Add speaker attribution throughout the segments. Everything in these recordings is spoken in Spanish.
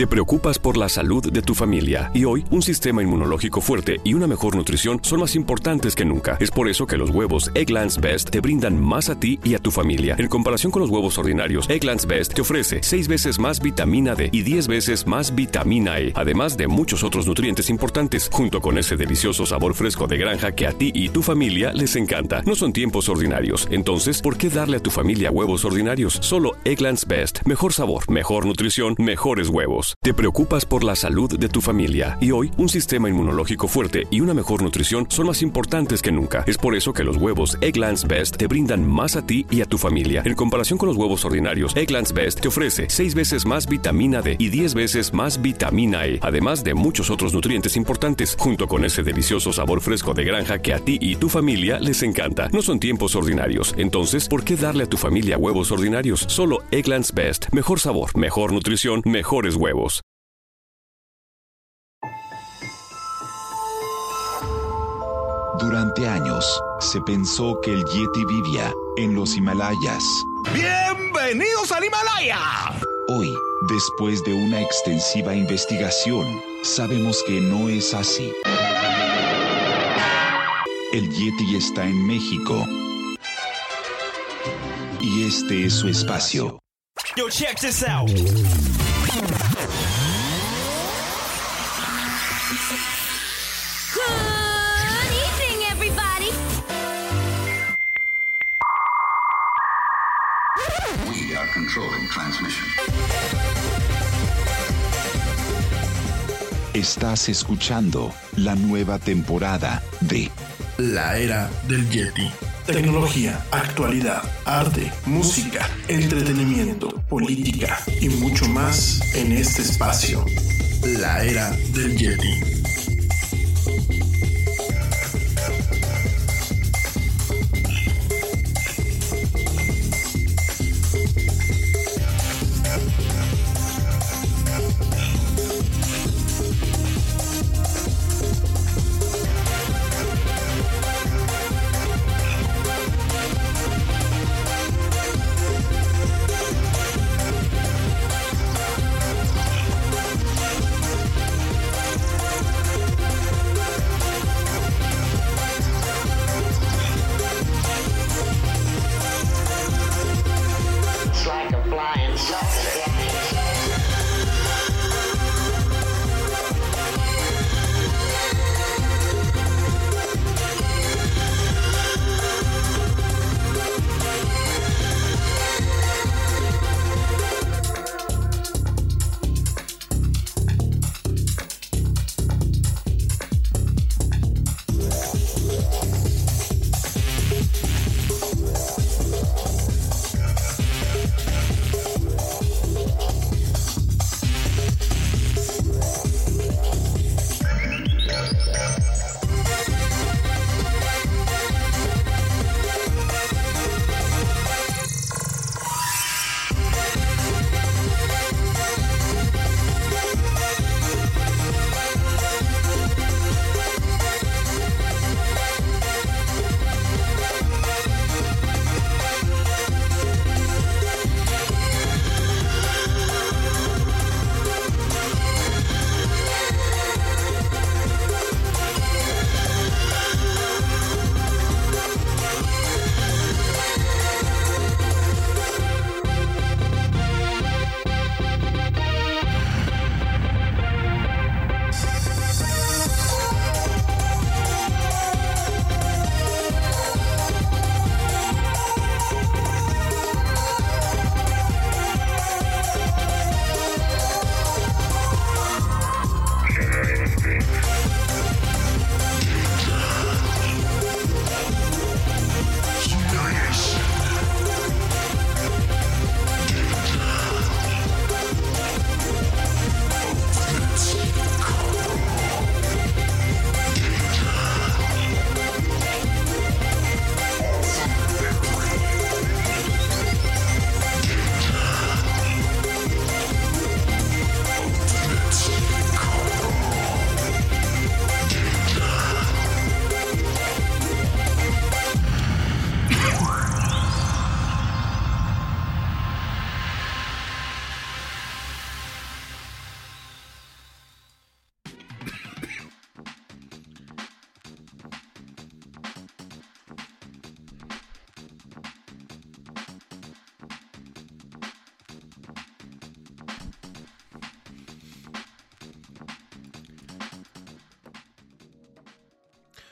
Speaker 1: Te preocupas por la salud de tu familia y hoy un sistema inmunológico fuerte y una mejor nutrición son más importantes que nunca. Es por eso que los huevos Eggland's Best te brindan más a ti y a tu familia. En comparación con los huevos ordinarios, Eggland's Best te ofrece 6 veces más vitamina D y 10 veces más vitamina E, además de muchos otros nutrientes importantes, junto con ese delicioso sabor fresco de granja que a ti y tu familia les encanta. No son tiempos ordinarios, entonces, ¿por qué darle a tu familia huevos ordinarios? Solo Eggland's Best. Mejor sabor, mejor nutrición, mejores huevos. Te preocupas por la salud de tu familia y hoy un sistema inmunológico fuerte y una mejor nutrición son más importantes que nunca. Es por eso que los huevos Eggland's Best te brindan más a ti y a tu familia. En comparación con los huevos ordinarios, Eggland's Best te ofrece 6 veces más vitamina D y 10 veces más vitamina E, además de muchos otros nutrientes importantes, junto con ese delicioso sabor fresco de granja que a ti y tu familia les encanta. No son tiempos ordinarios, entonces, ¿por qué darle a tu familia huevos ordinarios? Solo Eggland's Best. Mejor sabor, mejor nutrición, mejores huevos.
Speaker 2: Durante años, se pensó que el Yeti vivía en los Himalayas.
Speaker 3: ¡Bienvenidos al Himalaya!
Speaker 2: Hoy, después de una extensiva investigación, sabemos que no es así. El Yeti está en México. Y este es su espacio.
Speaker 3: Yo, check this out.
Speaker 4: Good evening, everybody.
Speaker 5: We are controlling transmission.
Speaker 2: Estás escuchando la nueva temporada de
Speaker 6: La Era del Yeti. Tecnología, actualidad, arte, música, entretenimiento, política y mucho más en este espacio. La Era del Yeti.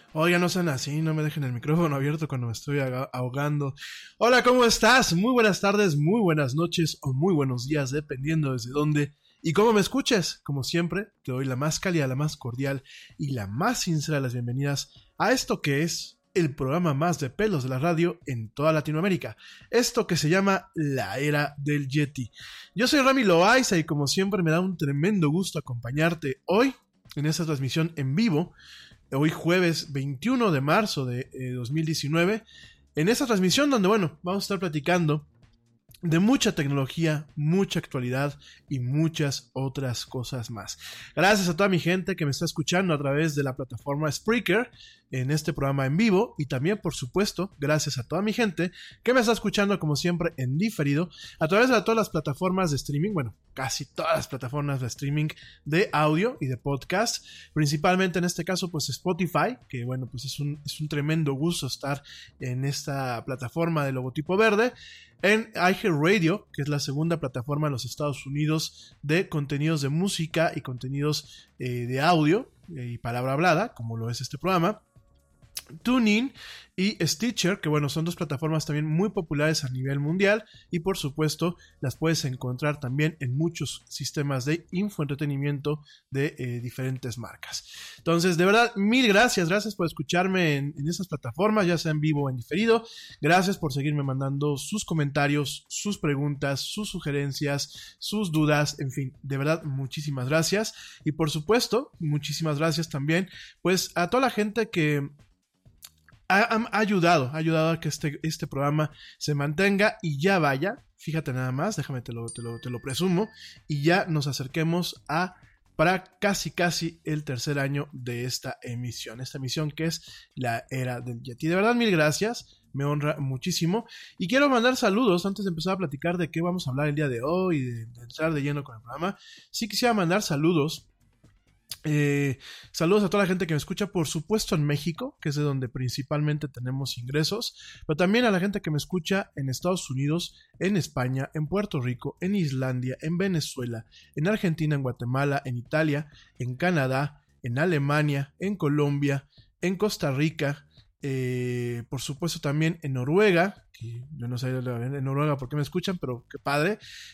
Speaker 7: Oigan, no sean así, no me dejen el micrófono abierto cuando me estoy ahogando. Hola, ¿cómo estás? Muy buenas tardes, muy buenas noches o muy buenos días, dependiendo desde dónde y cómo me escuches. Como siempre, te doy la más cálida, la más cordial y la más sincera de las bienvenidas a esto que es el programa más de pelos de la radio en toda Latinoamérica. Esto que se llama La Era del Yeti. Yo soy Rami Loaiza y como siempre me da un tremendo gusto acompañarte hoy en esta transmisión en vivo. Hoy jueves 21 de marzo de 2019, en esta transmisión donde, bueno, vamos a estar platicando de mucha tecnología, mucha actualidad y muchas otras cosas más. Gracias a toda mi gente que me está escuchando a través de la plataforma Spreaker en este programa en vivo y también, por supuesto, gracias a toda mi gente que me está escuchando como siempre en diferido a través de todas las plataformas de streaming, bueno, casi todas las plataformas de streaming de audio y de podcast, principalmente en este caso pues Spotify, que bueno, pues es un tremendo gusto estar en esta plataforma de logotipo verde, en iHeartRadio, que es la segunda plataforma en los Estados Unidos de contenidos de música y contenidos de audio y palabra hablada, como lo es este programa, TuneIn y Stitcher, que bueno, son dos plataformas también muy populares a nivel mundial y por supuesto las puedes encontrar también en muchos sistemas de infoentretenimiento de diferentes marcas. Entonces, de verdad, mil gracias por escucharme en esas plataformas, ya sea en vivo o en diferido. Gracias por seguirme mandando sus comentarios, sus preguntas, sus sugerencias, sus dudas, en fin, de verdad, muchísimas gracias. Y por supuesto, muchísimas gracias también pues a toda la gente que ha ayudado a que este programa se mantenga y ya vaya, fíjate nada más, déjame te lo presumo, y ya nos acerquemos para casi el tercer año de esta emisión que es La Era del Yeti. De verdad, mil gracias, me honra muchísimo y quiero mandar saludos antes de empezar a platicar de qué vamos a hablar el día de hoy y de entrar de lleno con el programa. Sí quisiera mandar saludos. Saludos a toda la gente que me escucha, por supuesto en México, que es de donde principalmente tenemos ingresos, pero también a la gente que me escucha en Estados Unidos, en España, en Puerto Rico, en Islandia, en Venezuela, en Argentina, en Guatemala, en Italia, en Canadá, en Alemania, en Colombia, en Costa Rica, por supuesto también en Noruega, que yo no sé en Noruega por qué me escuchan, pero qué padre,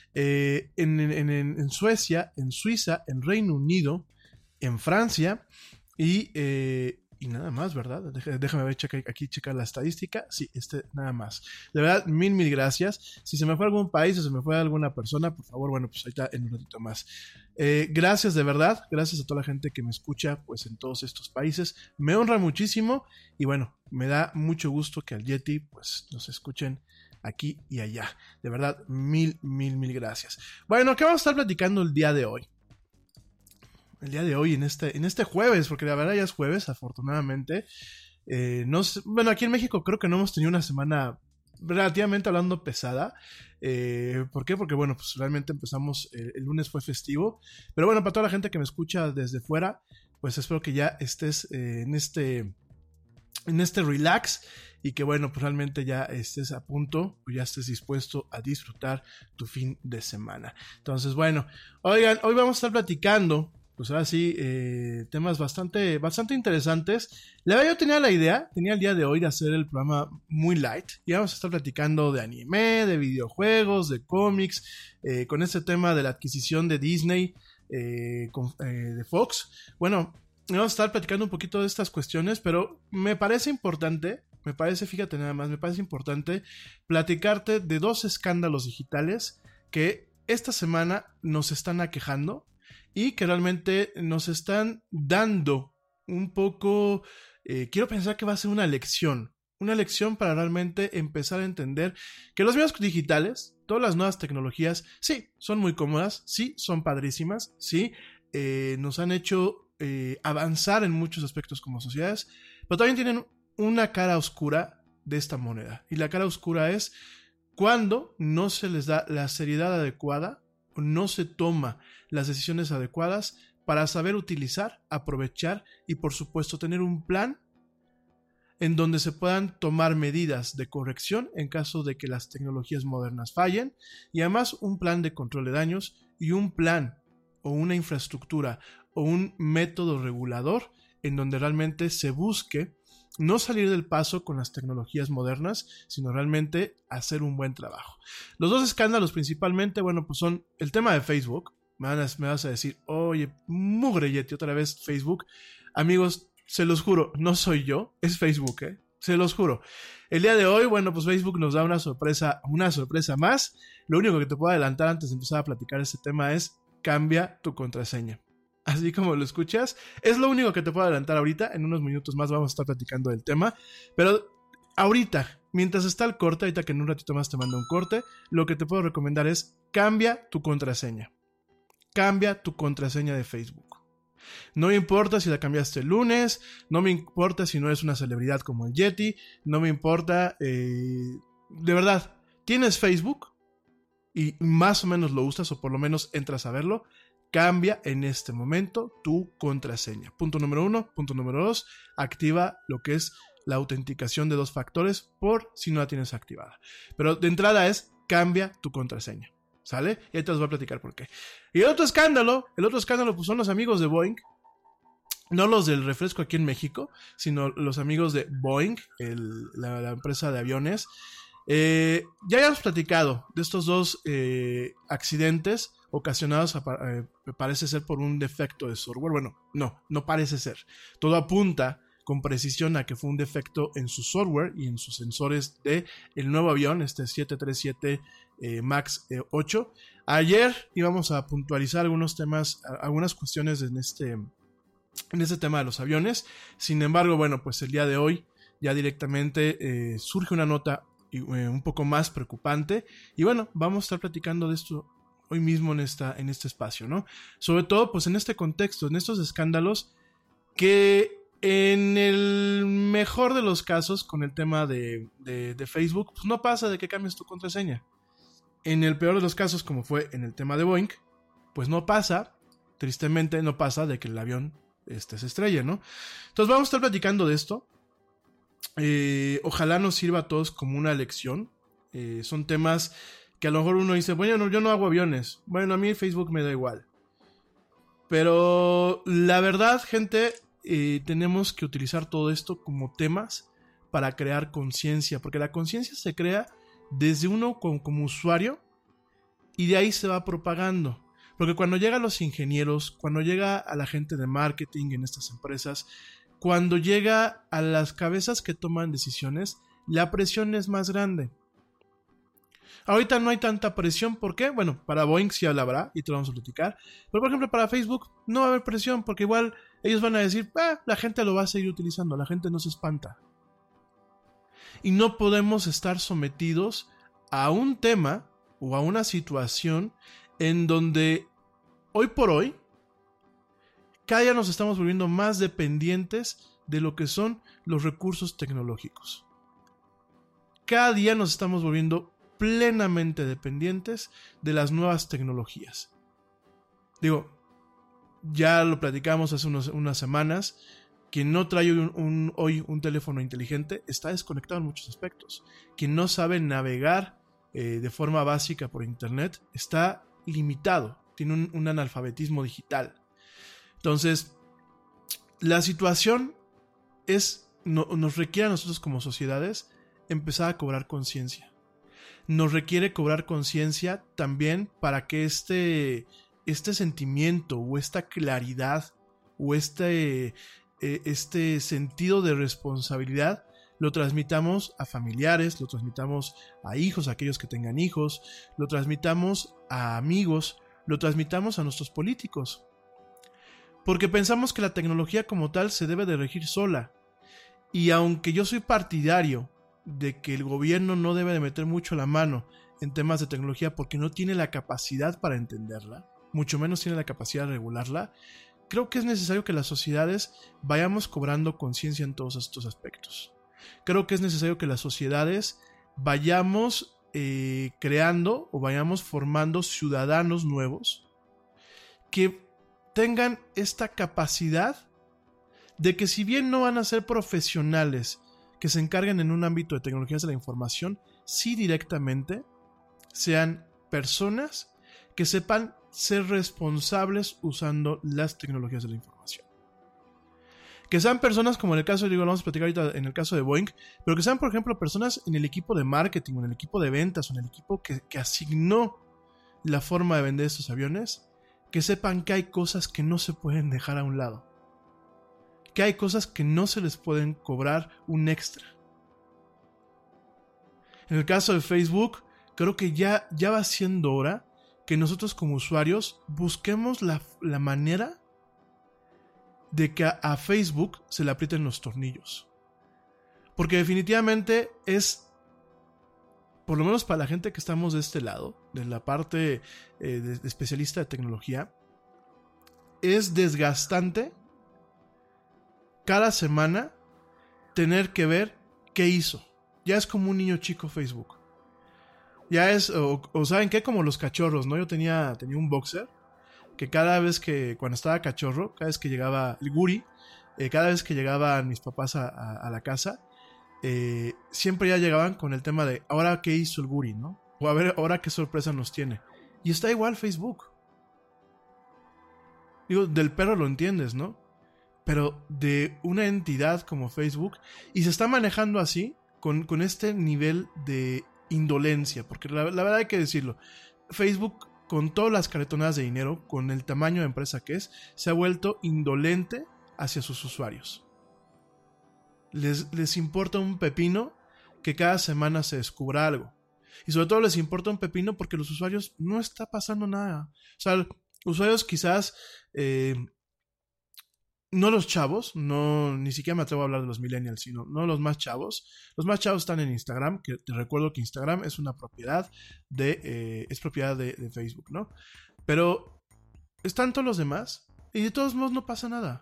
Speaker 7: en Suecia, en Suiza, en Reino Unido, en Francia y nada más, ¿verdad? Déjame ver, checar la estadística. Sí, nada más. De verdad, mil gracias. Si se me fue algún país o se me fue alguna persona, por favor, bueno, pues ahí está en un ratito más. Gracias de verdad, gracias a toda la gente que me escucha pues en todos estos países. Me honra muchísimo y bueno, me da mucho gusto que al Yeti pues nos escuchen aquí y allá. De verdad, mil gracias. Bueno, ¿qué vamos a estar platicando el día de hoy? El día de hoy, en este jueves, porque la verdad ya es jueves, afortunadamente. Bueno, aquí en México creo que no hemos tenido una semana relativamente hablando pesada. ¿Por qué? Porque bueno, pues realmente empezamos, el lunes fue festivo. Pero bueno, para toda la gente que me escucha desde fuera, pues espero que ya estés en este relax y que bueno, pues realmente ya estés a punto, o ya estés dispuesto a disfrutar tu fin de semana. Entonces bueno, oigan, hoy vamos a estar platicando pues ahora sí, temas bastante interesantes. La verdad yo tenía el día de hoy de hacer el programa muy light. Y vamos a estar platicando de anime, de videojuegos, de cómics, con este tema de la adquisición de Disney, de Fox. Bueno, vamos a estar platicando un poquito de estas cuestiones, pero me parece importante platicarte de dos escándalos digitales que esta semana nos están aquejando y que realmente nos están dando un poco, quiero pensar que va a ser una lección para realmente empezar a entender que los medios digitales, todas las nuevas tecnologías, sí, son muy cómodas, sí, son padrísimas, sí, nos han hecho avanzar en muchos aspectos como sociedades, pero también tienen una cara oscura de esta moneda. Y la cara oscura es cuando no se les da la seriedad adecuada, no se toma las decisiones adecuadas para saber utilizar, aprovechar y por supuesto tener un plan en donde se puedan tomar medidas de corrección en caso de que las tecnologías modernas fallen y además un plan de control de daños y un plan o una infraestructura o un método regulador en donde realmente se busque no salir del paso con las tecnologías modernas, sino realmente hacer un buen trabajo. Los dos escándalos principalmente, bueno, pues son el tema de Facebook. Me vas a decir, oye, mugre Yeti, otra vez Facebook. Amigos, se los juro, no soy yo, es Facebook, se los juro. El día de hoy, bueno, pues Facebook nos da una sorpresa más. Lo único que te puedo adelantar antes de empezar a platicar este tema es cambia tu contraseña. Así como lo escuchas, es lo único que te puedo adelantar ahorita. En unos minutos más vamos a estar platicando del tema. Pero ahorita, mientras está el corte, ahorita que en un ratito más te mando un corte, lo que te puedo recomendar es cambia tu contraseña. Cambia tu contraseña de Facebook. No me importa si la cambiaste el lunes, no me importa si no eres una celebridad como el Yeti, no me importa, de verdad, tienes Facebook y más o menos lo usas o por lo menos entras a verlo. Cambia en este momento tu contraseña. Punto número 1. Punto número 2. Activa lo que es la autenticación de 2 factores por si no la tienes activada. Pero de entrada es cambia tu contraseña. ¿Sale? Y ahí te los voy a platicar por qué. Y el otro escándalo pues son los amigos de Boeing. No los del refresco aquí en México, sino los amigos de Boeing, la empresa de aviones. Ya habíamos platicado de estos dos accidentes ocasionados, parece ser por un defecto de software. Bueno, no parece ser. Todo apunta con precisión a que fue un defecto en su software y en sus sensores de el nuevo avión, este 737 MAX 8. Ayer íbamos a puntualizar algunos temas, algunas cuestiones en este tema de los aviones. Sin embargo, bueno, pues el día de hoy ya directamente surge una nota un poco más preocupante. Y bueno, vamos a estar platicando de esto hoy mismo en este espacio, ¿no? Sobre todo, pues en este contexto, en estos escándalos que en el mejor de los casos, con el tema de Facebook, pues no pasa de que cambies tu contraseña. En el peor de los casos, como fue en el tema de Boeing, pues no pasa, tristemente no pasa de que el avión se estrelle, ¿no? Entonces vamos a estar platicando de esto. Ojalá nos sirva a todos como una lección. Son temas que a lo mejor uno dice, bueno, yo no hago aviones. Bueno, a mí Facebook me da igual. Pero la verdad, gente, tenemos que utilizar todo esto como temas para crear conciencia. Porque la conciencia se crea desde uno como usuario y de ahí se va propagando. Porque cuando llega a los ingenieros, cuando llega a la gente de marketing en estas empresas, cuando llega a las cabezas que toman decisiones, la presión es más grande. Ahorita no hay tanta presión, ¿por qué? Bueno, para Boeing sí la habrá y te lo vamos a platicar. Pero por ejemplo para Facebook no va a haber presión porque igual ellos van a decir, la gente lo va a seguir utilizando, la gente no se espanta. Y no podemos estar sometidos a un tema o a una situación en donde hoy por hoy cada día nos estamos volviendo más dependientes de lo que son los recursos tecnológicos. Cada día nos estamos volviendo plenamente dependientes de las nuevas tecnologías. Digo, ya lo platicamos hace unas semanas. Quien no trae hoy un teléfono inteligente está desconectado en muchos aspectos. Quien no sabe navegar de forma básica por internet está limitado, tiene un analfabetismo digital. Entonces, la situación nos requiere a nosotros como sociedades empezar a cobrar conciencia. Nos requiere cobrar conciencia también para que este sentimiento o esta claridad o este sentido de responsabilidad lo transmitamos a familiares, lo transmitamos a hijos, a aquellos que tengan hijos, lo transmitamos a amigos, lo transmitamos a nuestros políticos. Porque pensamos que la tecnología como tal se debe de regir sola. Y aunque yo soy partidario de que el gobierno no debe de meter mucho la mano en temas de tecnología porque no tiene la capacidad para entenderla, mucho menos tiene la capacidad de regularla, creo que es necesario que las sociedades vayamos cobrando conciencia en todos estos aspectos. Creo que es necesario que las sociedades vayamos creando o vayamos formando ciudadanos nuevos que tengan esta capacidad de que si bien no van a ser profesionales que se encarguen en un ámbito de tecnologías de la información, sí directamente sean personas que sepan ser responsables usando las tecnologías de la información. Que sean personas como en el caso, digo, lo vamos a platicar ahorita en el caso de Boeing, pero que sean, por ejemplo, personas en el equipo de marketing, o en el equipo de ventas, o en el equipo que asignó la forma de vender estos aviones, que sepan que hay cosas que no se pueden dejar a un lado. Que hay cosas que no se les pueden cobrar un extra. En el caso de Facebook, creo que ya va siendo hora que nosotros como usuarios busquemos la manera de que a Facebook se le aprieten los tornillos. Porque definitivamente es, por lo menos para la gente que estamos de este lado, de la parte de especialista de tecnología, es desgastante cada semana tener que ver qué hizo. Ya es como un niño chico Facebook. Ya es, o ¿saben qué? Como los cachorros, ¿no? Yo tenía un boxer que cada vez que, cuando estaba cachorro, cada vez que llegaba el Guri, cada vez que llegaban mis papás a la casa, siempre ya llegaban con el tema de, ¿ahora qué hizo el Guri, no? O a ver, ¿ahora qué sorpresa nos tiene? Y está igual Facebook. Digo, del perro lo entiendes, ¿no? Pero de una entidad como Facebook, y se está manejando así, con este nivel de indolencia, porque la verdad hay que decirlo, Facebook, con todas las caretonadas de dinero, con el tamaño de empresa que es, se ha vuelto indolente hacia sus usuarios. Les importa un pepino que cada semana se descubra algo. Y sobre todo les importa un pepino porque los usuarios no está pasando nada. O sea, usuarios quizás, no los chavos, no, ni siquiera me atrevo a hablar de los millennials, sino no los más chavos. Los más chavos están en Instagram, que te recuerdo que Instagram es una propiedad es propiedad de Facebook, ¿no? Pero están todos los demás y de todos modos no pasa nada.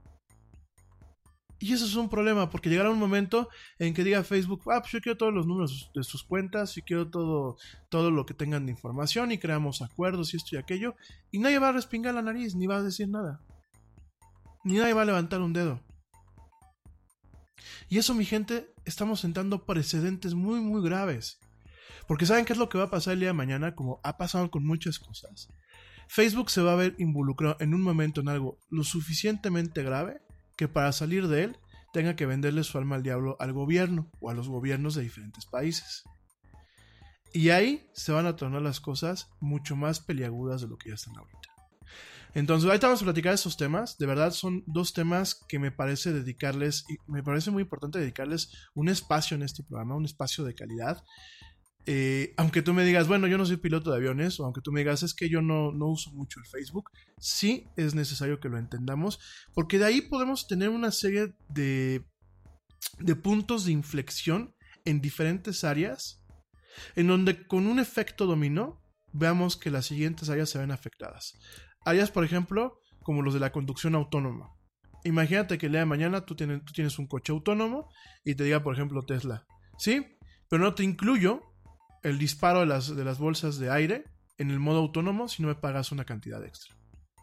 Speaker 7: Y eso es un problema, porque llegará un momento en que diga Facebook, pues yo quiero todos los números de sus cuentas, y quiero todo lo que tengan de información, y creamos acuerdos y esto y aquello, y nadie va a respingar la nariz, ni va a decir nada. Ni nadie va a levantar un dedo. Y eso, mi gente, estamos sentando precedentes muy, muy graves. Porque ¿saben qué es lo que va a pasar el día de mañana? Como ha pasado con muchas cosas. Facebook se va a ver involucrado en un momento en algo lo suficientemente grave que para salir de él tenga que venderle su alma al diablo al gobierno o a los gobiernos de diferentes países. Y ahí se van a tornar las cosas mucho más peliagudas de lo que ya están ahorita. Entonces, ahorita vamos a platicar de estos temas. De verdad son dos temas que me parece dedicarles, y me parece muy importante dedicarles un espacio en este programa, un espacio de calidad. Aunque tú me digas, bueno, yo no soy piloto de aviones, o aunque tú me digas, es que yo no uso mucho el Facebook, sí es necesario que lo entendamos, porque de ahí podemos tener una serie de puntos de inflexión en diferentes áreas, en donde con un efecto dominó, veamos que las siguientes áreas se ven afectadas. Áreas, por ejemplo, como los de la conducción autónoma. Imagínate que el día de mañana tú tienes un coche autónomo y te diga, por ejemplo, Tesla, ¿sí? Pero no te incluyo el disparo de las bolsas de aire en el modo autónomo si no me pagas una cantidad extra.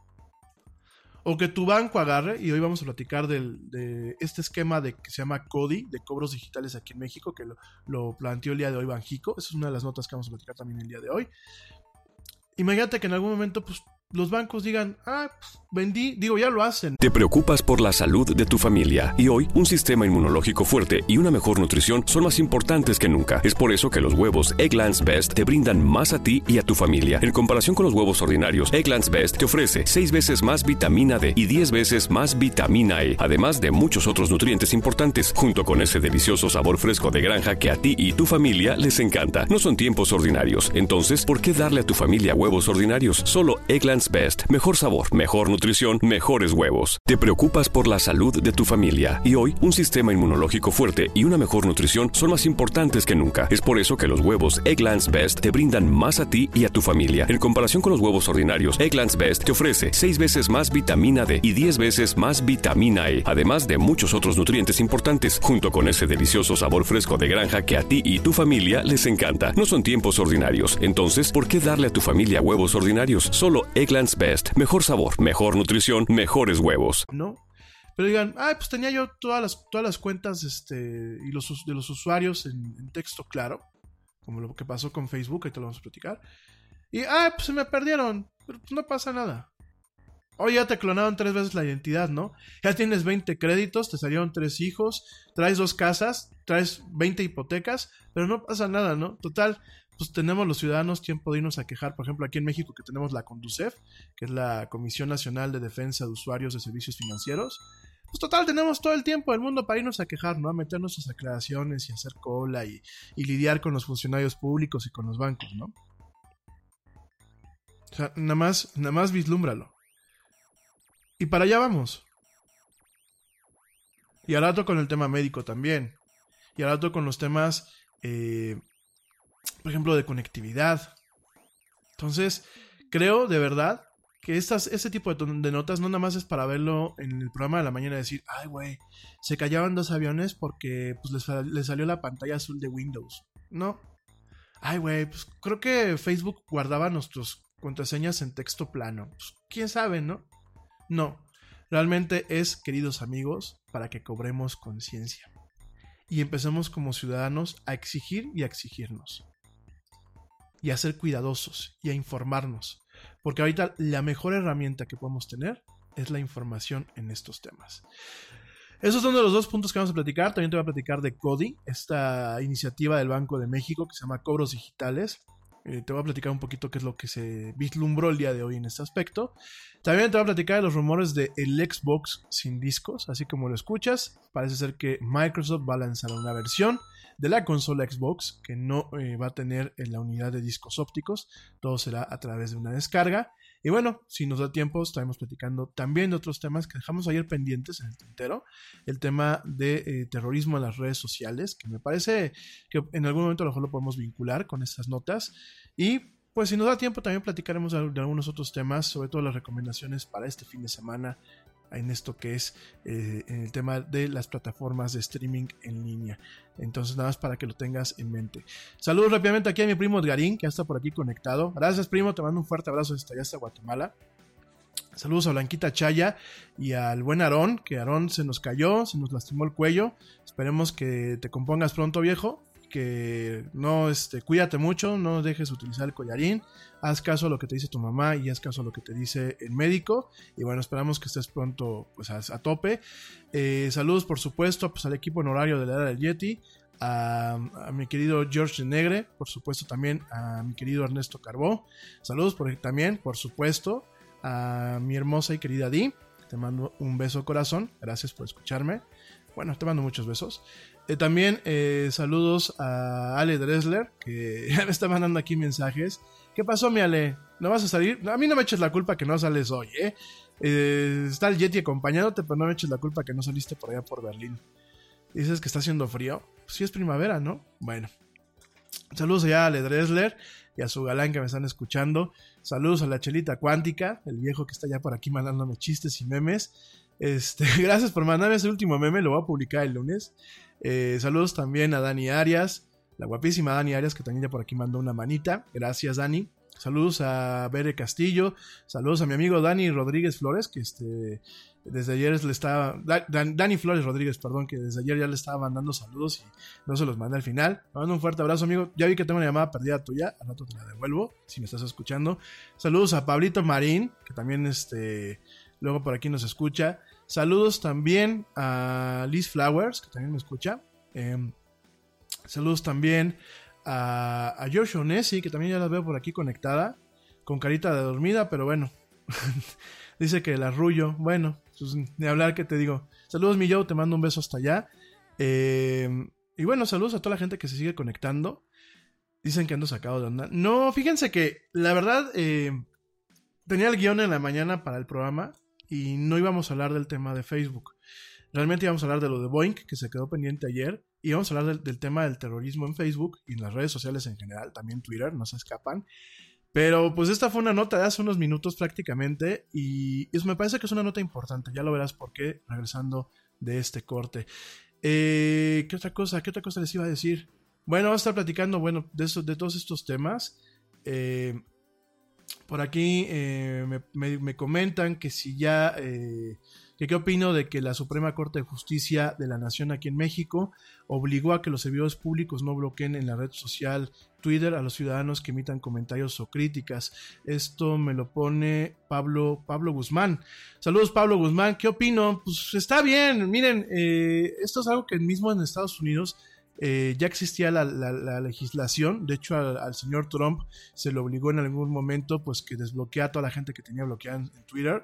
Speaker 7: O que tu banco agarre, y hoy vamos a platicar de este esquema que se llama CODI, de cobros digitales aquí en México, que lo planteó el día de hoy Banjico. Esa es una de las notas que vamos a platicar también el día de hoy. Imagínate que en algún momento, pues, los bancos digan, vendí, ya lo hacen.
Speaker 1: Te preocupas por la salud de tu familia y hoy un sistema inmunológico fuerte y una mejor nutrición son más importantes que nunca. Es por eso que los huevos Eggland's Best te brindan más a ti y a tu familia. En comparación con los huevos ordinarios, Eggland's Best te ofrece 6 veces más vitamina D y 10 veces más vitamina E, además de muchos otros nutrientes importantes, junto con ese delicioso sabor fresco de granja que a ti y tu familia les encanta. No son tiempos ordinarios, entonces, ¿por qué darle a tu familia huevos ordinarios? Solo Eggland's Best. Mejor sabor, mejor nutrición, mejores huevos. Te preocupas por la salud de tu familia y hoy un sistema inmunológico fuerte y una mejor nutrición son más importantes que nunca. Es por eso que los huevos Eggland's Best te brindan más a ti y a tu familia. En comparación con los huevos ordinarios, Eggland's Best te ofrece 6 veces más vitamina D y 10 veces más vitamina E, además de muchos otros nutrientes importantes, junto con ese delicioso sabor fresco de granja que a ti y tu familia les encanta. No son tiempos ordinarios, entonces, ¿por qué darle a tu familia huevos ordinarios? Solo Eggland's Best. Mejor sabor, mejor nutrición, mejores huevos.
Speaker 7: No, pero digan, pues tenía yo todas las cuentas y de los usuarios en texto claro, como lo que pasó con Facebook, ahí te lo vamos a platicar. Y pues se me perdieron, pero pues no pasa nada. Oye, ya te clonaron 3 veces la identidad, ¿no? Ya tienes 20 créditos, te salieron 3 hijos, traes 2 casas, traes 20 hipotecas, pero no pasa nada, ¿no? Total, pues tenemos los ciudadanos tiempo de irnos a quejar. Por ejemplo, aquí en México que tenemos la CONDUCEF, que es la Comisión Nacional de Defensa de Usuarios de Servicios Financieros. Pues total, tenemos todo el tiempo del mundo para irnos a quejar, ¿no? A meter nuestras aclaraciones y hacer cola y lidiar con los funcionarios públicos y con los bancos, ¿no? O sea, nada más vislúmbralo. Y para allá vamos. Y al rato con el tema médico también. Y al rato con los temas, por ejemplo, de conectividad. Entonces, creo de verdad que ese tipo de notas no nada más es para verlo en el programa de la mañana y decir, ay, güey, se callaban 2 aviones porque pues, les salió la pantalla azul de Windows. No. Ay, güey, pues creo que Facebook guardaba nuestras contraseñas en texto plano. Pues, quién sabe, ¿no? No, realmente es, queridos amigos, para que cobremos conciencia y empecemos como ciudadanos a exigir y a exigirnos y a ser cuidadosos y a informarnos, porque ahorita la mejor herramienta que podemos tener es la información en estos temas. Esos son de los 2 puntos que vamos a platicar. También te voy a platicar de Codi, esta iniciativa del Banco de México que se llama Cobros Digitales. Te voy a platicar un poquito qué es lo que se vislumbró el día de hoy en este aspecto. También te voy a platicar de los rumores de el Xbox sin discos, así como lo escuchas. Parece ser que Microsoft va a lanzar una versión de la consola Xbox que no va a tener la unidad de discos ópticos. Todo será a través de una descarga. Y bueno, si nos da tiempo, estaremos platicando también de otros temas que dejamos ayer pendientes en el tintero. El tema de terrorismo en las redes sociales, que me parece que en algún momento a lo mejor lo podemos vincular con estas notas. Y pues si nos da tiempo también platicaremos de algunos otros temas, sobre todo las recomendaciones para este fin de semana en esto que es en el tema de las plataformas de streaming en línea. Entonces nada más para que lo tengas en mente. Saludos rápidamente aquí a mi primo Edgarín, que ya está por aquí conectado. Gracias, primo, te mando un fuerte abrazo desde allá hasta Guatemala. Saludos a Blanquita Chaya y al buen Aarón, que Aarón se nos cayó, se nos lastimó el cuello. Esperemos que te compongas pronto, viejo. Que no, cuídate mucho, no dejes de utilizar el collarín, haz caso a lo que te dice tu mamá y haz caso a lo que te dice el médico. Y bueno, esperamos que estés pronto pues a tope. Saludos por supuesto pues al equipo en horario de la Era del Yeti, a mi querido George de Negre, por supuesto también a mi querido Ernesto Carbó. Saludos también, por supuesto, a mi hermosa y querida Di. Te mando un beso corazón, gracias por escucharme. Bueno, te mando muchos besos. También saludos a Ale Dressler, que ya me está mandando aquí mensajes. ¿Qué pasó, mi Ale? ¿No vas a salir? A mí no me eches la culpa que no sales hoy, ¿eh? Está el Yeti acompañándote, pero no me eches la culpa que no saliste por allá por Berlín. Dices que está haciendo frío. Pues sí es primavera, ¿no? Bueno. Saludos allá a Ale Dressler y a su galán que me están escuchando. Saludos a la Chelita Cuántica, el viejo que está ya por aquí mandándome chistes y memes. Gracias por mandarme ese último meme, lo voy a publicar el lunes. Saludos también a Dani Arias, la guapísima Dani Arias, que también ya por aquí mandó una manita. Gracias, Dani. Saludos a Bere Castillo. Saludos a mi amigo Dani Rodríguez Flores, que desde ayer le estaba... Dani Flores Rodríguez, perdón, que desde ayer ya le estaba mandando saludos y no se los mandé al final. Me mando un fuerte abrazo, amigo. Ya vi que tengo una llamada perdida tuya, al rato te la devuelvo, si me estás escuchando. Saludos a Pablito Marín, que también luego por aquí nos escucha. Saludos también a Liz Flowers, que también me escucha. Saludos también a Joshua Nessi, que también ya la veo por aquí conectada, con carita de dormida, pero bueno. Dice que el arrullo. Bueno, pues ni hablar, que te digo. Saludos, mi Joe, te mando un beso hasta allá. Y bueno, saludos a toda la gente que se sigue conectando. Dicen que ando sacado de onda. No, fíjense que la verdad tenía el guión en la mañana para el programa y no íbamos a hablar del tema de Facebook. Realmente íbamos a hablar de lo de Boeing, que se quedó pendiente ayer, y íbamos a hablar del tema del terrorismo en Facebook y en las redes sociales en general, también Twitter, no se escapan. Pero pues esta fue una nota de hace unos minutos prácticamente y eso me parece que es una nota importante, ya lo verás por qué regresando de este corte. ¿Qué otra cosa les iba a decir? Bueno, vamos a estar platicando, bueno, de todos estos temas. Por aquí me comentan que si ya, que qué opino de que la Suprema Corte de Justicia de la Nación aquí en México obligó a que los servidores públicos no bloqueen en la red social Twitter a los ciudadanos que emitan comentarios o críticas. Esto me lo pone Pablo Guzmán. Saludos, Pablo Guzmán. ¿Qué opino? Pues está bien. Miren, esto es algo que mismo en Estados Unidos ya existía la legislación. De hecho, al señor Trump se le obligó en algún momento pues que desbloquea a toda la gente que tenía bloqueada en Twitter.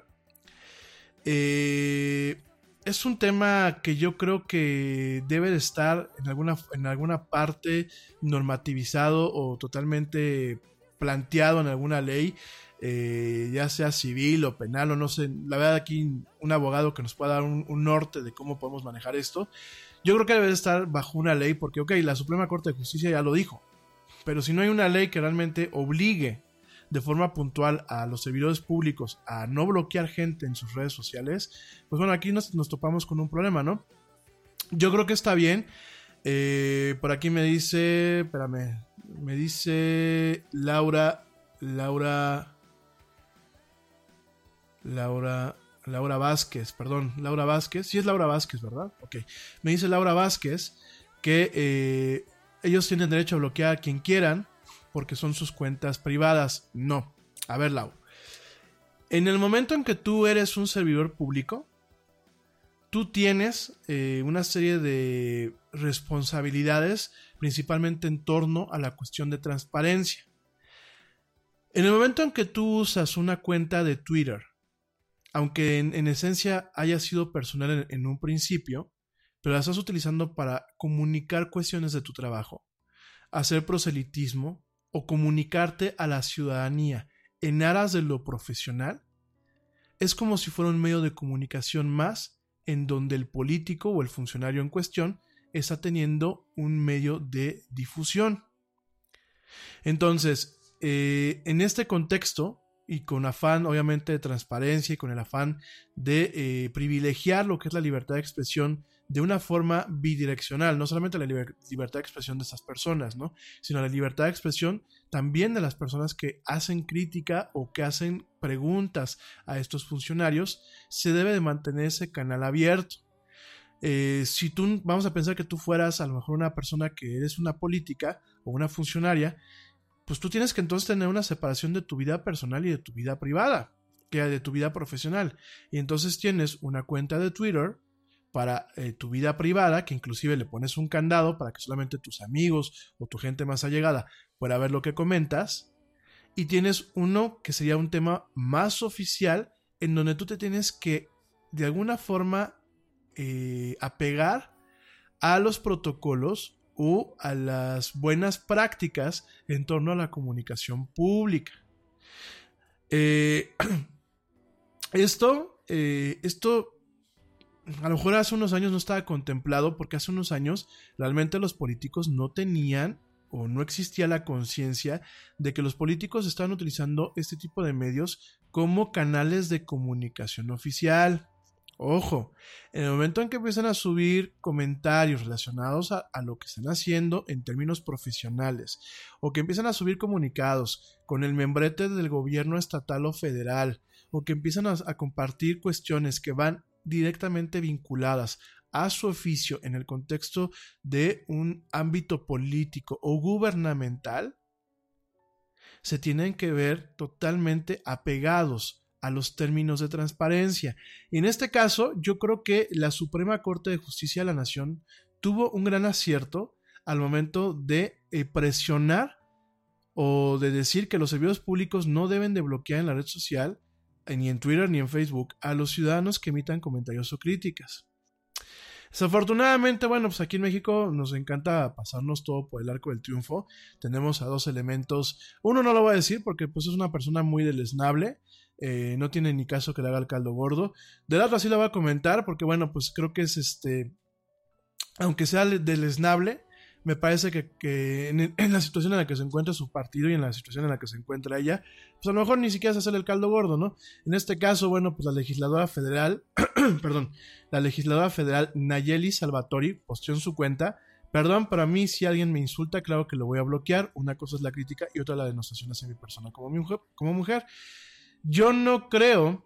Speaker 7: Es un tema que yo creo que debe de estar en alguna parte normativizado o totalmente planteado en alguna ley, ya sea civil o penal o no sé. La verdad, aquí un abogado que nos pueda dar un norte de cómo podemos manejar esto. Yo creo que debe de estar bajo una ley porque, ok, la Suprema Corte de Justicia ya lo dijo, pero si no hay una ley que realmente obligue de forma puntual a los servidores públicos a no bloquear gente en sus redes sociales, pues bueno, aquí nos topamos con un problema, ¿no? Yo creo que está bien. Por aquí me dice, me dice Laura Vázquez, sí es Laura Vázquez, ¿verdad? Ok, me dice Laura Vázquez que ellos tienen derecho a bloquear a quien quieran porque son sus cuentas privadas. No, a ver, Lau, en el momento en que tú eres un servidor público, tú tienes una serie de responsabilidades, principalmente en torno a la cuestión de transparencia. En el momento en que tú usas una cuenta de Twitter, aunque en esencia haya sido personal en un principio, pero la estás utilizando para comunicar cuestiones de tu trabajo, hacer proselitismo o comunicarte a la ciudadanía en aras de lo profesional, es como si fuera un medio de comunicación más en donde el político o el funcionario en cuestión está teniendo un medio de difusión. Entonces, en este contexto, y con afán obviamente de transparencia y con el afán de privilegiar lo que es la libertad de expresión de una forma bidireccional, no solamente la libertad de expresión de estas personas, ¿no?, sino la libertad de expresión también de las personas que hacen crítica o que hacen preguntas a estos funcionarios, se debe de mantener ese canal abierto. Si tú, vamos a pensar que tú fueras a lo mejor una persona que eres una política o una funcionaria, pues tú tienes que entonces tener una separación de tu vida personal y de tu vida privada, que de tu vida profesional. Y entonces tienes una cuenta de Twitter para tu vida privada, que inclusive le pones un candado para que solamente tus amigos o tu gente más allegada pueda ver lo que comentas. Y tienes uno que sería un tema más oficial, en donde tú te tienes que de alguna forma apegar a los protocolos o a las buenas prácticas en torno a la comunicación pública. Esto a lo mejor hace unos años no estaba contemplado, porque hace unos años realmente los políticos no tenían o no existía la conciencia de que los políticos estaban utilizando este tipo de medios como canales de comunicación oficial. Ojo, en el momento en que empiezan a subir comentarios relacionados a lo que están haciendo en términos profesionales, o que empiezan a subir comunicados con el membrete del gobierno estatal o federal, o que empiezan a compartir cuestiones que van directamente vinculadas a su oficio en el contexto de un ámbito político o gubernamental, se tienen que ver totalmente apegados a los términos de transparencia. Y en este caso, yo creo que la Suprema Corte de Justicia de la Nación tuvo un gran acierto al momento de presionar o de decir que los servidores públicos no deben de bloquear en la red social, ni en Twitter ni en Facebook, a los ciudadanos que emitan comentarios o críticas. Desafortunadamente, bueno, pues aquí en México nos encanta pasarnos todo por el arco del triunfo. Tenemos a dos elementos. Uno no lo voy a decir porque pues es una persona muy deleznable. No tiene ni caso que le haga el caldo gordo. Del otro sí lo voy a comentar porque bueno, pues creo que es aunque sea deleznable, me parece que en la situación en la que se encuentra su partido y en la situación en la que se encuentra ella, pues a lo mejor ni siquiera se hace el caldo gordo, ¿no? En este caso, bueno, pues la legisladora federal, la legisladora federal Nayeli Salvatori posteó en su cuenta Perdón, pero a mí si alguien me insulta, claro que lo voy a bloquear. Una cosa es la crítica y otra la denostación hacia mi persona como mujer. Yo no creo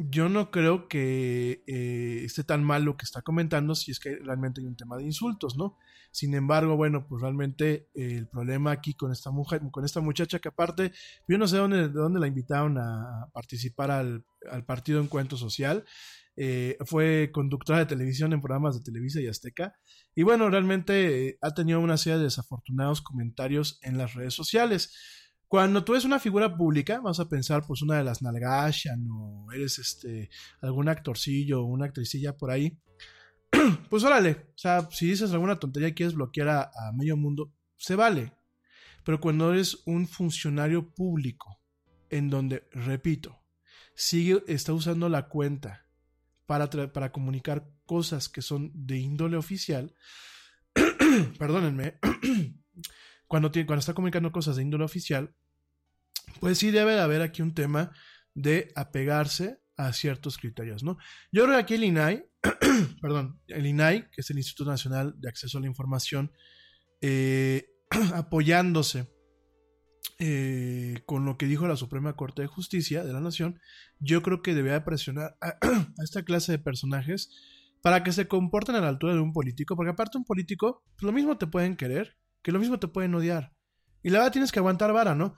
Speaker 7: que esté tan mal lo que está comentando si es que realmente hay un tema de insultos, ¿no? Sin embargo, bueno, pues realmente el problema aquí con esta mujer, con esta muchacha que aparte, yo no sé de dónde la invitaron a participar al partido Encuentro Social. Fue conductora de televisión en programas de Televisa y Azteca. Y bueno, realmente ha tenido una serie de desafortunados comentarios en las redes sociales. Cuando tú eres una figura pública, vas a pensar, pues, una de las Nalgashan, o eres algún actorcillo o una actricilla por ahí. Pues órale, o sea, si dices alguna tontería y quieres bloquear a medio mundo, se vale. Pero cuando eres un funcionario público, en donde, repito, está usando la cuenta para comunicar cosas que son de índole oficial, perdónenme, cuando está comunicando cosas de índole oficial, pues sí debe de haber aquí un tema de apegarse a ciertos criterios, ¿no? Yo creo que aquí el INAI, el INAI, que es el Instituto Nacional de Acceso a la Información, apoyándose con lo que dijo la Suprema Corte de Justicia de la Nación, yo creo que debería presionar a esta clase de personajes para que se comporten a la altura de un político, porque aparte un político, pues lo mismo te pueden querer, que lo mismo te pueden odiar. Y la verdad tienes que aguantar vara, ¿no?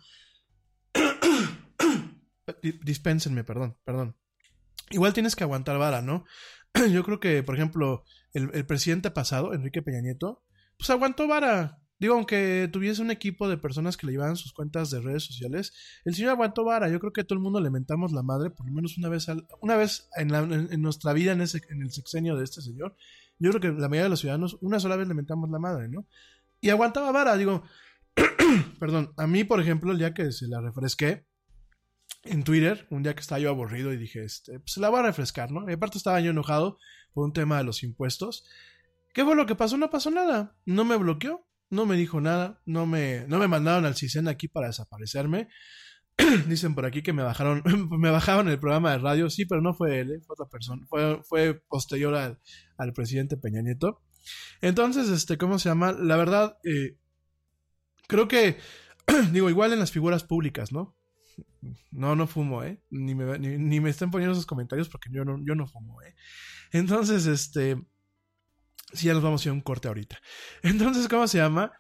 Speaker 7: Dispénsenme, perdón. Igual tienes que aguantar vara, ¿no? Yo creo que, por ejemplo, el presidente pasado, Enrique Peña Nieto, pues aguantó vara. Digo, aunque tuviese un equipo de personas que le llevaban sus cuentas de redes sociales, el señor aguantó vara. Yo creo que todo el mundo le mentamos la madre, por lo menos una vez en nuestra vida, en el sexenio de este señor. Yo creo que la mayoría de los ciudadanos una sola vez le mentamos la madre, ¿no? Y aguantaba vara, digo, perdón, a mí, por ejemplo, el día que se la refresqué en Twitter, un día que estaba yo aburrido y dije, pues se la voy a refrescar, ¿no? Y aparte estaba yo enojado por un tema de los impuestos. ¿Qué fue lo que pasó? No pasó nada, no me bloqueó. No me dijo nada, no me mandaron al CISEN aquí para desaparecerme. Dicen por aquí que me bajaron el programa de radio. Sí, pero no fue él, fue otra persona. Fue posterior al presidente Peña Nieto. Entonces, ¿cómo se llama? La verdad, creo que, digo, igual en las figuras públicas, ¿no? No fumo, ni me estén poniendo esos comentarios porque yo no fumo, Entonces, sí, ya nos vamos a ir a un corte ahorita. Entonces, ¿cómo se llama?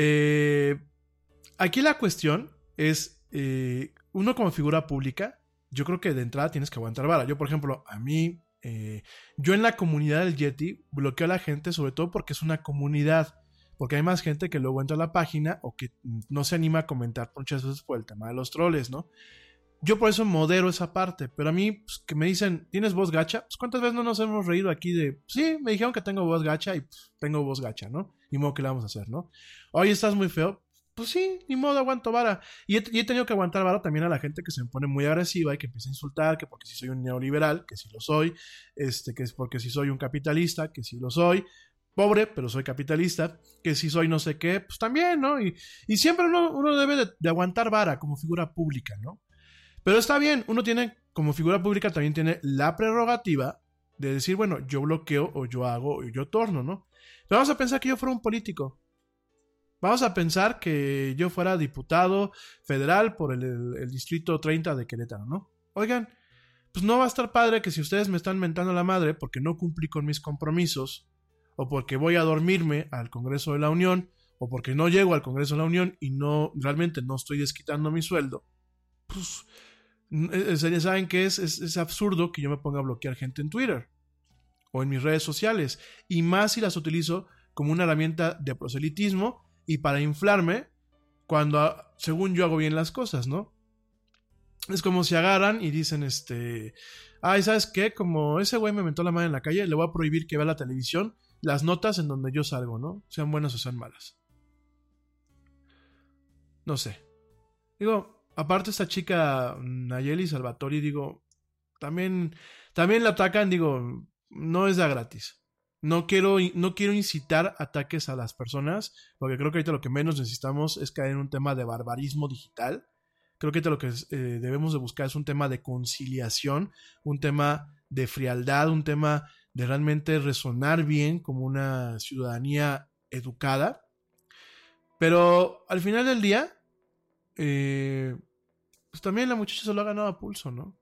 Speaker 7: Aquí la cuestión es, uno como figura pública, yo creo que de entrada tienes que aguantar vara. Yo, por ejemplo, a mí, yo en la comunidad del Yeti bloqueo a la gente, sobre todo porque es una comunidad, porque hay más gente que luego entra a la página o que no se anima a comentar muchas veces por el tema de los troles, ¿no? Yo por eso modero esa parte, pero a mí, pues, que me dicen, ¿tienes voz gacha? Pues, ¿cuántas veces no nos hemos reído aquí de, sí, me dijeron que tengo voz gacha y pues, tengo voz gacha, ¿no? Ni modo que le vamos a hacer, ¿no? Oye, ¿estás muy feo? Pues sí, ni modo, aguanto vara. Y he tenido que aguantar vara también a la gente que se me pone muy agresiva y que empieza a insultar, que porque si soy un neoliberal, que si lo soy, que es porque si soy un capitalista, que si lo soy, pobre, pero soy capitalista, que si soy no sé qué, pues también, ¿no? Y siempre uno debe de aguantar vara como figura pública, ¿no? Pero está bien, uno tiene, como figura pública, también tiene la prerrogativa de decir, bueno, yo bloqueo o yo hago o yo torno, ¿no? Pero vamos a pensar que yo fuera un político. Vamos a pensar que yo fuera diputado federal por el distrito 30 de Querétaro, ¿no? Oigan, pues no va a estar padre que si ustedes me están mentando la madre porque no cumplí con mis compromisos, o porque voy a dormirme al Congreso de la Unión, o porque no llego al Congreso de la Unión y realmente no estoy desquitando mi sueldo, pues saben que es absurdo que yo me ponga a bloquear gente en Twitter o en mis redes sociales, y más si las utilizo como una herramienta de proselitismo y para inflarme cuando según yo hago bien las cosas, ¿no? Es como si agarran y dicen, ay, ¿sabes qué? Como ese güey me mentó la madre en la calle, le voy a prohibir que vea la televisión las notas en donde yo salgo, ¿no? Sean buenas o sean malas. No sé. Digo, aparte esta chica Nayeli Salvatori, digo, también la atacan, digo, no es de gratis. No quiero incitar ataques a las personas, porque creo que ahorita lo que menos necesitamos es caer en un tema de barbarismo digital. Creo que ahorita lo que debemos de buscar es un tema de conciliación, un tema de frialdad, un tema de realmente resonar bien como una ciudadanía educada. Pero al final del día, pues también la muchacha se lo ha ganado a pulso, ¿no?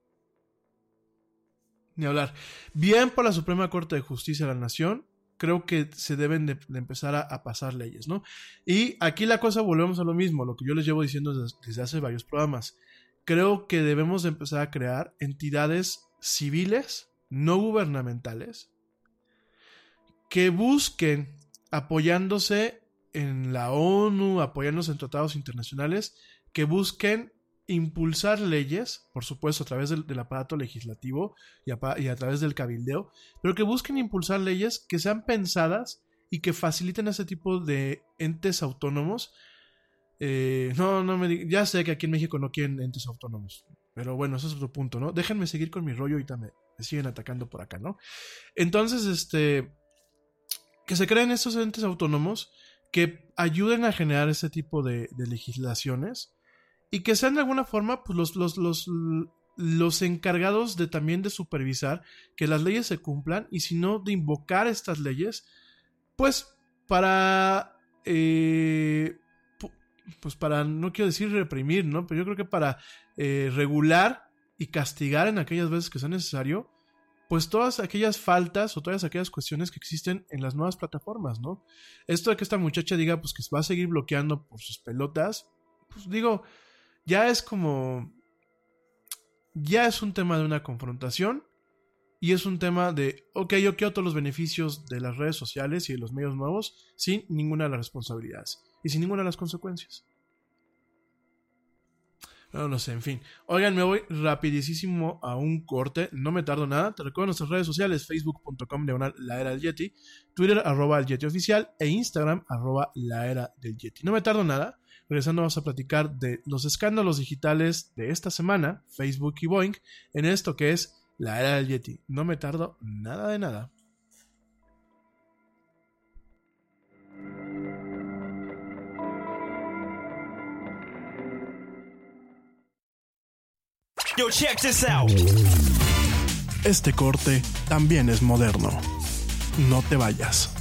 Speaker 7: Ni hablar. Bien por la Suprema Corte de Justicia de la Nación. Creo que se deben de empezar a pasar leyes, ¿no? Y aquí la cosa, volvemos a lo mismo, lo que yo les llevo diciendo desde hace varios programas. Creo que debemos de empezar a crear entidades civiles, no gubernamentales, que busquen, apoyándose en la ONU, apoyándose en tratados internacionales, que busquen impulsar leyes, por supuesto a través del aparato legislativo y a través del cabildeo, pero que busquen impulsar leyes que sean pensadas y que faciliten ese tipo de entes autónomos. Ya sé que aquí en México no quieren entes autónomos, pero bueno, ese es otro punto, ¿no? Déjenme seguir con mi rollo, ahorita me siguen atacando por acá, ¿no? Entonces, que se creen estos entes autónomos que ayuden a generar ese tipo de legislaciones y que sean de alguna forma pues, los encargados de también de supervisar que las leyes se cumplan, y si no, de invocar estas leyes, pues para, no quiero decir reprimir, ¿no? Pero yo creo que para regular y castigar en aquellas veces que sea necesario, pues todas aquellas faltas o todas aquellas cuestiones que existen en las nuevas plataformas, ¿no? Esto de que esta muchacha diga pues que va a seguir bloqueando por sus pelotas, pues digo, ya es un tema de una confrontación y es un tema de, ok, yo quiero todos los beneficios de las redes sociales y de los medios nuevos sin ninguna de las responsabilidades y sin ninguna de las consecuencias. No sé, en fin. Oigan, me voy rapidísimo a un corte, no me tardo nada. Te recuerdo nuestras redes sociales, facebook.com/laeradelYeti, Twitter @elYetiOficial e Instagram @laeradelYeti. No me tardo nada. Regresando vamos a platicar de los escándalos digitales de esta semana, Facebook y Boeing, en esto que es la era del Yeti. No me tardo nada de nada.
Speaker 3: Yo, check this out.
Speaker 6: Este corte también es moderno. No te vayas.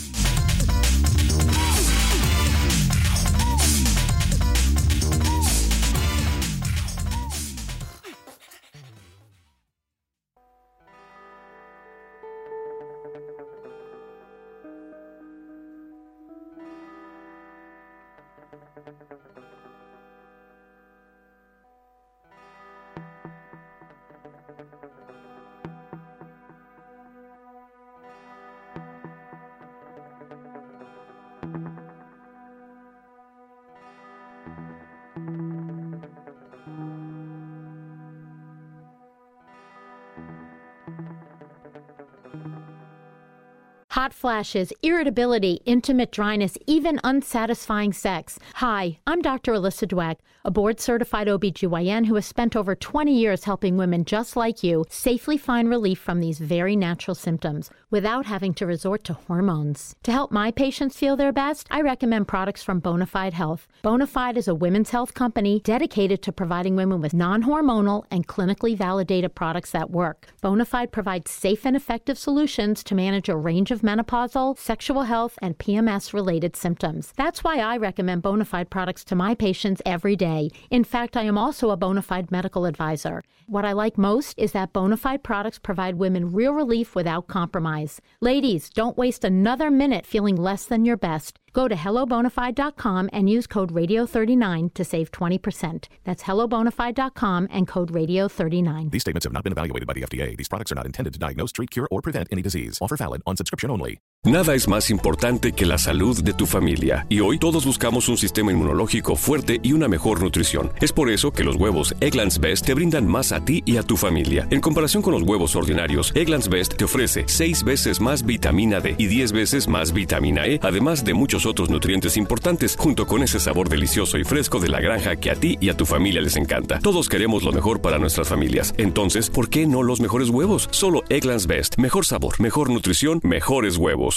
Speaker 8: Hot flashes, irritability, intimate dryness, even unsatisfying sex. Hi, I'm Dr. Alyssa Dweck, a board-certified OBGYN who has spent over 20 years helping women just like you safely find relief from these very natural symptoms without having to resort to hormones. To help my patients feel their best, I recommend products from Bonafide Health. Bonafide is a women's health company dedicated to providing women with non-hormonal and clinically validated products that work. Bonafide provides safe and effective solutions to manage a range of menopausal, sexual health, and PMS-related symptoms. That's why I recommend Bonafide products to my patients every day. In fact, I am also a Bonafide medical advisor. What I like most is that Bonafide products provide women real relief without compromise. Ladies, don't waste another minute feeling less than your best. Go to hellobonafide.com and use code radio39 to save 20%. That's hellobonafide.com and code radio39.
Speaker 9: These statements have not been evaluated by the FDA. These products are not intended to diagnose, treat, cure, or prevent any disease. Offer valid on subscription only.
Speaker 1: Nada es más importante que la salud de tu familia, y hoy todos buscamos un sistema inmunológico fuerte y una mejor nutrición. Es por eso que los huevos Eggland's Best te brindan más a ti y a tu familia. En comparación con los huevos ordinarios, Eggland's Best te ofrece 6 veces más vitamina D y 10 veces más vitamina E, además de muchos otros nutrientes importantes, junto con ese sabor delicioso y fresco de la granja que a ti y a tu familia les encanta. Todos queremos lo mejor para nuestras familias. Entonces, ¿por qué no los mejores huevos? Solo Eggland's Best. Mejor sabor, mejor nutrición, mejores huevos.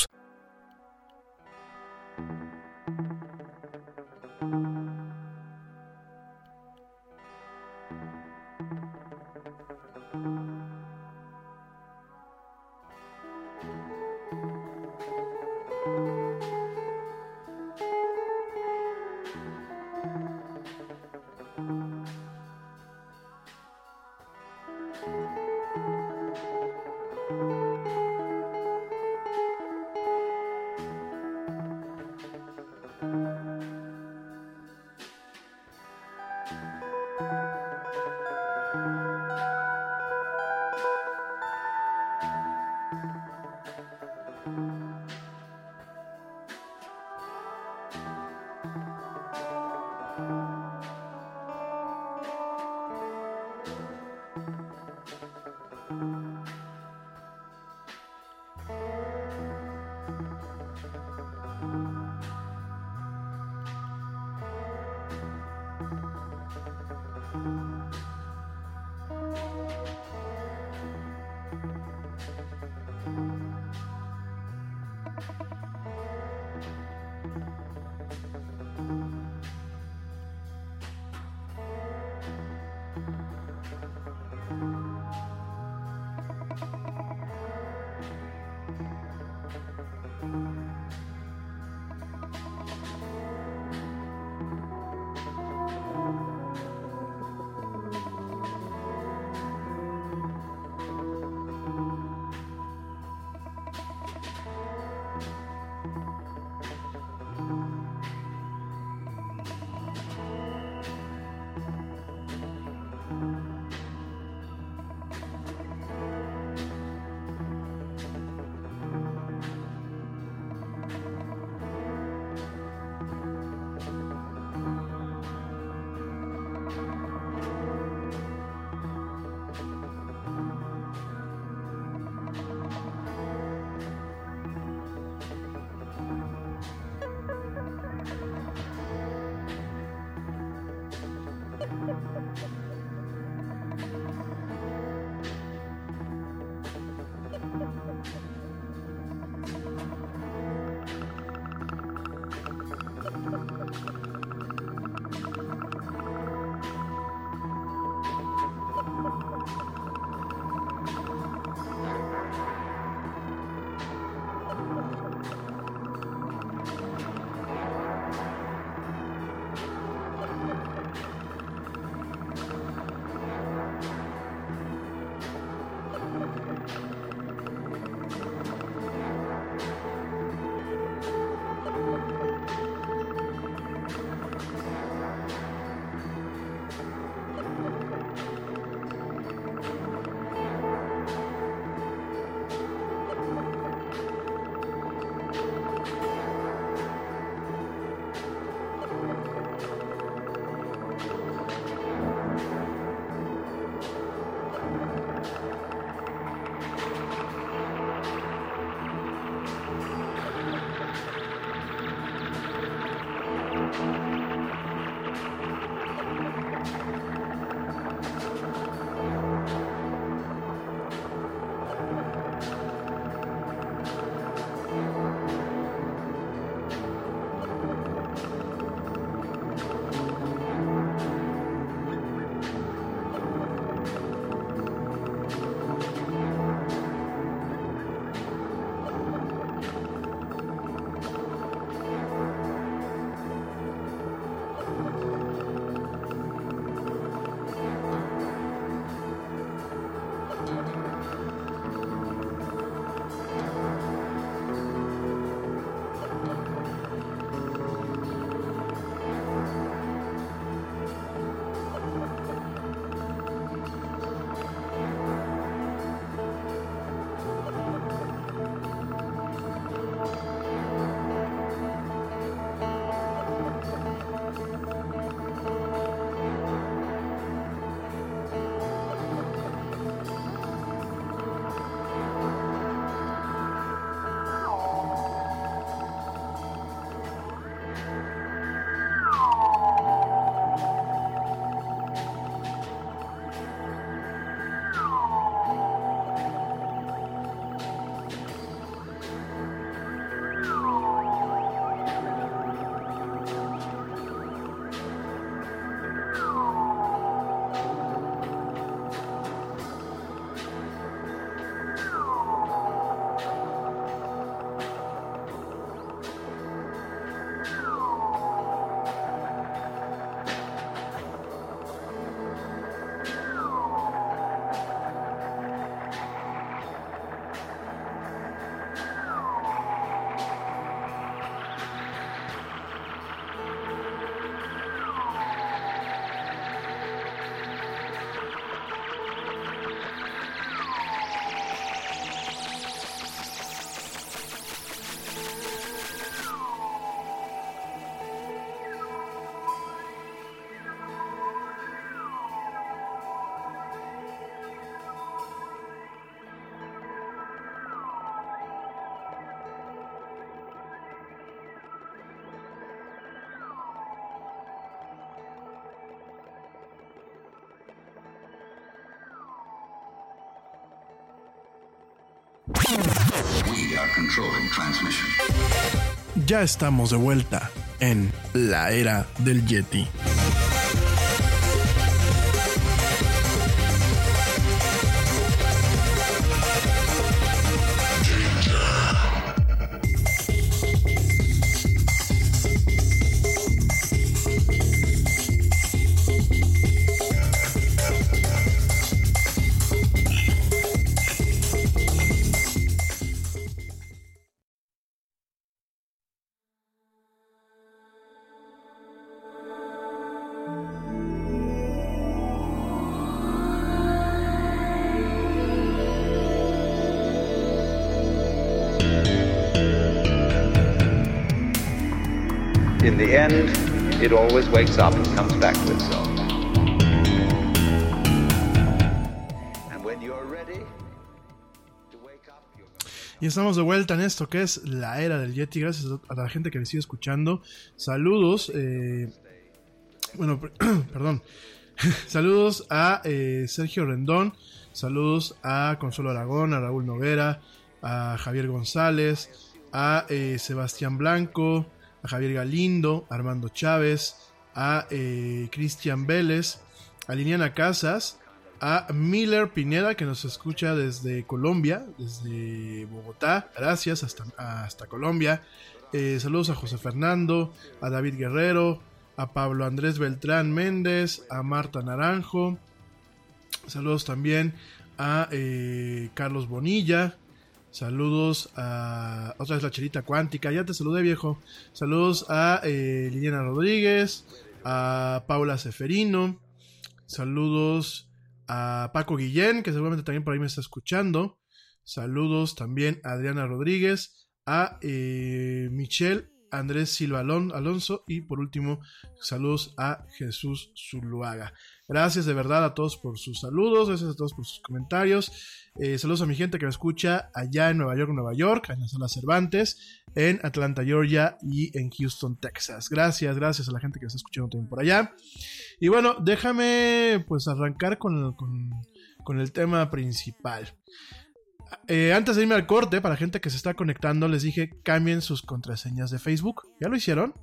Speaker 5: We are controlling transmission.
Speaker 6: Ya estamos de vuelta en la era del Yeti.
Speaker 10: In the end, it always wakes up and comes back to itself. And when you're ready to wake up, you're going to...
Speaker 7: Y estamos de vuelta en esto que es la era del Yeti. Gracias a la gente que me sigue escuchando. Saludos. Perdón. Saludos a Sergio Rendón. Saludos a Consuelo Aragón, a Raúl Noguera, a Javier González, a Sebastián Blanco, a Javier Galindo, a Armando Chávez, a Cristian Vélez, a Liliana Casas, a Miller Pineda, que nos escucha desde Colombia, desde Bogotá, gracias, hasta Colombia. Saludos a José Fernando, a David Guerrero, a Pablo Andrés Beltrán Méndez, a Marta Naranjo. Saludos también a Carlos Bonilla. Saludos a otra vez la Chelita Cuántica, ya te saludé, viejo. Saludos a Liliana Rodríguez, a Paula Seferino. Saludos a Paco Guillén, que seguramente también por ahí me está escuchando. Saludos también a Adriana Rodríguez, a Michelle Andrés Silva Alonso y por último saludos a Jesús Zuluaga. Gracias de verdad a todos por sus saludos, gracias a todos por sus comentarios. Saludos a mi gente que me escucha allá en Nueva York, en la Sala Cervantes, en Atlanta, Georgia y en Houston, Texas. Gracias a la gente que me está escuchando también por allá. Y bueno, déjame pues arrancar con el tema principal. Antes de irme al corte, para la gente que se está conectando, les dije cambien sus contraseñas de Facebook. ¿Ya lo hicieron?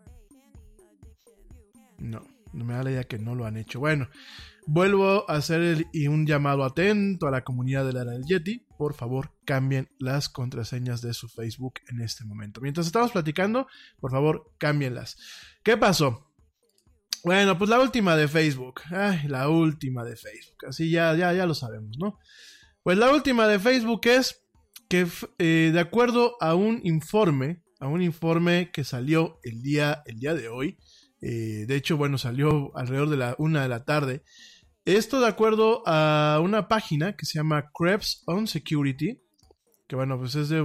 Speaker 7: No me da la idea que no lo han hecho. Bueno, vuelvo a hacer un llamado atento a la comunidad de la era del Yeti. Por favor, cambien las contraseñas de su Facebook en este momento. Mientras estamos platicando, por favor, cámbienlas. ¿Qué pasó? Bueno, pues la última de Facebook. La última de Facebook. Así ya lo sabemos, ¿no? Pues la última de Facebook es que de acuerdo a un informe que salió el día de hoy, de hecho, bueno, salió alrededor de la 1 de la tarde, esto de acuerdo a una página que se llama Krebs on Security, que bueno, pues es de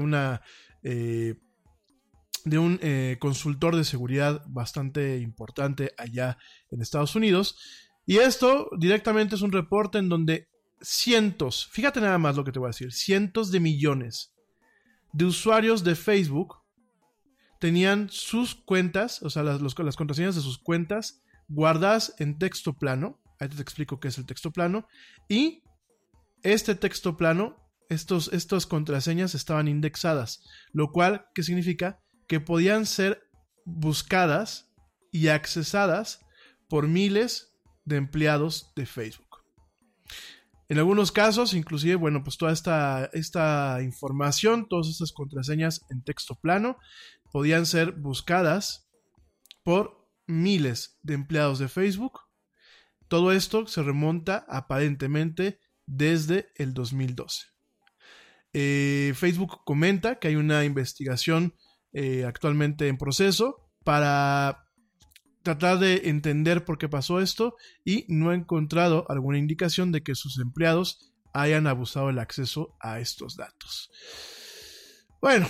Speaker 7: un consultor de seguridad bastante importante allá en Estados Unidos, y esto directamente es un reporte en donde fíjate nada más lo que te voy a decir, cientos de millones de usuarios de Facebook tenían sus cuentas, o sea, las contraseñas de sus cuentas guardadas en texto plano. Ahí te explico qué es el texto plano. Y este texto plano, estas contraseñas estaban indexadas, lo cual, ¿qué significa? Que podían ser buscadas y accesadas por miles de empleados de Facebook. En algunos casos, inclusive, bueno, pues toda esta información, todas estas contraseñas en texto plano, podían ser buscadas por miles de empleados de Facebook. Todo esto se remonta aparentemente desde el 2012. Facebook comenta que hay una investigación actualmente en proceso para tratar de entender por qué pasó esto y no ha encontrado alguna indicación de que sus empleados hayan abusado del acceso a estos datos. Bueno,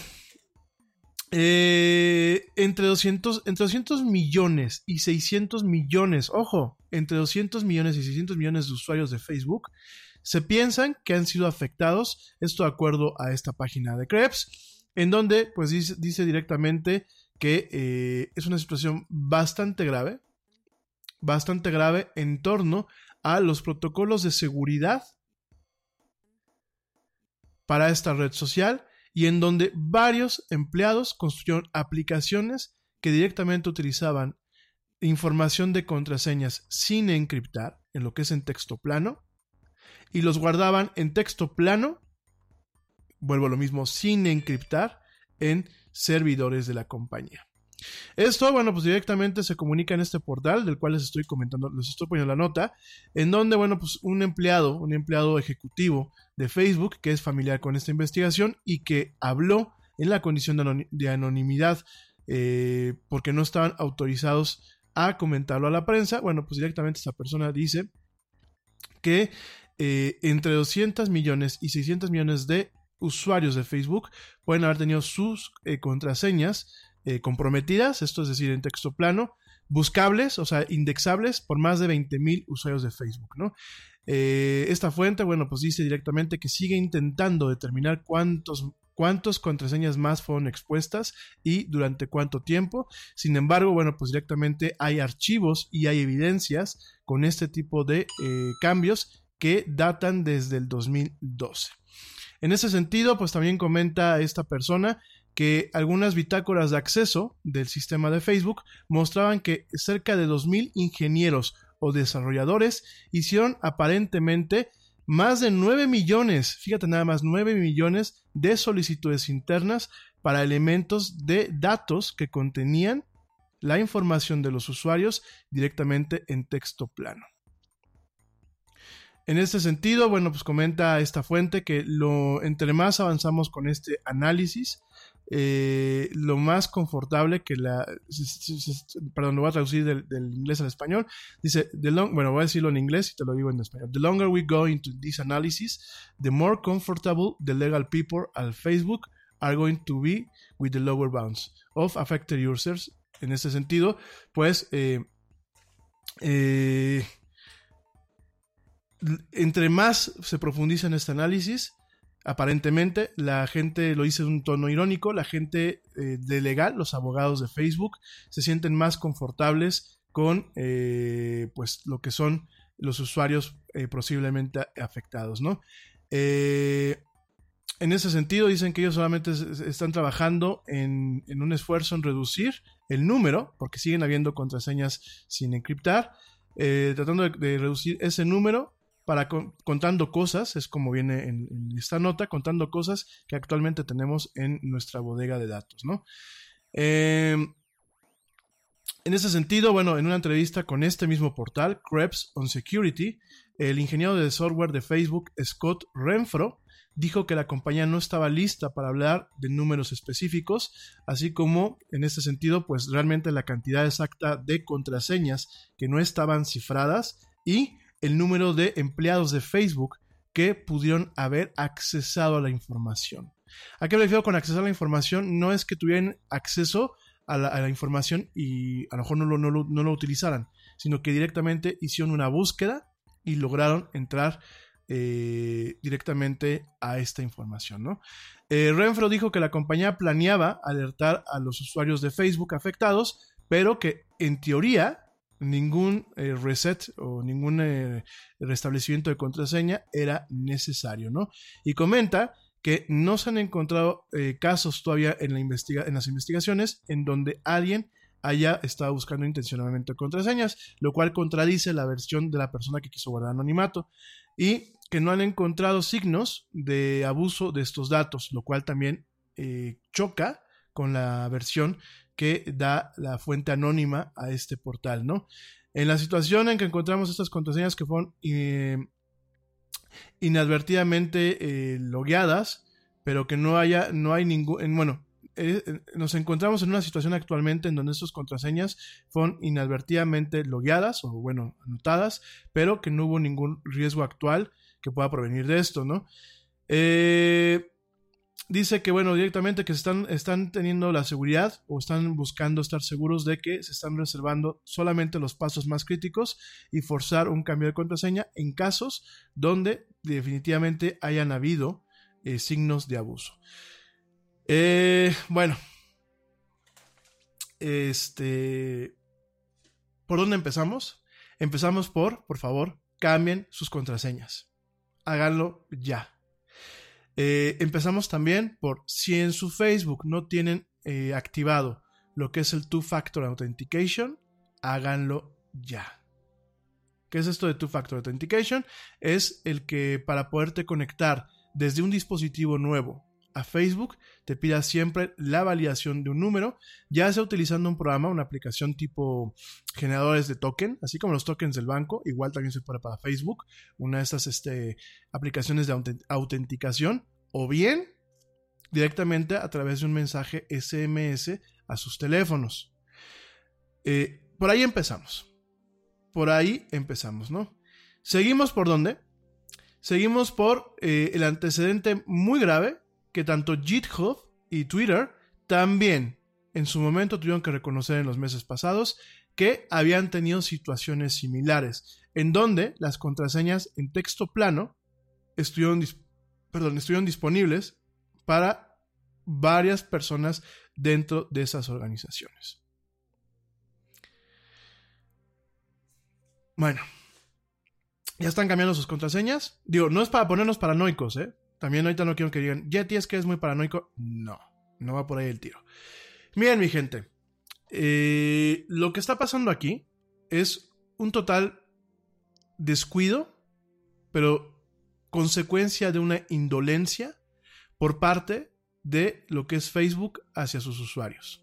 Speaker 7: entre 200 millones y 600 millones, ojo, entre 200 millones y 600 millones de usuarios de Facebook se piensan que han sido afectados, esto de acuerdo a esta página de Krebs, en donde pues dice directamente que es una situación bastante grave en torno a los protocolos de seguridad para esta red social y en donde varios empleados construyeron aplicaciones que directamente utilizaban información de contraseñas sin encriptar, en lo que es en texto plano, y los guardaban en texto plano, vuelvo a lo mismo, sin encriptar, en servidores de la compañía. Esto, bueno, pues directamente se comunica en este portal del cual les estoy comentando, les estoy poniendo la nota, en donde, bueno, pues un empleado ejecutivo de Facebook que es familiar con esta investigación y que habló en la condición de anonimidad porque no estaban autorizados a comentarlo a la prensa. Bueno, pues directamente esta persona dice que entre 200 millones y 600 millones de usuarios de Facebook pueden haber tenido sus contraseñas comprometidas, esto es decir, en texto plano, buscables, o sea, indexables por más de 20,000 usuarios de Facebook, ¿no? Esta fuente, bueno, pues dice directamente que sigue intentando determinar cuántas contraseñas más fueron expuestas y durante cuánto tiempo. Sin embargo, bueno, pues directamente hay archivos y hay evidencias con este tipo de cambios que datan desde el 2012. En ese sentido, pues también comenta esta persona que algunas bitácoras de acceso del sistema de Facebook mostraban que cerca de 2,000 ingenieros o desarrolladores hicieron aparentemente más de 9 millones, fíjate nada más, 9 millones de solicitudes internas para elementos de datos que contenían la información de los usuarios directamente en texto plano. En este sentido, bueno, pues comenta esta fuente que entre más avanzamos con este análisis, lo más confortable que perdón, lo voy a traducir del inglés al español. Dice, bueno, voy a decirlo en inglés y te lo digo en español. The longer we go into this analysis, the more comfortable the legal people at Facebook are going to be with the lower bounds of affected users. En este sentido, pues, entre más se profundiza en este análisis, aparentemente la gente, lo dice en un tono irónico, la gente de legal, los abogados de Facebook, se sienten más confortables con pues lo que son los usuarios posiblemente afectados, ¿no? En ese sentido dicen que ellos solamente están trabajando en un esfuerzo en reducir el número, porque siguen habiendo contraseñas sin encriptar, tratando de reducir ese número contando cosas, es como viene en esta nota, contando cosas que actualmente tenemos en nuestra bodega de datos, ¿no? En ese sentido, bueno, en una entrevista con este mismo portal, Krebs on Security, el ingeniero de software de Facebook, Scott Renfro, dijo que la compañía no estaba lista para hablar de números específicos, así como, en este sentido, pues realmente la cantidad exacta de contraseñas que no estaban cifradas y el número de empleados de Facebook que pudieron haber accesado a la información. ¿A qué me refiero con accesar a la información? No es que tuvieran acceso a la información y a lo mejor no lo utilizaran, sino que directamente hicieron una búsqueda y lograron entrar directamente a esta información, ¿no? Renfro dijo que la compañía planeaba alertar a los usuarios de Facebook afectados, pero que en teoría ningún reset o ningún restablecimiento de contraseña era necesario, ¿no? Y comenta que no se han encontrado casos todavía en las investigaciones en donde alguien haya estado buscando intencionalmente contraseñas, lo cual contradice la versión de la persona que quiso guardar anonimato, y que no han encontrado signos de abuso de estos datos, lo cual también choca con la versión que da la fuente anónima a este portal, ¿no? En la situación en que encontramos estas contraseñas que fueron inadvertidamente logueadas, pero que no hay ningún, nos encontramos en una situación actualmente en donde estas contraseñas fueron inadvertidamente logueadas o anotadas, pero que no hubo ningún riesgo actual que pueda provenir de esto, ¿no? Dice que, directamente que están teniendo la seguridad o están buscando estar seguros de que se están reservando solamente los pasos más críticos y forzar un cambio de contraseña en casos donde definitivamente hayan habido signos de abuso. ¿Por dónde empezamos? Empezamos por favor, cambien sus contraseñas. Háganlo ya. Empezamos también por si en su Facebook no tienen activado lo que es el Two-Factor Authentication, háganlo ya. ¿Qué es esto de Two-Factor Authentication? Es el que para poderte conectar desde un dispositivo nuevo a Facebook te pida siempre la validación de un número, ya sea utilizando un programa, una aplicación tipo generadores de token, así como los tokens del banco, igual también se puede para Facebook, una de estas aplicaciones de autenticación, o bien directamente a través de un mensaje SMS a sus teléfonos. Por ahí empezamos, ¿no? Seguimos por ¿dónde? Seguimos por el antecedente muy grave que tanto GitHub y Twitter también en su momento tuvieron que reconocer en los meses pasados que habían tenido situaciones similares, en donde las contraseñas en texto plano estuvieron disponibles para varias personas dentro de esas organizaciones. Bueno, ya están cambiando sus contraseñas. Digo, no es para ponernos paranoicos, ¿eh? También ahorita no quiero que digan, Yeti es que es muy paranoico. No va por ahí el tiro. Miren, mi gente, lo que está pasando aquí es un total descuido, pero consecuencia de una indolencia por parte de lo que es Facebook hacia sus usuarios.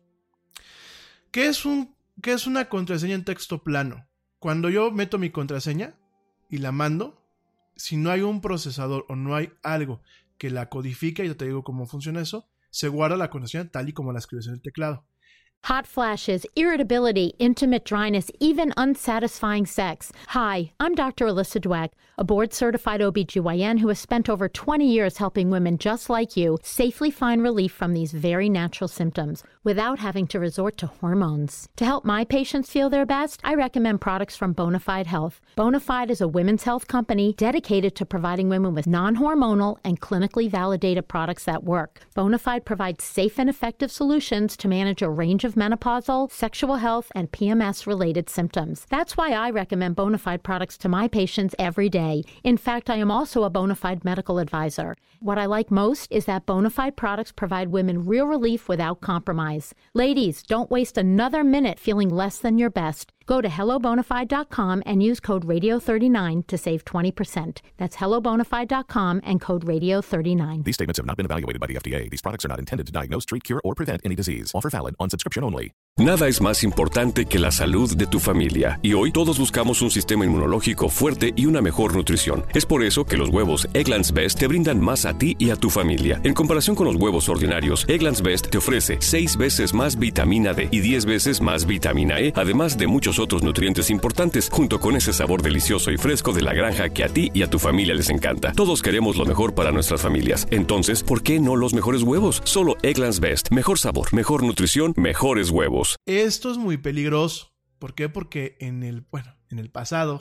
Speaker 7: ¿Qué es una contraseña en texto plano? Cuando yo meto mi contraseña y la mando, si no hay un procesador o no hay algo que la codifique, ya te digo cómo funciona eso, se guarda la contraseña tal y como la escribes en el teclado.
Speaker 8: Hot flashes, irritability, intimate dryness, even unsatisfying sex. Hi, I'm Dr. Alyssa Dweck, a board-certified OBGYN who has spent over 20 years helping women just like you safely find relief from these very natural symptoms without having to resort to hormones. To help my patients feel their best, I recommend products from Bonafide Health. Bonafide is a women's health company dedicated to providing women with non-hormonal and clinically validated products that work. Bonafide provides safe and effective solutions to manage a range of menopausal, sexual health, and PMS-related symptoms. That's why I recommend Bonafide products to my patients every day. In fact, I am also a Bonafide medical advisor. What I like most is that Bonafide products provide women real relief without compromise. Ladies, don't waste another minute feeling less than your best. Go to hellobonafide.com and use code radio39 to save 20%. That's hellobonafide.com and code radio39.
Speaker 9: These statements have not been evaluated by the FDA. These products are not intended to diagnose, treat, cure, or prevent any disease. Offer valid on subscription only.
Speaker 1: Nada es más importante que la salud de tu familia, y hoy todos buscamos un sistema inmunológico fuerte y una mejor nutrición. Es por eso que los huevos Eggland's Best te brindan más a ti y a tu familia. En comparación con los huevos ordinarios, Eggland's Best te ofrece 6 veces más vitamina D y 10 veces más vitamina E, además de muchos otros nutrientes importantes, junto con ese sabor delicioso y fresco de la granja que a ti y a tu familia les encanta. Todos queremos lo mejor para nuestras familias. Entonces, ¿por qué no los mejores huevos? Solo Eggland's Best. Mejor sabor, mejor nutrición, mejores huevos.
Speaker 7: Esto es muy peligroso. ¿Por qué? Porque en el pasado,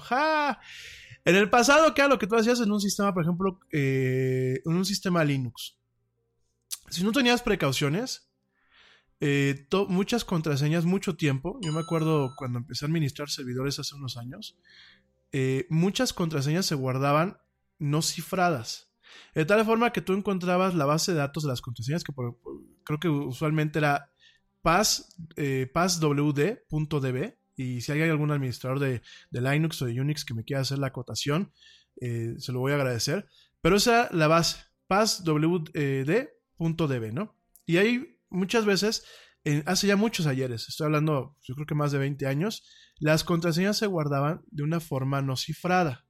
Speaker 7: en el pasado, ¿qué era lo que tú hacías en un sistema, por ejemplo, en un sistema Linux? Si no tenías precauciones, muchas contraseñas, mucho tiempo. Yo me acuerdo cuando empecé a administrar servidores hace unos años, muchas contraseñas se guardaban no cifradas. De tal forma que tú encontrabas la base de datos de las contraseñas, que creo que usualmente era passwd.db, y si hay algún administrador de Linux o de Unix que me quiera hacer la acotación, se lo voy a agradecer. Pero esa es la base, passwd.db, ¿no? Y ahí muchas veces, hace ya muchos ayeres, estoy hablando, yo creo que más de 20 años, las contraseñas se guardaban de una forma no cifrada.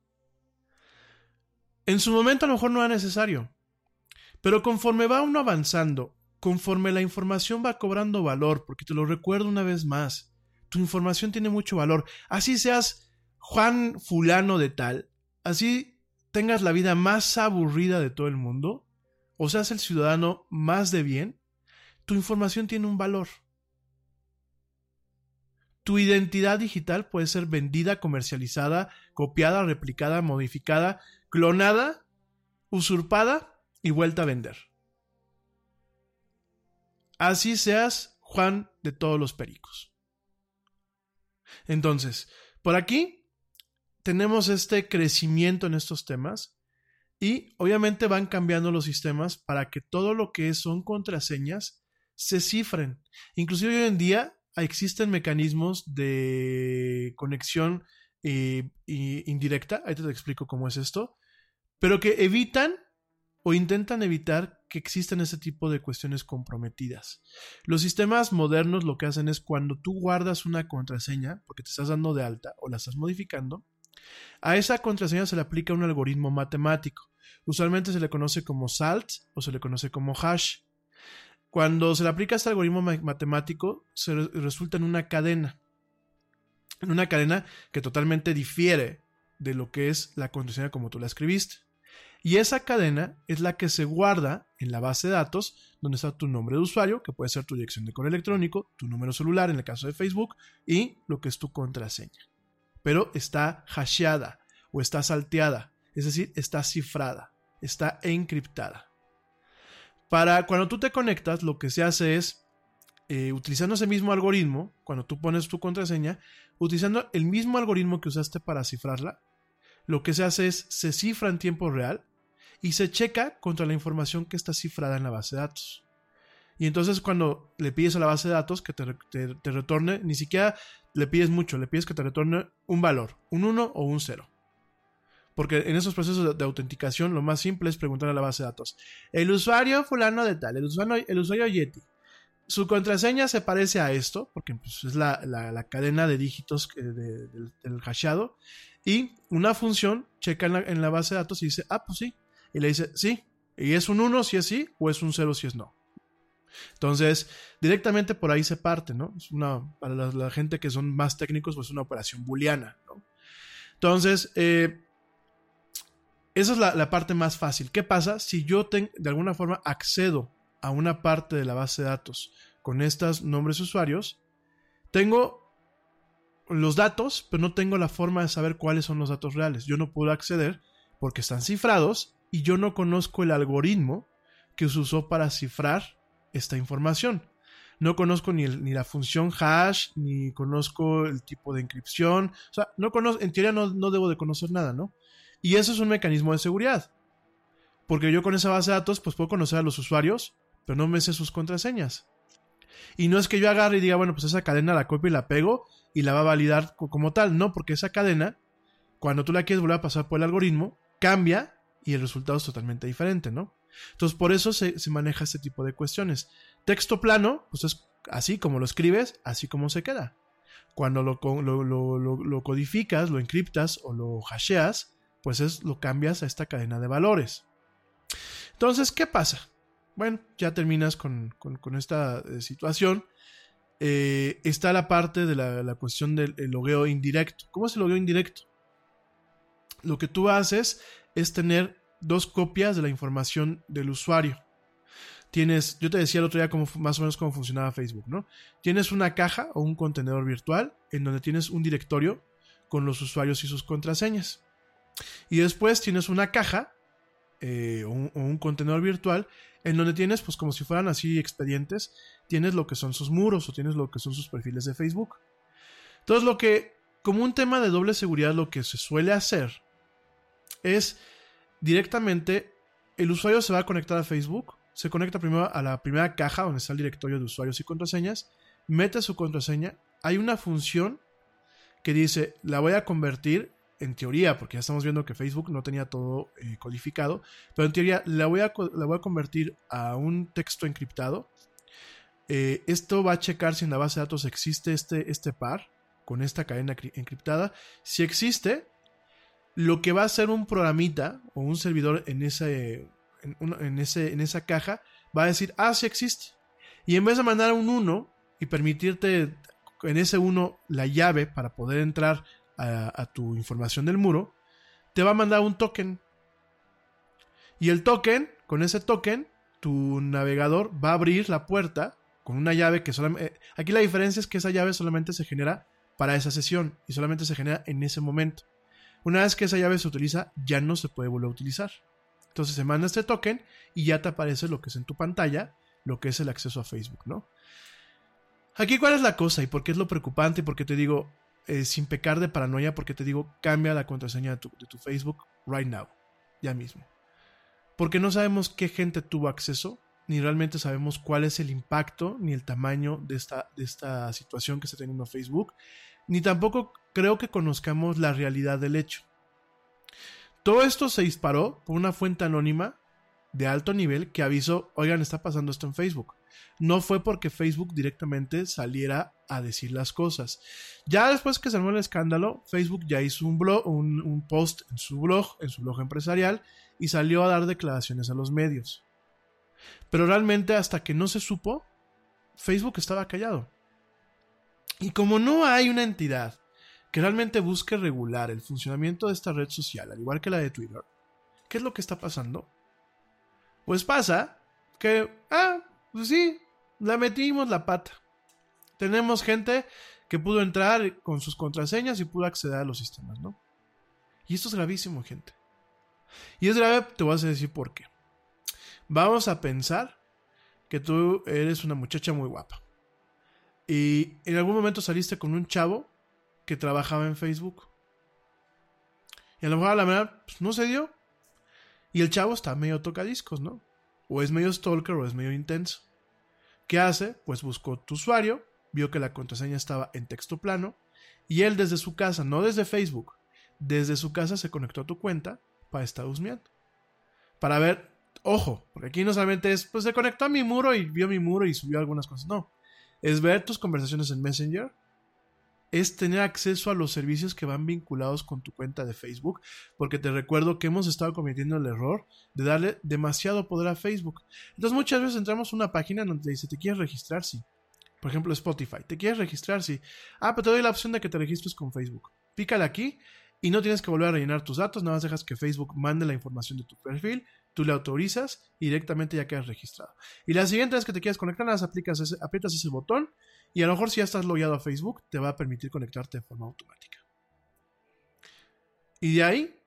Speaker 7: En su momento a lo mejor no era necesario, pero conforme va uno avanzando, conforme la información va cobrando valor, porque te lo recuerdo una vez más, tu información tiene mucho valor. Así seas Juan fulano de tal, así tengas la vida más aburrida de todo el mundo, o seas el ciudadano más de bien, tu información tiene un valor. Tu identidad digital puede ser vendida, comercializada, copiada, replicada, modificada, clonada, usurpada y vuelta a vender. Así seas Juan de todos los pericos. Entonces, por aquí tenemos este crecimiento en estos temas Y obviamente van cambiando los sistemas para que todo lo que son contraseñas se cifren. Inclusive hoy en día existen mecanismos de conexión indirecta, ahí te explico cómo es esto, pero que evitan o intentan evitar que existan ese tipo de cuestiones comprometidas. Los sistemas modernos lo que hacen es cuando tú guardas una contraseña, porque te estás dando de alta o la estás modificando, a esa contraseña se le aplica un algoritmo matemático. Usualmente se le conoce como SALT o se le conoce como hash. Cuando se le aplica este algoritmo matemático, resulta en una cadena. En una cadena que totalmente difiere de lo que es la contraseña como tú la escribiste. Y esa cadena es la que se guarda en la base de datos, donde está tu nombre de usuario, que puede ser tu dirección de correo electrónico, tu número celular en el caso de Facebook, y lo que es tu contraseña. Pero está hasheada o está salteada, es decir, está cifrada, está encriptada. Para cuando tú te conectas, lo que se hace es, utilizando ese mismo algoritmo, cuando tú pones tu contraseña, utilizando el mismo algoritmo que usaste para cifrarla, lo que se hace es, se cifra en tiempo real y se checa contra la información que está cifrada en la base de datos. Y entonces cuando le pides a la base de datos que te retorne, ni siquiera le pides mucho, le pides que te retorne un valor, un 1 o un 0. Porque en esos procesos de autenticación lo más simple es preguntar a la base de datos. El usuario fulano de tal, el usuario Yeti, su contraseña se parece a esto, porque pues, es la cadena de dígitos del hasheado, y una función checa en la base de datos y dice, pues sí, y le dice sí, y es un 1 si es sí, o es un 0 si es no. Entonces, directamente por ahí se parte, ¿no? Es para la gente que son más técnicos, pues es una operación booleana, ¿no? Entonces, esa es la parte más fácil. ¿Qué pasa si yo de alguna forma accedo a una parte de la base de datos con estos nombres usuarios? Tengo los datos, pero no tengo la forma de saber cuáles son los datos reales. Yo no puedo acceder porque están cifrados y yo no conozco el algoritmo que se usó para cifrar esta información. No conozco ni la función hash, ni conozco el tipo de encripción. O sea, en teoría no debo de conocer nada, ¿no? Y eso es un mecanismo de seguridad. Porque yo con esa base de datos pues puedo conocer a los usuarios, pero no me sé sus contraseñas. Y no es que yo agarre y diga, bueno, pues esa cadena la copio y la pego y la va a validar como tal. No, porque esa cadena, cuando tú la quieres volver a pasar por el algoritmo, cambia y el resultado es totalmente diferente, ¿no? Entonces, por eso se maneja este tipo de cuestiones. Texto plano, pues es así como lo escribes, así como se queda. Cuando lo codificas, lo encriptas o lo hasheas, pues lo cambias a esta cadena de valores. Entonces, ¿qué pasa? Bueno, ya terminas con esta situación. Está la parte de la cuestión del logueo indirecto. ¿Cómo es el logueo indirecto? Lo que tú haces es tener 2 copias de la información del usuario. Yo te decía el otro día más o menos cómo funcionaba Facebook, ¿no? Tienes una caja o un contenedor virtual en donde tienes un directorio con los usuarios y sus contraseñas. Y después tienes una caja o un contenedor virtual en donde tienes, pues como si fueran así expedientes, tienes lo que son sus muros o tienes lo que son sus perfiles de Facebook. Entonces como un tema de doble seguridad, lo que se suele hacer es directamente el usuario se va a conectar a Facebook, se conecta primero a la primera caja donde está el directorio de usuarios y contraseñas, mete su contraseña, hay una función que dice, la voy a convertir, en teoría, porque ya estamos viendo que Facebook no tenía todo codificado, pero en teoría la voy a convertir a un texto encriptado. Esto va a checar si en la base de datos existe este par con esta cadena encriptada. Si existe, lo que va a hacer un programita o un servidor en esa caja va a decir, sí existe. Y en vez de mandar un 1 y permitirte en ese 1 la llave para poder entrar a tu información del muro, te va a mandar un token. Y el token, con ese token, tu navegador va a abrir la puerta con una llave que solamente... aquí la diferencia es que esa llave solamente se genera para esa sesión y solamente se genera en ese momento. Una vez que esa llave se utiliza, ya no se puede volver a utilizar. Entonces se manda este token y ya te aparece lo que es en tu pantalla, lo que es el acceso a Facebook, ¿no? Aquí, ¿cuál es la cosa? ¿Y por qué es lo preocupante? Y por qué te digo, sin pecar de paranoia, porque te digo, cambia la contraseña de tu Facebook right now, ya mismo. porque no sabemos qué gente tuvo acceso, ni realmente sabemos cuál es el impacto, ni el tamaño de esta situación que está teniendo Facebook, ni tampoco creo que conozcamos la realidad del hecho. Todo esto se disparó por una fuente anónima de alto nivel que avisó, oigan, está pasando esto en Facebook. No fue porque Facebook directamente saliera a decir las cosas. Ya después que se armó el escándalo, Facebook ya hizo un post en su blog empresarial, y salió a dar declaraciones a los medios. Pero realmente hasta que no se supo, Facebook estaba callado. Y como no hay una entidad que realmente busque regular el funcionamiento de esta red social, al igual que la de Twitter, ¿qué es lo que está pasando? Pues pasa que, pues sí, la metimos la pata. Tenemos gente que pudo entrar con sus contraseñas y pudo acceder a los sistemas, ¿no? Y esto es gravísimo, gente. Y es grave, te voy a decir por qué. Vamos a pensar que tú eres una muchacha muy guapa. Y en algún momento saliste con un chavo que trabajaba en Facebook. Y a lo mejor a la verdad pues, no se dio. Y el chavo está medio tocadiscos, ¿no? O es medio stalker o es medio intenso. ¿Qué hace? Pues buscó tu usuario, vio que la contraseña estaba en texto plano, y él desde su casa, no desde Facebook, desde su casa se conectó a tu cuenta para estar husmeando. Para ver, ojo, porque aquí no solamente es, pues se conectó a mi muro y vio mi muro y subió algunas cosas, no. Es ver tus conversaciones en Messenger, es tener acceso a los servicios que van vinculados con tu cuenta de Facebook, porque te recuerdo que hemos estado cometiendo el error de darle demasiado poder a Facebook. Entonces muchas veces entramos a una página donde te dice, ¿te quieres registrar? Sí. Por ejemplo, Spotify, ¿te quieres registrar? Sí. Pero te doy la opción de que te registres con Facebook. Pícale aquí y no tienes que volver a rellenar tus datos, nada más dejas que Facebook mande la información de tu perfil, tú le autorizas y directamente ya quedas registrado. Y la siguiente vez que te quieras conectar, nada más aprietas ese botón y a lo mejor si ya estás logueado a Facebook, te va a permitir conectarte de forma automática. Y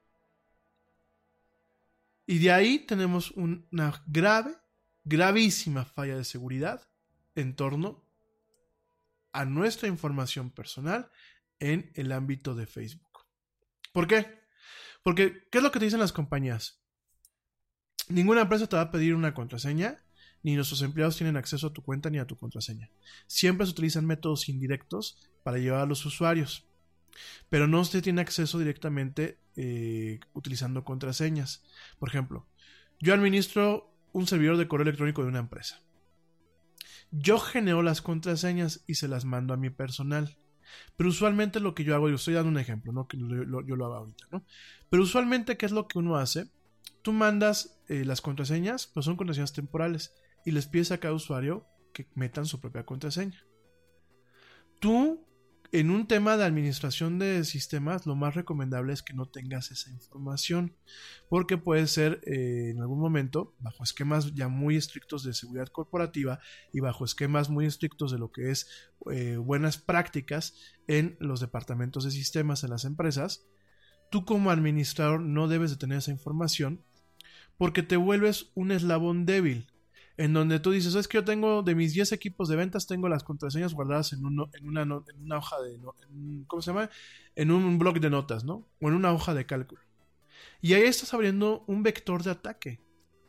Speaker 7: de ahí tenemos una gravísima falla de seguridad en torno a nuestra información personal en el ámbito de Facebook. ¿Por qué? Porque, ¿qué es lo que te dicen las compañías? Ninguna empresa te va a pedir una contraseña, ni nuestros empleados tienen acceso a tu cuenta ni a tu contraseña. Siempre se utilizan métodos indirectos para llevar a los usuarios, pero no se tiene acceso directamente utilizando contraseñas. Por ejemplo, yo administro un servidor de correo electrónico de una empresa. Yo genero las contraseñas y se las mando a mi personal. Pero usualmente lo que yo hago, yo estoy dando un ejemplo, no que yo lo haga ahorita, ¿no? Pero usualmente, ¿qué es lo que uno hace? Tú mandas las contraseñas, pero son contraseñas temporales, y les pides a cada usuario que metan su propia contraseña. Tú, en un tema de administración de sistemas, lo más recomendable es que no tengas esa información, porque puede ser en algún momento, bajo esquemas ya muy estrictos de seguridad corporativa y bajo esquemas muy estrictos de lo que es buenas prácticas en los departamentos de sistemas en las empresas, tú como administrador no debes de tener esa información porque te vuelves un eslabón débil. En donde tú dices, es que yo tengo de mis 10 equipos de ventas, tengo las contraseñas guardadas en una hoja de... ¿Cómo se llama? En un bloc de notas, ¿no? O en una hoja de cálculo. Y ahí estás abriendo un vector de ataque.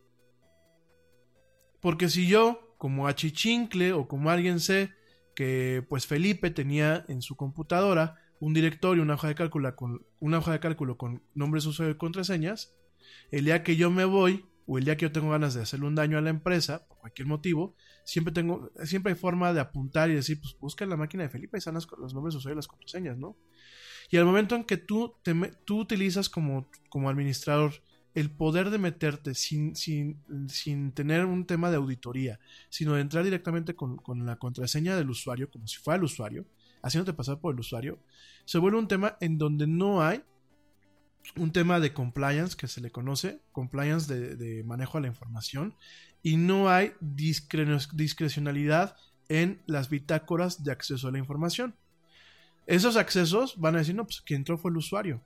Speaker 7: Porque si yo, como achichincle o como alguien sé que pues Felipe tenía en su computadora un directorio, una hoja de cálculo con nombres, usuario y contraseñas, el día que yo me voy o el día que yo tengo ganas de hacerle un daño a la empresa, por cualquier motivo, siempre hay forma de apuntar y decir, pues busca en la máquina de Felipe y están los nombres, usuarios y las contraseñas, ¿no? Y al momento en que tú utilizas como administrador el poder de meterte sin tener un tema de auditoría, sino de entrar directamente con la contraseña del usuario, como si fuera el usuario, haciéndote pasar por el usuario, se vuelve un tema en donde no hay un tema de compliance que se le conoce, compliance de manejo a la información, y no hay discrecionalidad en las bitácoras de acceso a la información. Esos accesos van a decir, no, pues quien entró fue el usuario.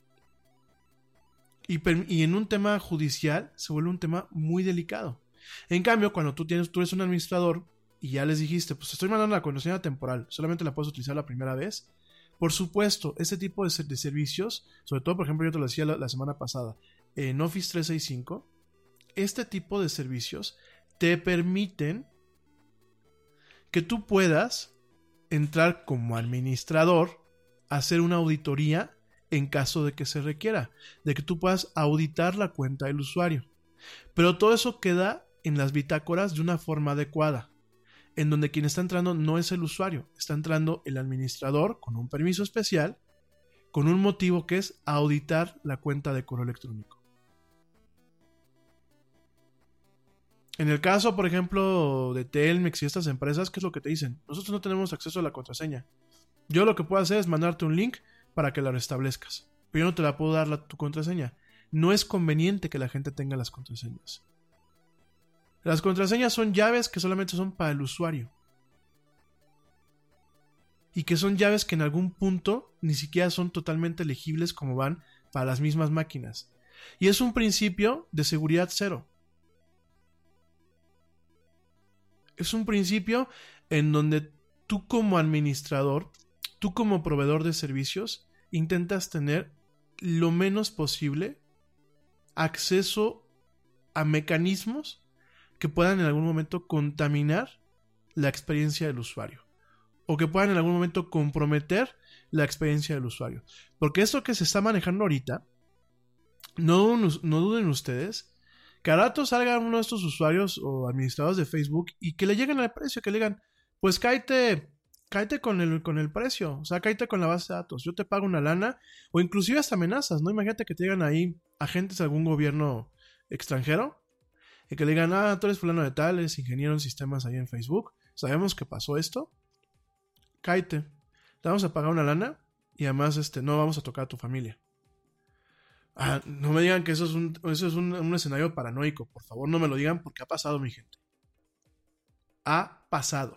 Speaker 7: Y en un tema judicial se vuelve un tema muy delicado. En cambio, cuando tú eres un administrador y ya les dijiste, pues estoy mandando la contraseña temporal, solamente la puedes utilizar la primera vez. Por supuesto, ese tipo de servicios, sobre todo, por ejemplo, yo te lo decía la semana pasada, en Office 365, este tipo de servicios te permiten que tú puedas entrar como administrador a hacer una auditoría en caso de que se requiera, de que tú puedas auditar la cuenta del usuario. Pero todo eso queda en las bitácoras de una forma adecuada, en donde quien está entrando no es el usuario, está entrando el administrador con un permiso especial, con un motivo que es auditar la cuenta de correo electrónico. En el caso, por ejemplo, de Telmex y estas empresas, ¿qué es lo que te dicen? Nosotros no tenemos acceso a la contraseña. Yo lo que puedo hacer es mandarte un link para que la restablezcas, pero yo no te la puedo dar tu contraseña. No es conveniente que la gente tenga las contraseñas. Las contraseñas son llaves que solamente son para el usuario. Y que son llaves que en algún punto ni siquiera son totalmente legibles como van para las mismas máquinas. Y es un principio de seguridad cero. Es un principio en donde tú como administrador, tú como proveedor de servicios, intentas tener lo menos posible acceso a mecanismos que puedan en algún momento contaminar la experiencia del usuario o que puedan en algún momento comprometer la experiencia del usuario. Porque esto que se está manejando ahorita, no duden ustedes que a rato salga uno de estos usuarios o administradores de Facebook y que le lleguen al precio, que le digan, pues cáete con el precio, o sea, cáete con la base de datos, yo te pago una lana, o inclusive hasta amenazas, ¿no? Imagínate que te digan ahí agentes de algún gobierno extranjero y que le digan, tú eres fulano de tal, eres ingeniero en sistemas ahí en Facebook, sabemos que pasó esto, cáete, te vamos a pagar una lana y además no vamos a tocar a tu familia. No me digan que eso es un escenario paranoico, por favor no me lo digan porque ha pasado, mi gente. Ha pasado.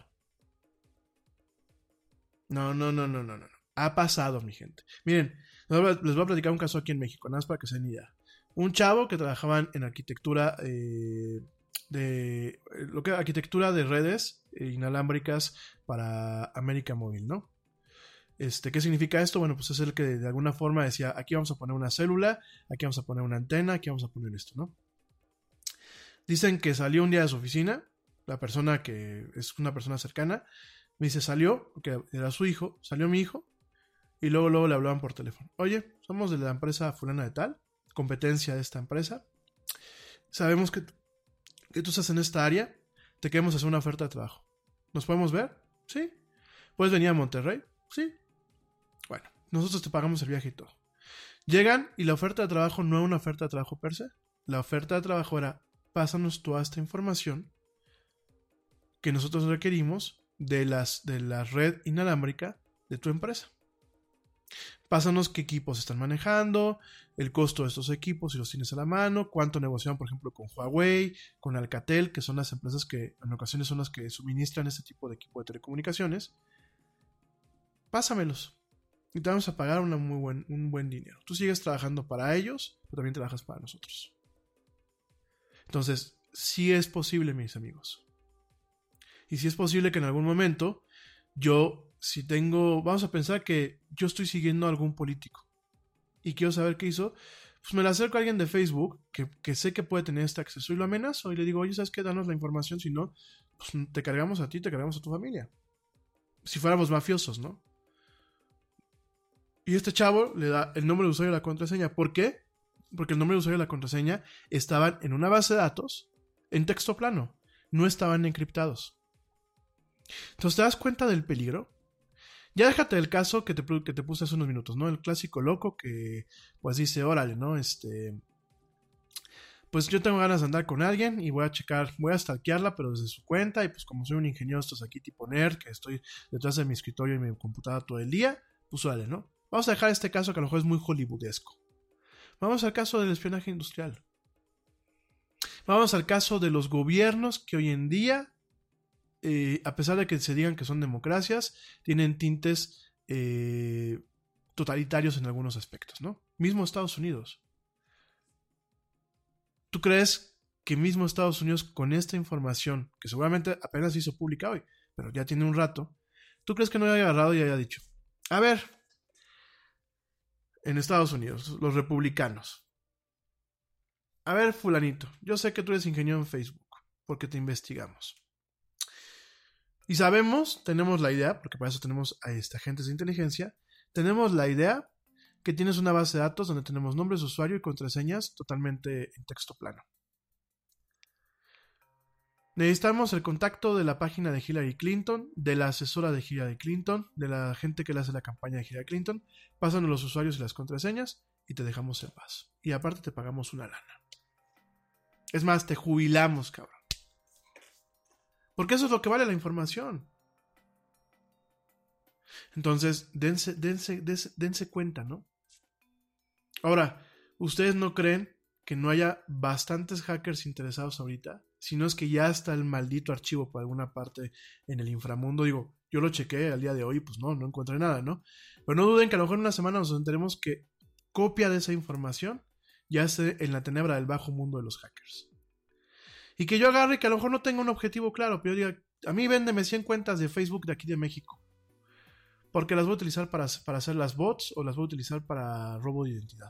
Speaker 7: No. Ha pasado, mi gente. Miren, les voy a platicar un caso aquí en México, nada más para que se den idea. Un chavo que trabajaba en arquitectura arquitectura de redes inalámbricas para América Móvil, ¿no? ¿Qué significa esto? Bueno, pues es el que de alguna forma decía, aquí vamos a poner una célula, aquí vamos a poner una antena, aquí vamos a poner esto, ¿no? Dicen que salió un día de su oficina, la persona que es una persona cercana, me dice, salió, porque era su hijo, salió mi hijo, y luego le hablaban por teléfono. Oye, somos de la empresa fulana de tal, competencia de esta empresa, sabemos que tú estás en esta área, te queremos hacer una oferta de trabajo. ¿Nos podemos ver? Sí. ¿Puedes venir a Monterrey? Sí. Bueno, nosotros te pagamos el viaje y todo. Llegan y la oferta de trabajo no era una oferta de trabajo per se. La oferta de trabajo era, pásanos toda esta información que nosotros requerimos de la red inalámbrica de tu empresa. Pásanos qué equipos están manejando, el costo de estos equipos si los tienes a la mano, cuánto negociaron por ejemplo con Huawei, con Alcatel, que son las empresas que en ocasiones son las que suministran este tipo de equipo de telecomunicaciones. Pásamelos y te vamos a pagar un buen dinero. Tú sigues trabajando para ellos, pero también trabajas para nosotros. Entonces, sí es posible, mis amigos. Y sí es posible que en algún momento vamos a pensar que yo estoy siguiendo a algún político y quiero saber qué hizo, pues me le acerco a alguien de Facebook que sé que puede tener este acceso y lo amenazo y le digo, oye, ¿sabes qué? Danos la información, si no, pues te cargamos a ti, te cargamos a tu familia. Si fuéramos mafiosos, ¿no? Y este chavo le da el nombre de usuario y la contraseña. ¿Por qué? Porque el nombre de usuario y la contraseña estaban en una base de datos en texto plano, no estaban encriptados. Entonces, ¿te das cuenta del peligro? Ya déjate del caso que te puse hace unos minutos, ¿no? El clásico loco que, pues dice, órale, ¿no? Pues yo tengo ganas de andar con alguien y voy a stalkearla, pero desde su cuenta, y pues como soy un ingeniero, estos aquí tipo nerd, que estoy detrás de mi escritorio y mi computadora todo el día, pues órale, ¿no? Vamos a dejar este caso que a lo mejor es muy hollywoodesco. Vamos al caso del espionaje industrial. Vamos al caso de los gobiernos que hoy en día, a pesar de que se digan que son democracias, tienen tintes totalitarios en algunos aspectos, ¿no? Mismo Estados Unidos. ¿Tú crees que mismo Estados Unidos con esta información, que seguramente apenas se hizo pública hoy, pero ya tiene un rato, ¿tú crees que no haya agarrado y haya dicho, a ver, en Estados Unidos, los republicanos, a ver, fulanito, yo sé que tú eres ingeniero en Facebook, porque te investigamos. Y sabemos, tenemos la idea, porque para eso tenemos a agentes de inteligencia, tenemos la idea que tienes una base de datos donde tenemos nombres de usuario y contraseñas totalmente en texto plano. Necesitamos el contacto de la página de Hillary Clinton, de la asesora de Hillary Clinton, de la gente que le hace la campaña de Hillary Clinton. Pásanos los usuarios y las contraseñas y te dejamos en paz. Y aparte te pagamos una lana. Es más, te jubilamos, cabrón. Porque eso es lo que vale la información. Entonces, dense cuenta, ¿no? Ahora, ¿ustedes no creen que no haya bastantes hackers interesados ahorita? Si no es que ya está el maldito archivo por alguna parte en el inframundo. Digo, yo lo chequé al día de hoy, pues no encontré nada, ¿no? Pero no duden que a lo mejor en una semana nos enteremos que copia de esa información ya esté en la tenebra del bajo mundo de los hackers. Y que yo agarre que a lo mejor no tenga un objetivo claro, pero yo diga, a mí véndeme 100 cuentas de Facebook de aquí de México. Porque las voy a utilizar para hacer las bots o las voy a utilizar para robo de identidad.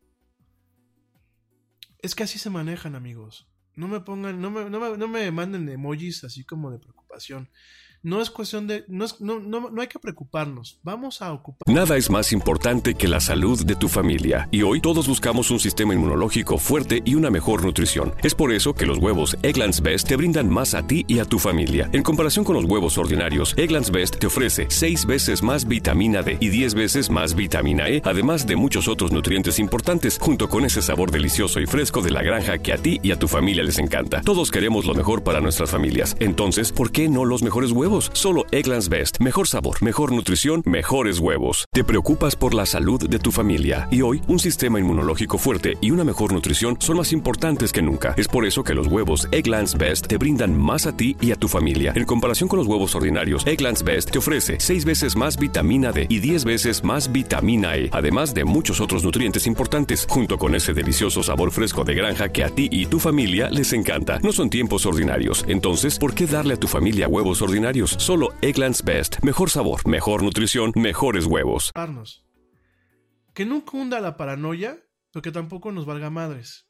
Speaker 7: Es que así se manejan, amigos. No me pongan, no me manden emojis así como de preocupación. No es cuestión de, no hay que preocuparnos. Vamos a ocupar.
Speaker 1: Nada es más importante que la salud de tu familia. Y hoy todos buscamos un sistema inmunológico fuerte y una mejor nutrición. Es por eso que los huevos Eggland's Best te brindan más a ti y a tu familia. En comparación con los huevos ordinarios, Eggland's Best te ofrece 6 veces más vitamina D y 10 veces más vitamina E, además de muchos otros nutrientes importantes, junto con ese sabor delicioso y fresco de la granja que a ti y a tu familia les encanta. Todos queremos lo mejor para nuestras familias. Entonces, ¿por qué no los mejores huevos? Solo Eggland's Best. Mejor sabor, mejor nutrición, mejores huevos. Te preocupas por la salud de tu familia. Y hoy, un sistema inmunológico fuerte y una mejor nutrición son más importantes que nunca. Es por eso que los huevos Eggland's Best te brindan más a ti y a tu familia. En comparación con los huevos ordinarios, Eggland's Best te ofrece 6 veces más vitamina D y 10 veces más vitamina E, además de muchos otros nutrientes importantes, junto con ese delicioso sabor fresco de granja que a ti y tu familia les encanta. No son tiempos ordinarios. Entonces, ¿por qué darle a tu familia huevos ordinarios? Solo Eggland's Best. Mejor sabor, mejor nutrición, mejores huevos.
Speaker 7: Que nunca hunda la paranoia, pero que tampoco nos valga madres.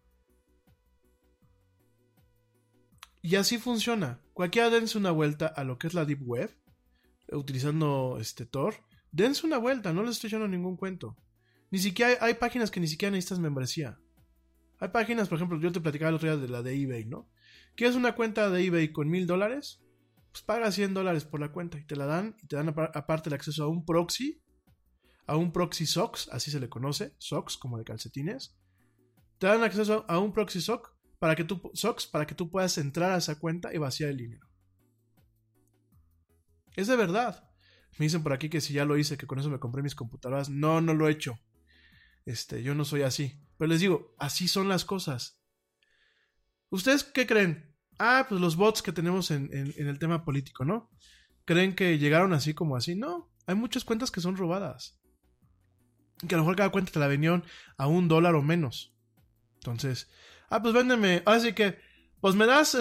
Speaker 7: Y así funciona. Cualquiera dense una vuelta a lo que es la Deep Web, utilizando Tor. Dense una vuelta, no les estoy echando ningún cuento. Ni siquiera hay páginas que ni siquiera necesitas membresía. Hay páginas, por ejemplo, yo te platicaba el otro día de la de eBay, ¿no? ¿Quieres una cuenta de eBay con $1,000? Pues pagas $100 por la cuenta y te la dan, y te dan aparte el acceso a un proxy SOX, así se le conoce, SOX como de calcetines. Te dan acceso a un proxy SOX para que tú puedas entrar a esa cuenta y vaciar el dinero. Es de verdad. Me dicen por aquí que si ya lo hice, que con eso me compré mis computadoras. No lo he hecho. Yo no soy así. Pero les digo, así son las cosas. ¿Ustedes qué creen? Pues los bots que tenemos en el tema político, ¿no? ¿Creen que llegaron así como así? No, hay muchas cuentas que son robadas. Que a lo mejor cada cuenta te la vendieron a $1 o menos. Entonces, pues véndeme. Así que, pues me das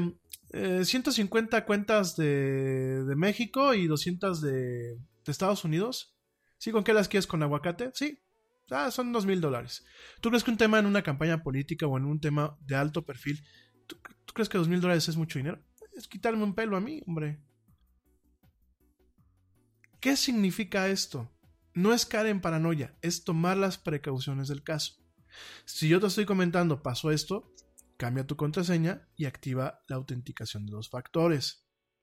Speaker 7: 150 cuentas de México y 200 de Estados Unidos. ¿Sí? ¿Con qué las quieres? ¿Con aguacate? Sí. Son $2,000. ¿Tú crees que un tema en una campaña política o en un tema de alto perfil, ¿tú crees que $2,000 es mucho dinero? Es quitarme un pelo a mí, hombre. ¿Qué significa esto? No es caer en paranoia, es tomar las precauciones del caso. Si yo te estoy comentando, pasó esto, cambia tu contraseña y activa la autenticación de 2 factores.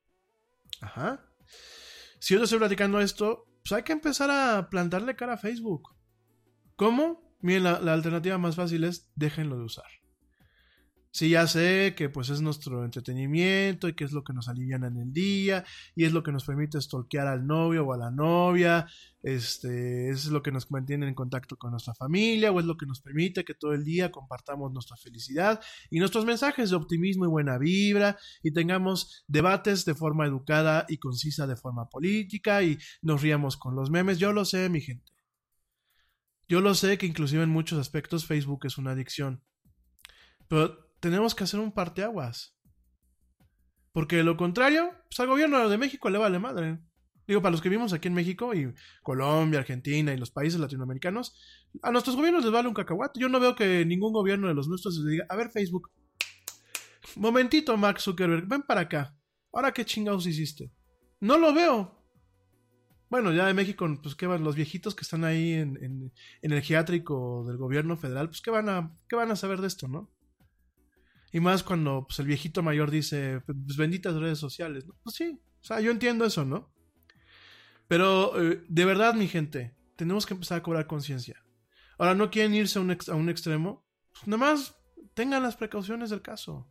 Speaker 7: Si yo te estoy platicando esto, pues hay que empezar a plantarle cara a Facebook. ¿Cómo? Miren, la alternativa más fácil es déjenlo de usar. Sí, ya sé que pues es nuestro entretenimiento y que es lo que nos aliviana en el día y es lo que nos permite stalkear al novio o a la novia, es lo que nos mantiene en contacto con nuestra familia o es lo que nos permite que todo el día compartamos nuestra felicidad y nuestros mensajes de optimismo y buena vibra y tengamos debates de forma educada y concisa de forma política y nos riamos con los memes. Yo lo sé, mi gente. Yo lo sé que inclusive en muchos aspectos Facebook es una adicción. Pero tenemos que hacer un parteaguas. Porque de lo contrario, pues al gobierno de México le vale madre. Digo, para los que vivimos aquí en México y Colombia, Argentina y los países latinoamericanos, a nuestros gobiernos les vale un cacahuate. Yo no veo que ningún gobierno de los nuestros les diga, a ver, Facebook, momentito, Mark Zuckerberg, ven para acá. ¿Ahora qué chingados hiciste? No lo veo. Bueno, ya de México, pues qué van los viejitos que están ahí en el geriátrico del gobierno federal, pues qué van a saber de esto, ¿no? Y más cuando pues, el viejito mayor dice, pues benditas redes sociales, ¿no? Pues sí, o sea, yo entiendo eso, ¿no? Pero de verdad, mi gente, tenemos que empezar a cobrar conciencia. Ahora, ¿no quieren irse a un extremo? Pues nada más tengan las precauciones del caso.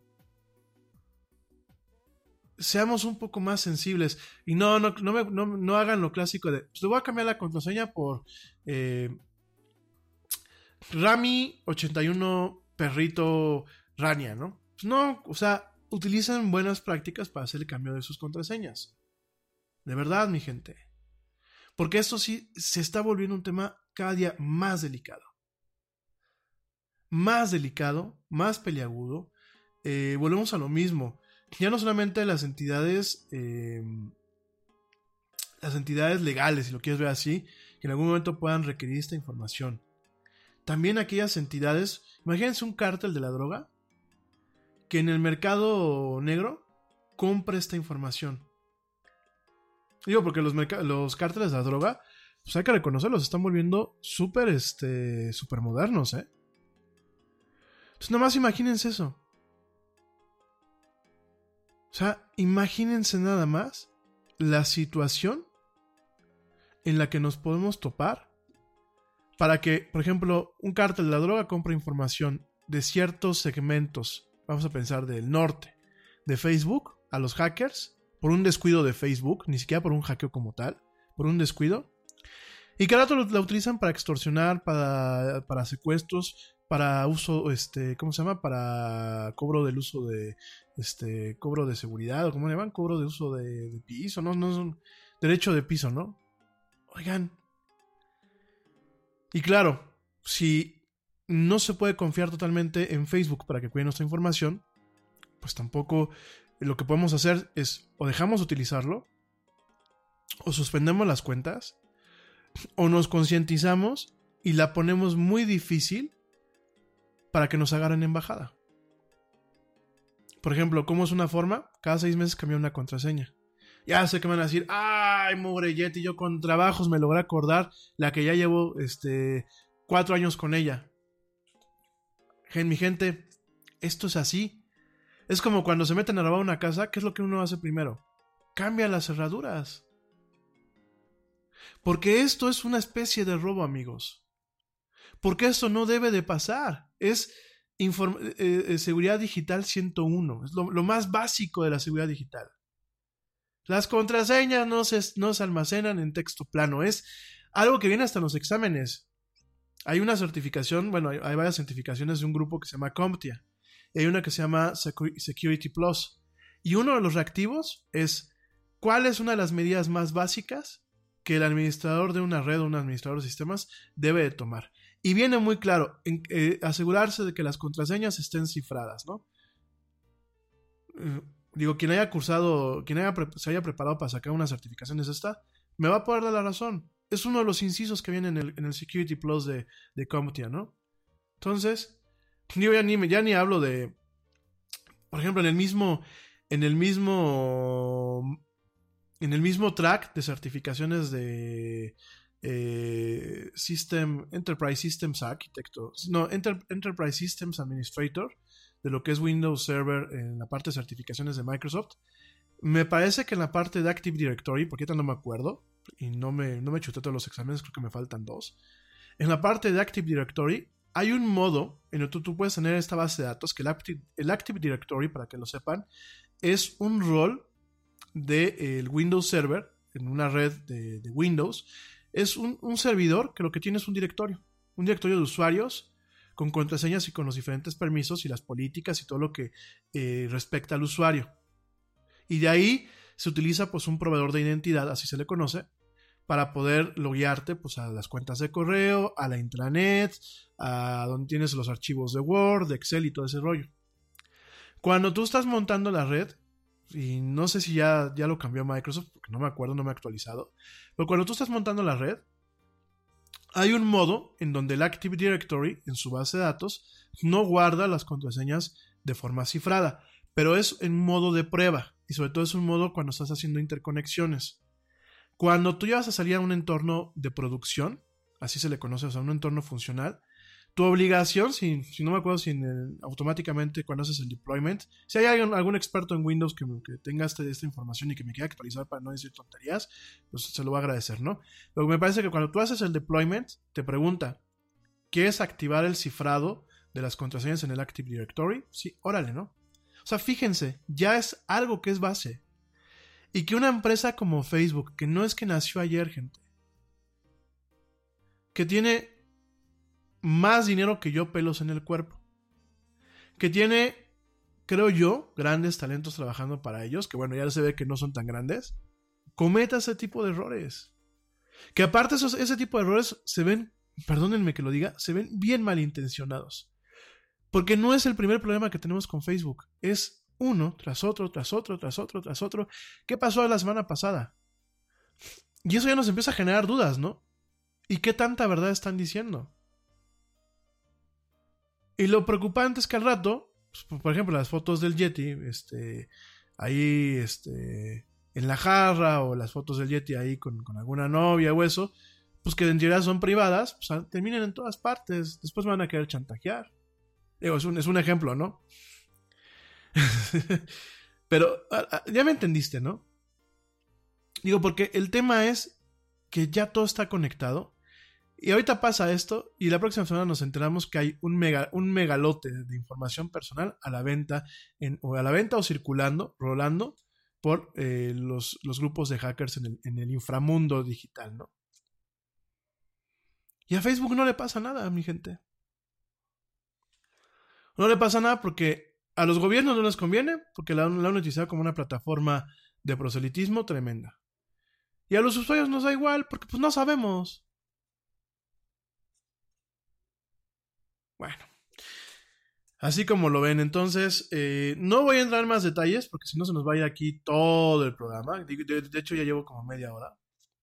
Speaker 7: Seamos un poco más sensibles y no hagan lo clásico de, pues le voy a cambiar la contraseña por Rami81 perrito Rania, ¿no? Pues no, o sea, utilicen buenas prácticas para hacer el cambio de sus contraseñas. De verdad, mi gente. Porque esto sí se está volviendo un tema cada día más delicado. Más delicado, más peliagudo. Volvemos a lo mismo. Ya no solamente las entidades legales, si lo quieres ver así, que en algún momento puedan requerir esta información. También aquellas entidades, imagínense un cártel de la droga, que en el mercado negro compra esta información. Digo, porque los cárteles de la droga, pues hay que reconocerlos, se están volviendo súper modernos, ¿eh? Entonces, nomás imagínense eso. O sea, imagínense nada más la situación en la que nos podemos topar para que, por ejemplo, un cártel de la droga compre información de ciertos segmentos, vamos a pensar del norte, de Facebook, a los hackers, por un descuido de Facebook, ni siquiera por un hackeo como tal, por un descuido, y que al rato la utilizan para extorsionar, para secuestros, para uso, ¿cómo se llama? Para cobro del uso de, cobro de seguridad, o ¿cómo le llaman? Cobro de uso de piso, no es un derecho de piso, ¿no? Oigan. Y claro, si no se puede confiar totalmente en Facebook para que cuide nuestra información, pues tampoco lo que podemos hacer es o dejamos de utilizarlo, o suspendemos las cuentas, o nos concientizamos y la ponemos muy difícil para que nos agarren en bajada. Por ejemplo, ¿cómo es una forma? Cada 6 meses cambiar una contraseña. Ya sé que me van a decir, ay, mugre Yeti, yo con trabajos me logré acordar la que ya llevo 4 años con ella. Mi gente, esto es así. Es como cuando se meten a robar una casa, ¿qué es lo que uno hace primero? Cambia las cerraduras. Porque esto es una especie de robo, amigos. Porque esto no debe de pasar. Es seguridad digital 101. Es lo más básico de la seguridad digital. Las contraseñas no se almacenan en texto plano. Es algo que viene hasta en los exámenes. Hay una certificación, bueno, hay varias certificaciones de un grupo que se llama CompTIA. Y hay una que se llama Security Plus. Y uno de los reactivos es ¿cuál es una de las medidas más básicas que el administrador de una red o un administrador de sistemas debe de tomar? Y viene muy claro, asegurarse de que las contraseñas estén cifradas, ¿no? Digo, quien haya cursado, se haya preparado para sacar una certificación es esta, me va a poder dar la razón. Es uno de los incisos que viene en el Security Plus de CompTIA, ¿no? Entonces, yo ya ni hablo de, por ejemplo, en el mismo track de certificaciones de Enterprise Systems Architect, Enterprise Systems Administrator, de lo que es Windows Server en la parte de certificaciones de Microsoft. Me parece que en la parte de Active Directory, porque ahorita no me acuerdo, y no me chuté todos los exámenes, creo que me faltan 2. En la parte de Active Directory hay un modo en el que tú puedes tener esta base de datos, que el Active Directory, para que lo sepan, es un rol del Windows Server en una red de Windows. Es un servidor que lo que tiene es un directorio de usuarios con contraseñas y con los diferentes permisos y las políticas y todo lo que respecta al usuario. Y de ahí se utiliza pues un proveedor de identidad, así se le conoce, para poder loguearte pues a las cuentas de correo, a la intranet, a donde tienes los archivos de Word, de Excel y todo ese rollo. Cuando tú estás montando la red, y no sé si ya lo cambió Microsoft, porque no me acuerdo, no me he actualizado, pero cuando tú estás montando la red, hay un modo en donde el Active Directory en su base de datos no guarda las contraseñas de forma cifrada, pero es en modo de prueba, y sobre todo es un modo cuando estás haciendo interconexiones. Cuando tú ya vas a salir a un entorno de producción, así se le conoce, o sea, un entorno funcional, tu obligación, si no me acuerdo, automáticamente cuando haces el deployment, si hay algún experto en Windows que tenga esta información y que me quiera actualizar para no decir tonterías, pues se lo va a agradecer, ¿no? Pero me parece que cuando tú haces el deployment, te pregunta, ¿quieres activar el cifrado de las contraseñas en el Active Directory? Sí, órale, ¿no? O sea, fíjense, ya es algo que es base. Y que una empresa como Facebook, que no es que nació ayer, gente, que tiene más dinero que yo pelos en el cuerpo, que tiene, creo yo, grandes talentos trabajando para ellos, que bueno, ya se ve que no son tan grandes, cometa ese tipo de errores. Que aparte ese tipo de errores se ven, perdónenme que lo diga, se ven bien malintencionados. Porque no es el primer problema que tenemos con Facebook, es uno tras otro, tras otro, tras otro, tras otro. ¿Qué pasó la semana pasada? Y eso ya nos empieza a generar dudas, ¿no? ¿Y qué tanta verdad están diciendo? Y lo preocupante es que al rato, pues, por ejemplo, las fotos del Yeti, ahí, en la jarra, o las fotos del Yeti ahí con alguna novia o eso, pues que en teoría son privadas, pues terminan en todas partes, después van a querer chantajear. Digo, es un ejemplo, ¿no? Pero ya me entendiste, ¿no? Digo, porque el tema es que ya todo está conectado. Y ahorita pasa esto, y la próxima semana nos enteramos que hay un megalote de información personal a la venta, o circulando, rolando por los grupos de hackers en el inframundo digital, ¿no? Y a Facebook no le pasa nada, mi gente. No le pasa nada porque a los gobiernos no les conviene, porque la han utilizado como una plataforma de proselitismo tremenda. Y a los usuarios nos da igual, porque pues no sabemos. Bueno, así como lo ven, entonces, no voy a entrar en más detalles, porque si no se nos va a ir aquí todo el programa. De hecho, ya llevo como media hora.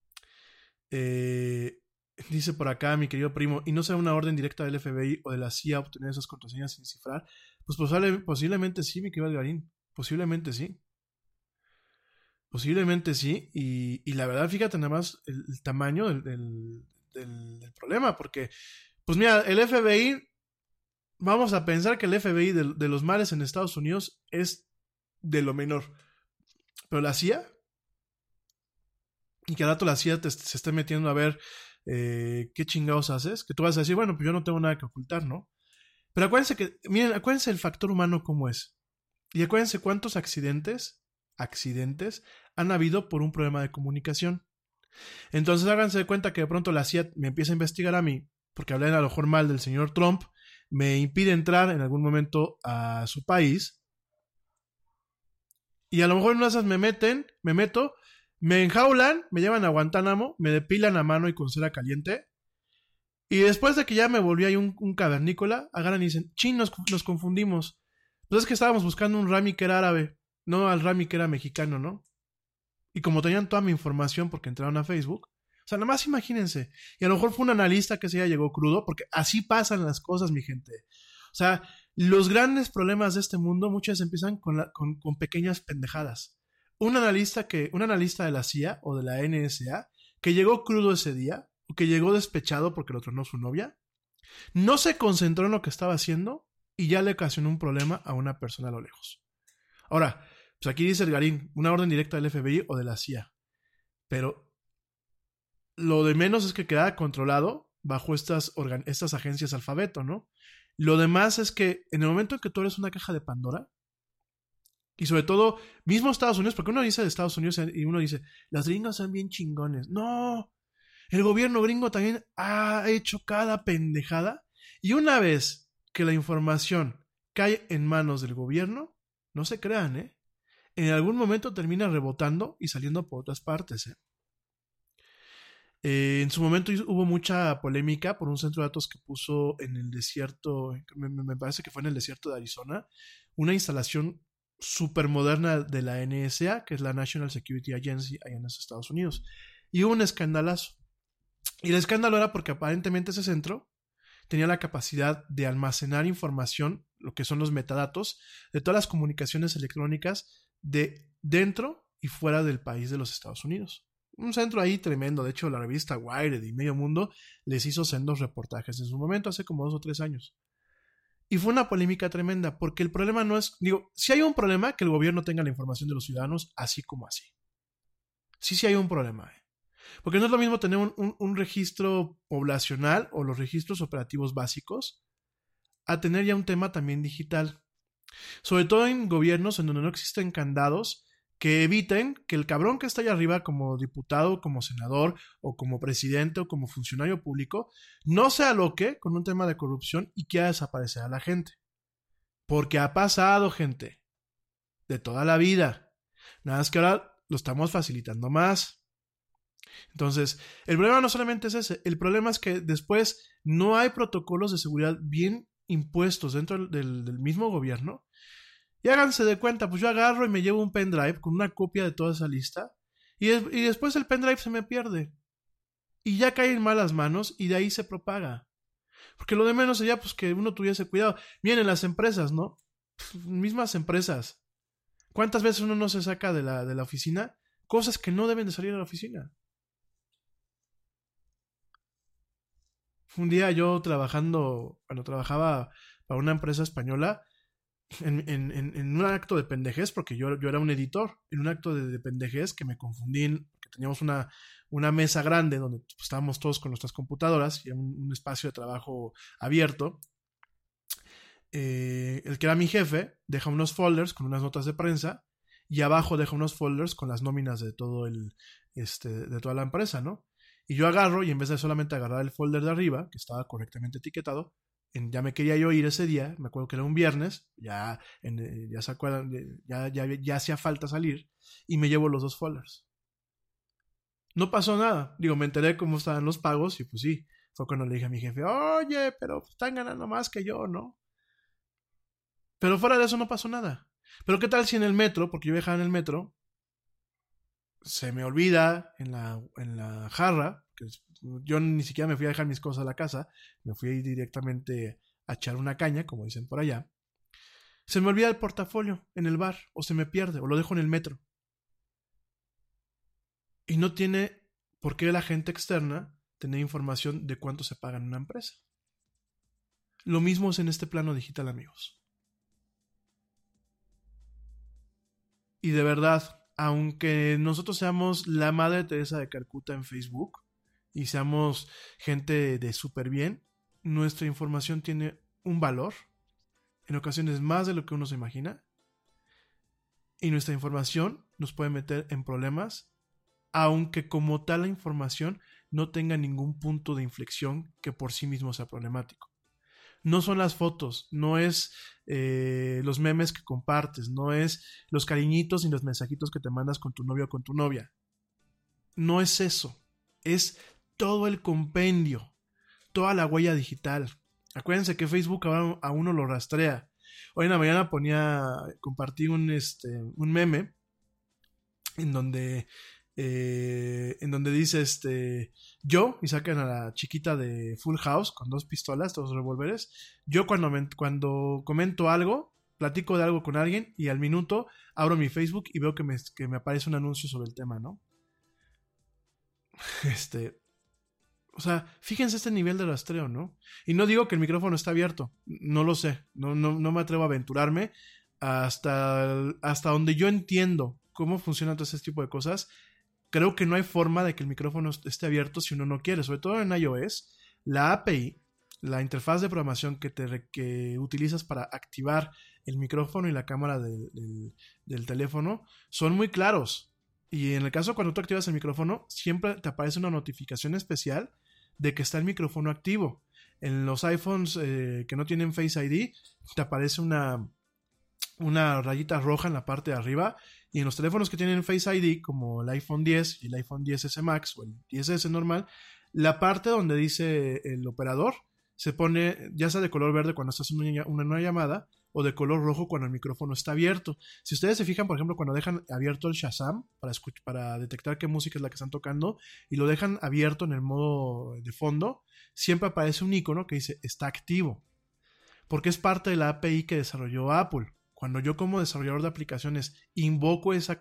Speaker 7: Dice por acá mi querido primo, ¿y no será una orden directa del FBI o de la CIA obtener esas contraseñas sin cifrar? Pues posiblemente sí, mi querido Algarín, posiblemente sí. Posiblemente sí, y la verdad, fíjate nada más el tamaño del problema, porque, pues mira, el FBI... Vamos a pensar que el FBI de los males en Estados Unidos es de lo menor. Pero la CIA, y que al rato la CIA se esté metiendo a ver qué chingados haces, que tú vas a decir, bueno, pues yo no tengo nada que ocultar, ¿no? Pero acuérdense el factor humano cómo es. Y acuérdense cuántos accidentes han habido por un problema de comunicación. Entonces háganse de cuenta que de pronto la CIA me empieza a investigar a mí, porque hablé a lo mejor mal del señor Trump, me impide entrar en algún momento a su país, y a lo mejor en una de esas me meto, me enjaulan, me llevan a Guantánamo, me depilan a mano y con cera caliente, y después de que ya me volví ahí un cavernícola, agarran y dicen, chin, nos confundimos, pues es que estábamos buscando un Rami que era árabe, no al Rami que era mexicano, ¿no? Y como tenían toda mi información porque entraron a Facebook, o sea, nada más imagínense. Y a lo mejor fue un analista que se ya llegó crudo, porque así pasan las cosas, mi gente. O sea, los grandes problemas de este mundo muchas veces empiezan con pequeñas pendejadas. Un analista de la CIA o de la NSA que llegó crudo ese día, o que llegó despechado porque lo tronó su novia, no se concentró en lo que estaba haciendo y ya le ocasionó un problema a una persona a lo lejos. Ahora, pues aquí dice el Garín, una orden directa del FBI o de la CIA. Pero lo de menos es que queda controlado bajo estas agencias alfabeto, ¿no? Lo demás es que en el momento en que tú eres una caja de Pandora, y sobre todo, mismo Estados Unidos, porque uno dice de Estados Unidos y uno dice, las gringos son bien chingones. No, el gobierno gringo también ha hecho cada pendejada, y una vez que la información cae en manos del gobierno, no se crean, en algún momento termina rebotando y saliendo por otras partes, En su momento hubo mucha polémica por un centro de datos que puso en el desierto, me parece que fue en el desierto de Arizona, una instalación super moderna de la NSA, que es la National Security Agency allá en los Estados Unidos. Y hubo un escandalazo. Y el escándalo era porque aparentemente ese centro tenía la capacidad de almacenar información, lo que son los metadatos, de todas las comunicaciones electrónicas de dentro y fuera del país de los Estados Unidos. Un centro ahí tremendo. De hecho, la revista Wired y Medio Mundo les hizo sendos reportajes en su momento, hace como 2 o 3 años. Y fue una polémica tremenda, porque el problema no es... si hay un problema, que el gobierno tenga la información de los ciudadanos así como así. Sí hay un problema, Porque no es lo mismo tener un registro poblacional o los registros operativos básicos a tener ya un tema también digital. Sobre todo en gobiernos en donde no existen candados que eviten que el cabrón que está allá arriba como diputado, como senador o como presidente o como funcionario público no se aloque con un tema de corrupción y quiera desaparecer a la gente. Porque ha pasado, gente, de toda la vida. Nada más que ahora lo estamos facilitando más. Entonces, el problema no solamente es ese, el problema es que después no hay protocolos de seguridad bien impuestos dentro del mismo gobierno. Y háganse de cuenta, pues yo agarro y me llevo un pendrive con una copia de toda esa lista y después el pendrive se me pierde. Y ya cae en malas manos y de ahí se propaga. Porque lo de menos sería pues que uno tuviese cuidado. Miren, en las empresas, ¿no? Mismas empresas. ¿Cuántas veces uno no se saca de la oficina? Cosas que no deben de salir de la oficina. Un día yo trabajaba para una empresa española, en un acto de pendejez, porque yo era un editor, en un acto de pendejez que me confundí, que teníamos una mesa grande donde pues, estábamos todos con nuestras computadoras y un espacio de trabajo abierto. El que era mi jefe deja unos folders con unas notas de prensa y abajo deja unos folders con las nóminas de todo de toda la empresa, ¿no? Y yo agarro y en vez de solamente agarrar el folder de arriba, que estaba correctamente etiquetado, ya me quería yo ir ese día, me acuerdo que era un viernes, ya se acuerdan, ya hacía falta salir, y me llevo los 2 folders. No pasó nada, me enteré cómo estaban los pagos, y pues sí, fue cuando le dije a mi jefe, oye, pero están ganando más que yo, ¿no? Pero fuera de eso no pasó nada. Pero qué tal si en el metro, porque yo viajaba en el metro, se me olvida en la jarra, que yo ni siquiera me fui a dejar mis cosas a la casa, me fui directamente a echar una caña, como dicen por allá. Se me olvida el portafolio en el bar, o se me pierde, o lo dejo en el metro. Y no tiene por qué la gente externa tener información de cuánto se paga en una empresa. Lo mismo es en este plano digital, amigos. Y de verdad, aunque nosotros seamos la Madre Teresa de Calcuta en Facebook y seamos gente de súper bien, nuestra información tiene un valor, en ocasiones más de lo que uno se imagina, y nuestra información nos puede meter en problemas, aunque como tal la información no tenga ningún punto de inflexión que por sí mismo sea problemático. No son las fotos, no es los memes que compartes, no es los cariñitos y los mensajitos que te mandas con tu novio o con tu novia. No es eso, es todo el compendio, toda la huella digital. Acuérdense que Facebook a uno lo rastrea. Hoy en la mañana compartí un meme en donde dice yo, y sacan a la chiquita de Full House con 2 pistolas, 2 revólveres. Yo cuando comento algo, platico de algo con alguien y al minuto abro mi Facebook y veo que me aparece un anuncio sobre el tema, ¿no? O sea, fíjense este nivel de rastreo, ¿no? Y no digo que el micrófono está abierto, no lo sé, no me atrevo a aventurarme hasta donde yo entiendo cómo funciona todo ese tipo de cosas. Creo que no hay forma de que el micrófono esté abierto si uno no quiere, sobre todo en iOS. La API, la interfaz de programación que utilizas para activar el micrófono y la cámara del teléfono son muy claros. Y en el caso cuando tú activas el micrófono, siempre te aparece una notificación especial de que está el micrófono activo. En los iPhones que no tienen Face ID, te aparece una rayita roja en la parte de arriba, y en los teléfonos que tienen Face ID, como el iPhone 10 y el iPhone XS Max o el XS normal, la parte donde dice el operador se pone ya sea de color verde cuando estás en una llamada o de color rojo cuando el micrófono está abierto. Si ustedes se fijan, por ejemplo, cuando dejan abierto el Shazam para detectar qué música es la que están tocando y lo dejan abierto en el modo de fondo, siempre aparece un icono que dice está activo, porque es parte de la API que desarrolló Apple. Cuando yo como desarrollador de aplicaciones invoco esa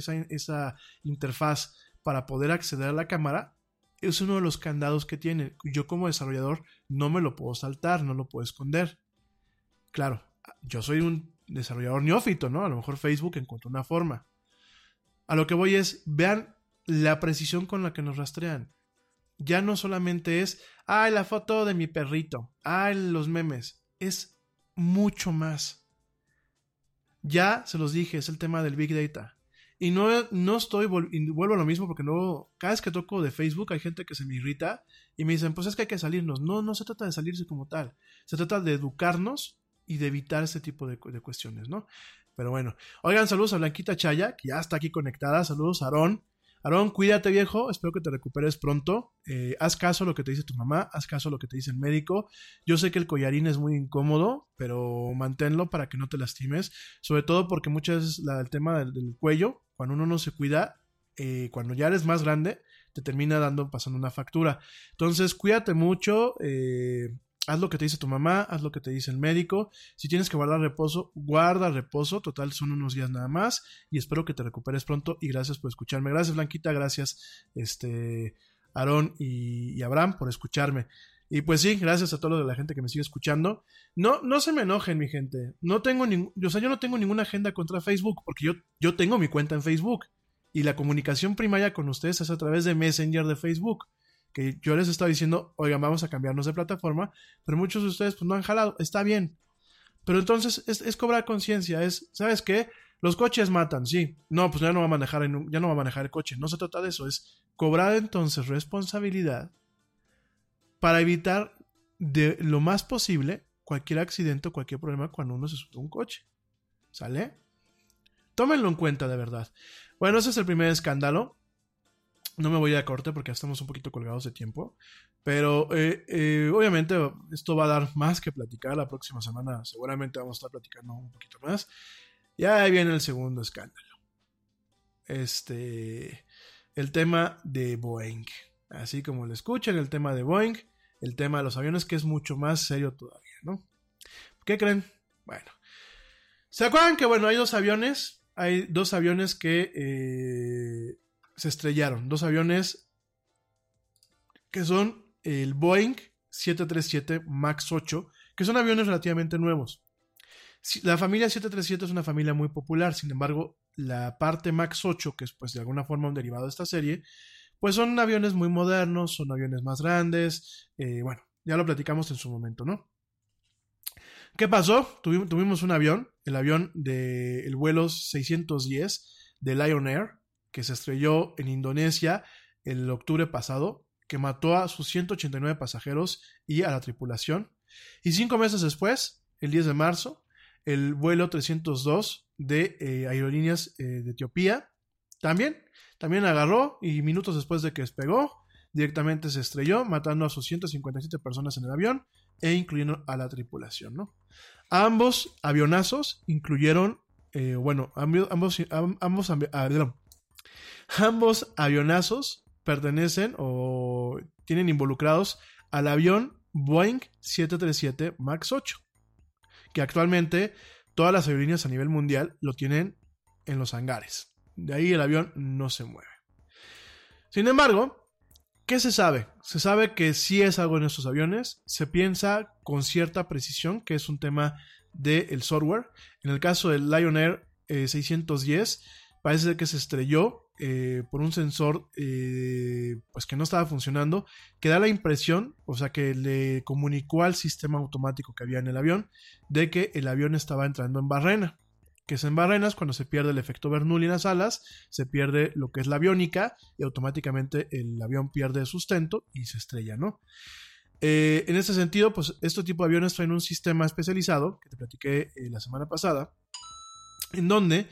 Speaker 7: interfaz para poder acceder a la cámara, es uno de los candados que tiene. Yo como desarrollador no me lo puedo saltar, no lo puedo esconder. Claro, yo soy un desarrollador neófito, ¿no? A lo mejor Facebook encontró una forma. A lo que voy es, vean la precisión con la que nos rastrean. Ya no solamente es, la foto de mi perrito, los memes. Es mucho más. Ya se los dije, es el tema del Big Data. Y no estoy, y vuelvo a lo mismo porque no, cada vez que toco de Facebook hay gente que se me irrita y me dicen, pues es que hay que salirnos. No se trata de salirse como tal. Se trata de educarnos y de evitar ese tipo de cuestiones, ¿no? Pero bueno. Oigan, saludos a Blanquita Chaya, que ya está aquí conectada. Saludos a Aarón. Aarón, cuídate, viejo, espero que te recuperes pronto. Haz caso a lo que te dice tu mamá, haz caso a lo que te dice el médico. Yo sé que el collarín es muy incómodo, pero manténlo para que no te lastimes. Sobre todo porque muchas veces el tema del cuello, cuando uno no se cuida, cuando ya eres más grande, te termina pasando una factura. Entonces, cuídate mucho, haz lo que te dice tu mamá, haz lo que te dice el médico. Si tienes que guardar reposo, guarda reposo. Total, son unos días nada más. Y espero que te recuperes pronto. Y gracias por escucharme. Gracias, Blanquita. Gracias, Aarón y Abraham, por escucharme. Y pues sí, gracias a toda la gente que me sigue escuchando. No se me enojen, mi gente. Yo no tengo ninguna agenda contra Facebook, porque yo tengo mi cuenta en Facebook. Y la comunicación primaria con ustedes es a través de Messenger de Facebook. Que yo les estaba diciendo, oigan, vamos a cambiarnos de plataforma, pero muchos de ustedes pues no han jalado, está bien. Pero entonces es cobrar conciencia, ¿sabes qué? Los coches matan, sí. No, pues ya no va a manejar el coche. No se trata de eso, es cobrar entonces responsabilidad para evitar de lo más posible cualquier accidente o cualquier problema cuando uno se sube a un coche. ¿Sale? Tómenlo en cuenta de verdad. Bueno, ese es el primer escándalo. No me voy a corte porque ya estamos un poquito colgados de tiempo. Pero obviamente esto va a dar más que platicar. La próxima semana seguramente vamos a estar platicando un poquito más. Y ahí viene el segundo escándalo. El tema de Boeing. Así como lo escuchan, el tema de Boeing. El tema de los aviones, que es mucho más serio todavía, ¿no? ¿Qué creen? Bueno. ¿Se acuerdan que, hay dos aviones? Hay dos aviones que se estrellaron. Dos aviones que son el Boeing 737 MAX 8, que son aviones relativamente nuevos. La familia 737 es una familia muy popular, sin embargo, la parte MAX 8, que es pues de alguna forma un derivado de esta serie, pues son aviones muy modernos, son aviones más grandes, ya lo platicamos en su momento, ¿no? ¿Qué pasó? Tuvimos un avión, el avión del vuelo 610 de Lion Air, que se estrelló en Indonesia el octubre pasado, que mató a sus 189 pasajeros y a la tripulación. Y 5 meses después, el 10 de marzo, el vuelo 302 de Aerolíneas de Etiopía también agarró y minutos después de que despegó, directamente se estrelló, matando a sus 157 personas en el avión e incluyendo a la tripulación, ¿no? Ambos avionazos incluyeron, ambos avionazos pertenecen o tienen involucrados al avión Boeing 737 MAX 8, que actualmente todas las aerolíneas a nivel mundial lo tienen en los hangares. De ahí el avión no se mueve. Sin embargo, ¿qué se sabe? Se sabe que sí es algo en estos aviones. Se piensa con cierta precisión que es un tema del software. En el caso del Lion Air 610, parece ser que se estrelló por un sensor pues que no estaba funcionando, que da la impresión, o sea que le comunicó al sistema automático que había en el avión de que el avión estaba entrando en barrena, que es en barrenas cuando se pierde el efecto Bernoulli en las alas, se pierde lo que es la aviónica y automáticamente el avión pierde sustento y se estrella, ¿no? En ese sentido, pues este tipo de aviones traen un sistema especializado que te platiqué la semana pasada, en donde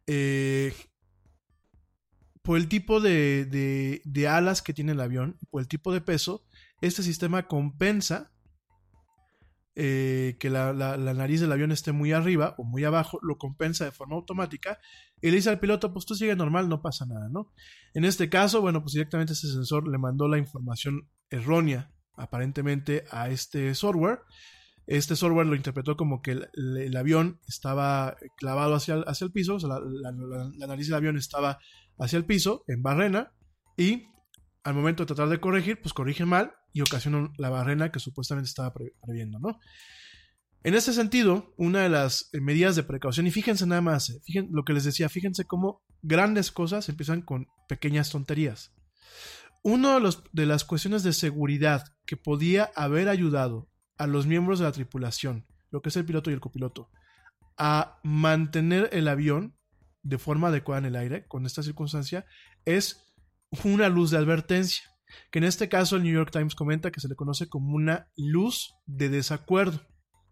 Speaker 7: por el tipo de alas que tiene el avión, por el tipo de peso, este sistema compensa que la nariz del avión esté muy arriba o muy abajo, lo compensa de forma automática y le dice al piloto, pues tú sigue normal, no pasa nada, ¿no? En este caso, bueno, pues directamente ese sensor le mandó la información errónea, aparentemente, a este software. Este software lo interpretó como que el avión estaba clavado hacia el piso, o sea, la nariz del avión estaba hacia el piso, en barrena, y al momento de tratar de corregir, pues corrige mal y ocasiona la barrena que supuestamente estaba previendo, ¿no? En ese sentido, una de las medidas de precaución, y fíjense nada más, fíjense lo que les decía, fíjense cómo grandes cosas empiezan con pequeñas tonterías. Una de las cuestiones de seguridad que podía haber ayudado a los miembros de la tripulación, lo que es el piloto y el copiloto, a mantener el avión de forma adecuada en el aire con esta circunstancia, es una luz de advertencia, que en este caso el New York Times comenta que se le conoce como una luz de desacuerdo.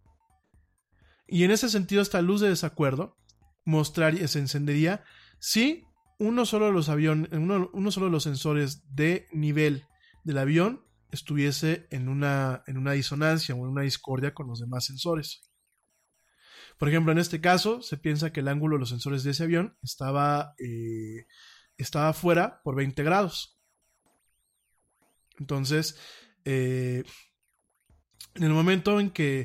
Speaker 7: Y en ese sentido, esta luz de desacuerdo se encendería si uno solo de los sensores de nivel del avión estuviese en una disonancia o en una discordia con los demás sensores. Por ejemplo, en este caso, se piensa que el ángulo de los sensores de ese avión estaba fuera por 20 grados. Entonces, en el momento en que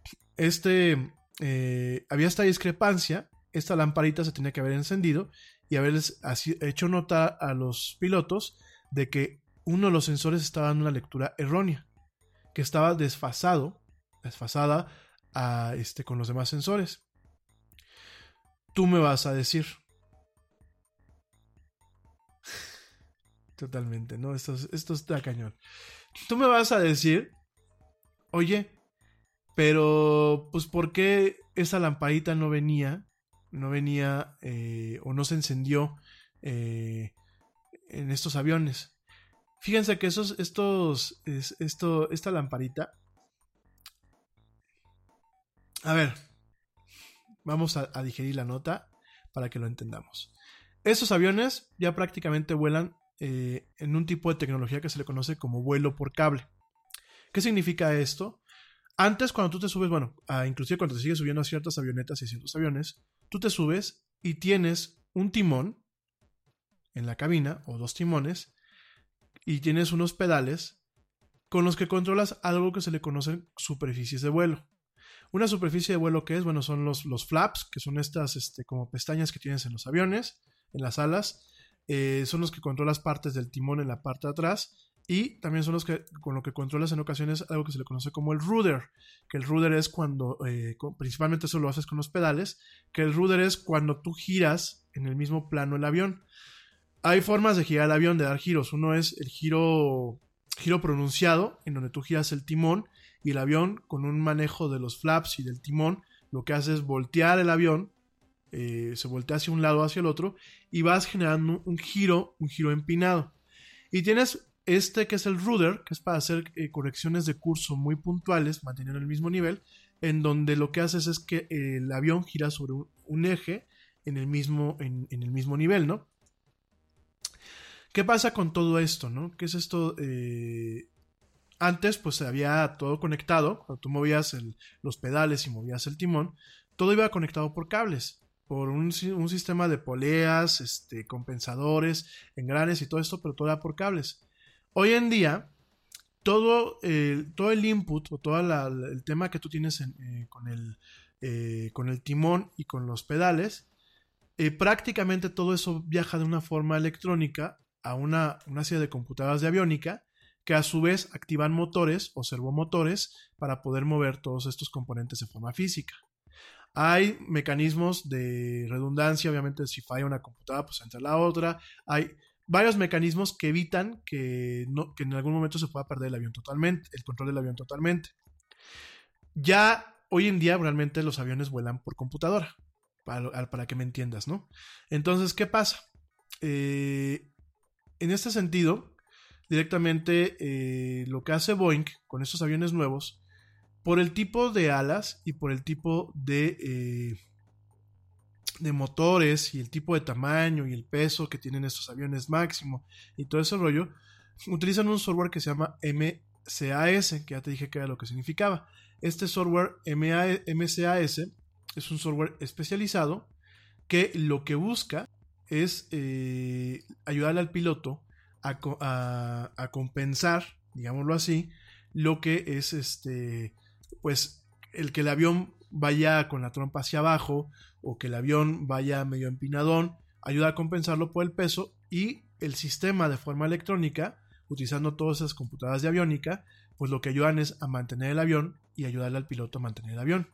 Speaker 7: había esta discrepancia, esta lamparita se tenía que haber encendido y haberles hecho notar a los pilotos de que uno de los sensores estaba dando una lectura errónea, que estaba desfasada con los demás sensores. Tú me vas a decir. Totalmente, ¿no? Esto está cañón. Tú me vas a decir, oye, pero pues ¿por qué esa lamparita no venía o no se encendió en estos aviones? Fíjense que esta lamparita, a ver, vamos a digerir la nota para que lo entendamos. Estos aviones ya prácticamente vuelan en un tipo de tecnología que se le conoce como vuelo por cable. ¿Qué significa esto? Antes, cuando tú te subes, inclusive cuando te sigues subiendo a ciertas avionetas y ciertos aviones, tú te subes y tienes un timón en la cabina, o dos timones, y tienes unos pedales con los que controlas algo que se le conocen superficies de vuelo. Una superficie de vuelo, ¿qué es? Bueno, son los flaps, que son estas como pestañas que tienes en los aviones, en las alas. Son los que controlas partes del timón en la parte de atrás, y también son los que con lo que controlas en ocasiones algo que se le conoce como el rudder, que el rudder es cuando, principalmente eso lo haces con los pedales, que el rudder es cuando tú giras en el mismo plano el avión. Hay formas de girar el avión, de dar giros. Uno es el giro pronunciado, en donde tú giras el timón y el avión, con un manejo de los flaps y del timón, lo que hace es voltear el avión, se voltea hacia un lado o hacia el otro, y vas generando un giro empinado. Y tienes que es el rudder, que es para hacer correcciones de curso muy puntuales, manteniendo el mismo nivel, en donde lo que haces es que el avión gira sobre un eje en el mismo nivel, ¿no? ¿Qué pasa con todo esto, no? ¿Qué es esto? Antes, pues había todo conectado. Cuando tú movías los pedales y movías el timón, todo iba conectado por cables, por un sistema de poleas, compensadores, engranes y todo esto, pero todo era por cables. Hoy en día, todo el input o todo el tema que tú tienes con el timón y con los pedales, prácticamente todo eso viaja de una forma electrónica a una serie de computadoras de aviónica, que a su vez activan motores o servomotores para poder mover todos estos componentes de forma física. Hay mecanismos de redundancia, obviamente si falla una computadora pues entra la otra. Hay varios mecanismos que evitan que en algún momento se pueda perder el control del avión totalmente. Ya hoy en día realmente los aviones vuelan por computadora, para que me entiendas, ¿no? Entonces, ¿qué pasa? En este sentido, directamente lo que hace Boeing con estos aviones nuevos, por el tipo de alas y por el tipo de motores y el tipo de tamaño y el peso que tienen estos aviones máximo y todo ese rollo, utilizan un software que se llama MCAS, que ya te dije que era lo que significaba. Este software MCAS es un software especializado que lo que busca es ayudarle al piloto a compensar, digámoslo así, lo que es pues el que el avión vaya con la trompa hacia abajo o que el avión vaya medio empinadón, ayuda a compensarlo por el peso, y el sistema de forma electrónica, utilizando todas esas computadoras de aviónica, pues lo que ayudan es a mantener el avión y ayudarle al piloto a mantener el avión.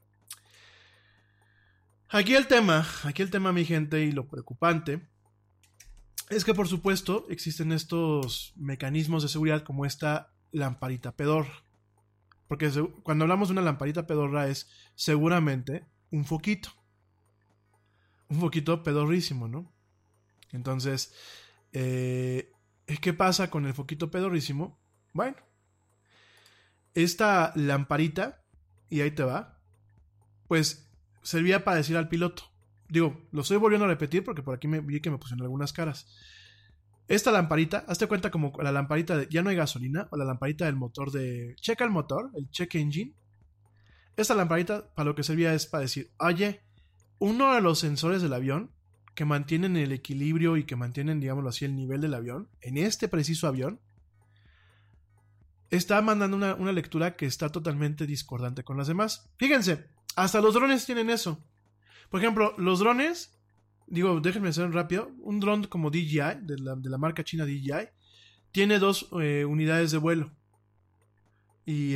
Speaker 7: Aquí el tema, mi gente, y lo preocupante es que por supuesto existen estos mecanismos de seguridad como esta lamparita pedorra. Porque cuando hablamos de una lamparita pedorra es seguramente un foquito. Un foquito pedorrísimo, ¿no? Entonces, ¿qué pasa con el foquito pedorrísimo? Bueno, esta lamparita, y ahí te va, pues servía para decir al piloto. Digo, lo estoy volviendo a repetir porque por aquí vi que me pusieron algunas caras. Esta lamparita, hazte cuenta como la lamparita de ya no hay gasolina, o la lamparita del motor de checa el motor, el check engine. Esta lamparita para lo que servía es para decir, oye, uno de los sensores del avión que mantienen el equilibrio y que mantienen, digámoslo así, el nivel del avión, en este preciso avión, está mandando una lectura que está totalmente discordante con las demás. Fíjense, hasta los drones tienen eso. Por ejemplo, los drones, digo, déjenme hacer rápido, un dron como DJI, de la marca china DJI, tiene 2 unidades de vuelo. Y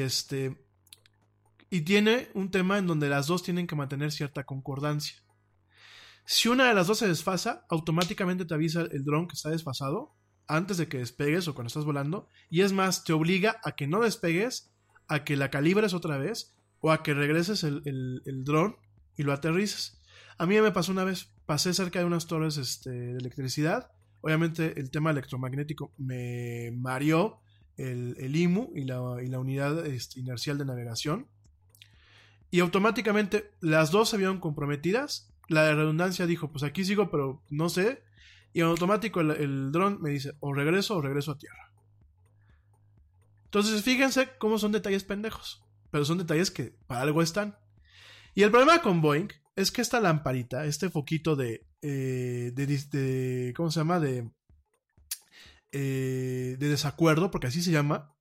Speaker 7: tiene un tema en donde las dos tienen que mantener cierta concordancia. Si una de las dos se desfasa, automáticamente te avisa el dron que está desfasado antes de que despegues o cuando estás volando, y es más, te obliga a que no despegues, a que la calibres otra vez o a que regreses el dron y lo aterrices. A mí me pasó una vez, pasé cerca de unas torres de electricidad. Obviamente el tema electromagnético me mareó el IMU y la unidad inercial de navegación, y automáticamente las dos se vieron comprometidas. La de redundancia dijo, pues aquí sigo, pero no sé, y en automático el dron me dice, o regreso a tierra. Entonces fíjense cómo son detalles pendejos, pero son detalles que para algo están. Y el problema con Boeing es que esta lamparita, este foquito de ¿cómo se llama? De desacuerdo, porque así se llama.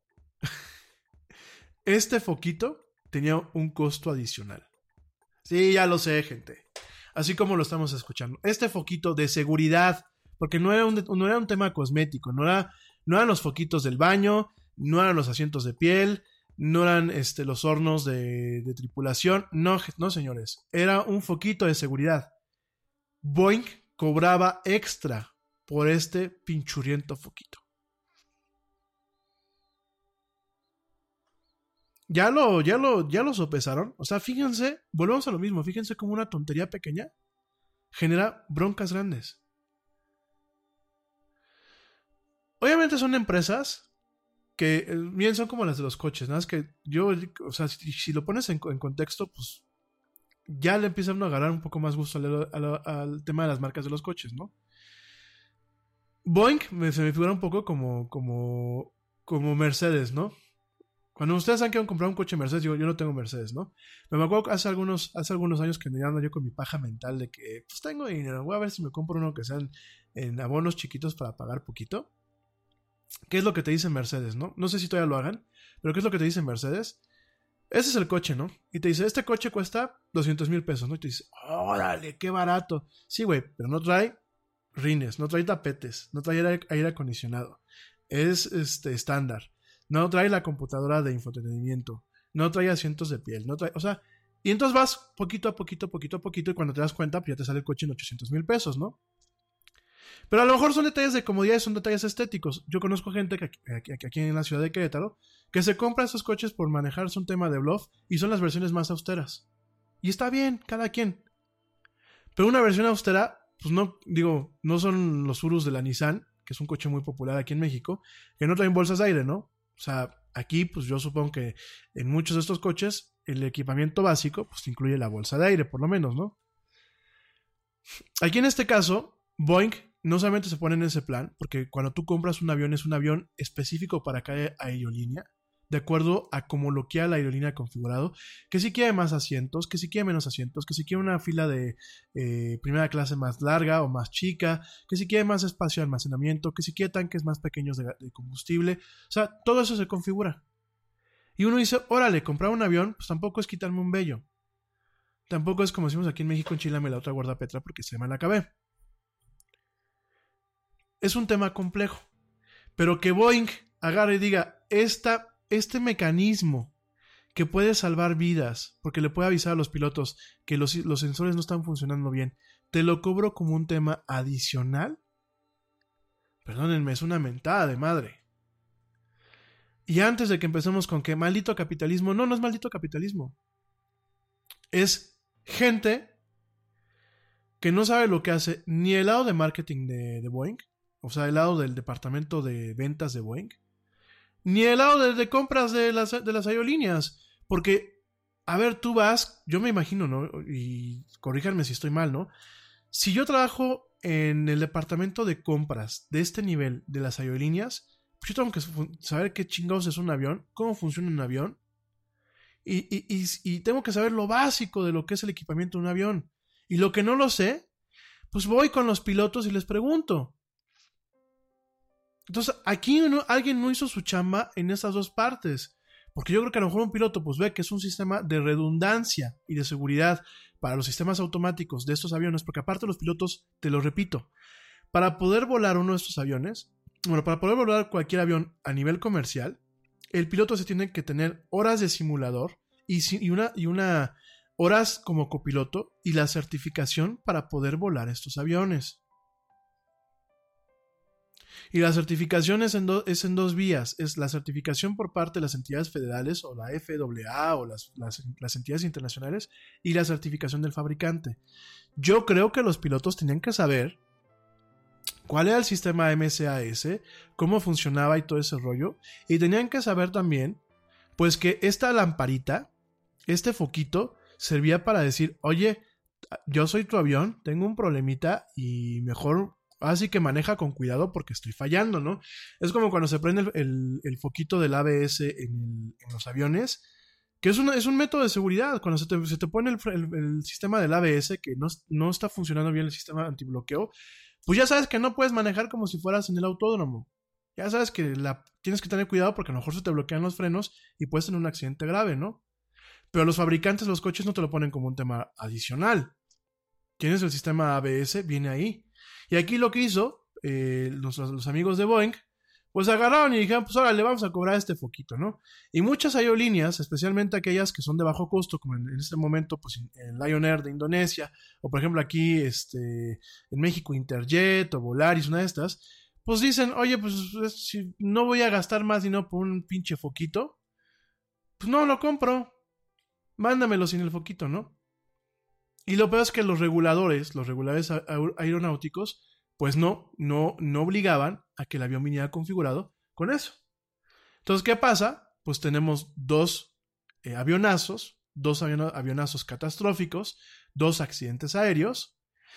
Speaker 7: Este foquito tenía un costo adicional. Sí, ya lo sé, gente. Así como lo estamos escuchando. Este foquito de seguridad, porque no era un tema cosmético, no eran los foquitos del baño, no eran los asientos de piel, no eran los hornos de tripulación, no señores, era un foquito de seguridad. Boeing cobraba extra por este pinchurriento foquito. ¿Ya lo sopesaron? O sea, fíjense, volvemos a lo mismo, fíjense cómo una tontería pequeña genera broncas grandes. Obviamente son empresas que bien son como las de los coches, nada más que yo, o sea, si lo pones en contexto, pues ya le empiezan a agarrar un poco más gusto al tema de las marcas de los coches, ¿no? Boeing se me figura un poco como Mercedes, ¿no? Cuando ustedes han querido comprar un coche Mercedes, yo no tengo Mercedes, ¿no? Me acuerdo hace algunos años que me ando yo con mi paja mental de que pues tengo dinero, voy a ver si me compro uno que sean en abonos chiquitos para pagar poquito. ¿Qué es lo que te dice Mercedes, no? No sé si todavía lo hagan, pero ¿qué es lo que te dice Mercedes? Ese es el coche, ¿no? Y te dice, este coche cuesta 200,000 pesos, ¿no? Y te dice, órale, qué barato. Sí, güey, pero no trae rines, no trae tapetes, no trae aire acondicionado. Es estándar. No trae la computadora de infoentretenimiento, no trae asientos de piel, no trae, o sea, y entonces vas poquito a poquito, y cuando te das cuenta, pues ya te sale el coche en 800,000 pesos, ¿no? Pero a lo mejor son detalles de comodidad y son detalles estéticos. Yo conozco gente que aquí en la ciudad de Querétaro que se compra esos coches por manejarse un tema de bluff y son las versiones más austeras. Y está bien, cada quien. Pero una versión austera, pues no son los Urus de la Nissan, que es un coche muy popular aquí en México, que no traen bolsas de aire, ¿no? O sea, aquí pues yo supongo que en muchos de estos coches el equipamiento básico pues incluye la bolsa de aire, por lo menos, ¿no? Aquí en este caso, Boeing no solamente se pone en ese plan, porque cuando tú compras un avión es un avión específico para cada aerolínea, de acuerdo a cómo lo quiera la aerolínea configurado, que si quiere más asientos, que si quiere menos asientos, que si quiere una fila de primera clase más larga o más chica, que si quiere más espacio de almacenamiento, que si quiere tanques más pequeños de combustible. O sea, todo eso se configura. Y uno dice, órale, comprar un avión, pues tampoco es quitarme un vello. Tampoco es como decimos aquí en México, enchilame la otra guardapetra porque se me la acabé. Es un tema complejo. Pero que Boeing agarre y diga, este mecanismo que puede salvar vidas, porque le puede avisar a los pilotos que los sensores no están funcionando bien, te lo cobro como un tema adicional. Perdónenme, es una mentada de madre. Y antes de que empecemos con que maldito capitalismo, no es maldito capitalismo. Es gente que no sabe lo que hace ni el lado de marketing de Boeing, o sea, el lado del departamento de ventas de Boeing, ni el lado de compras de las aerolíneas. Porque, a ver, tú vas, yo me imagino, ¿no? Y corríjanme si estoy mal, ¿no? Si yo trabajo en el departamento de compras de este nivel de las aerolíneas, pues yo tengo que saber qué chingados es un avión, cómo funciona un avión, y tengo que saber lo básico de lo que es el equipamiento de un avión. Y lo que no lo sé, pues voy con los pilotos y les pregunto. Entonces, aquí alguien no hizo su chamba en estas dos partes. Porque yo creo que a lo mejor un piloto pues ve que es un sistema de redundancia y de seguridad para los sistemas automáticos de estos aviones. Porque aparte los pilotos, te lo repito, para poder volar uno de estos aviones, bueno, para poder volar cualquier avión a nivel comercial, el piloto se tiene que tener horas de simulador y una horas como copiloto y la certificación para poder volar estos aviones. Y la certificación es en dos vías. Es la certificación por parte de las entidades federales o la FAA o las entidades internacionales y la certificación del fabricante. Yo creo que los pilotos tenían que saber cuál era el sistema MCAS, cómo funcionaba y todo ese rollo. Y tenían que saber también, pues que esta lamparita, este foquito, servía para decir, oye, yo soy tu avión, tengo un problemita y mejor... Así que maneja con cuidado porque estoy fallando, ¿no? Es como cuando se prende el foquito del ABS en los aviones, que es un método de seguridad. Cuando se te pone el sistema del ABS, que no está funcionando bien el sistema antibloqueo, pues ya sabes que no puedes manejar como si fueras en el autódromo. Ya sabes que tienes que tener cuidado porque a lo mejor se te bloquean los frenos y puedes tener un accidente grave, ¿no? Pero los fabricantes de los coches no te lo ponen como un tema adicional. Tienes el sistema ABS, viene ahí. Y aquí lo que hizo los amigos de Boeing, pues agarraron y dijeron, pues ahora le vamos a cobrar este foquito, ¿no? Y muchas aerolíneas, especialmente aquellas que son de bajo costo, como en este momento, pues en Lion Air de Indonesia, o por ejemplo aquí en México Interjet o Volaris, una de estas, pues dicen, oye, pues si no voy a gastar más dinero por un pinche foquito, pues no lo compro, mándamelo sin el foquito, ¿no? Y lo peor es que los reguladores aeronáuticos, pues no obligaban a que el avión viniera configurado con eso. Entonces, ¿qué pasa? Pues tenemos dos avionazos catastróficos, 2 accidentes aéreos,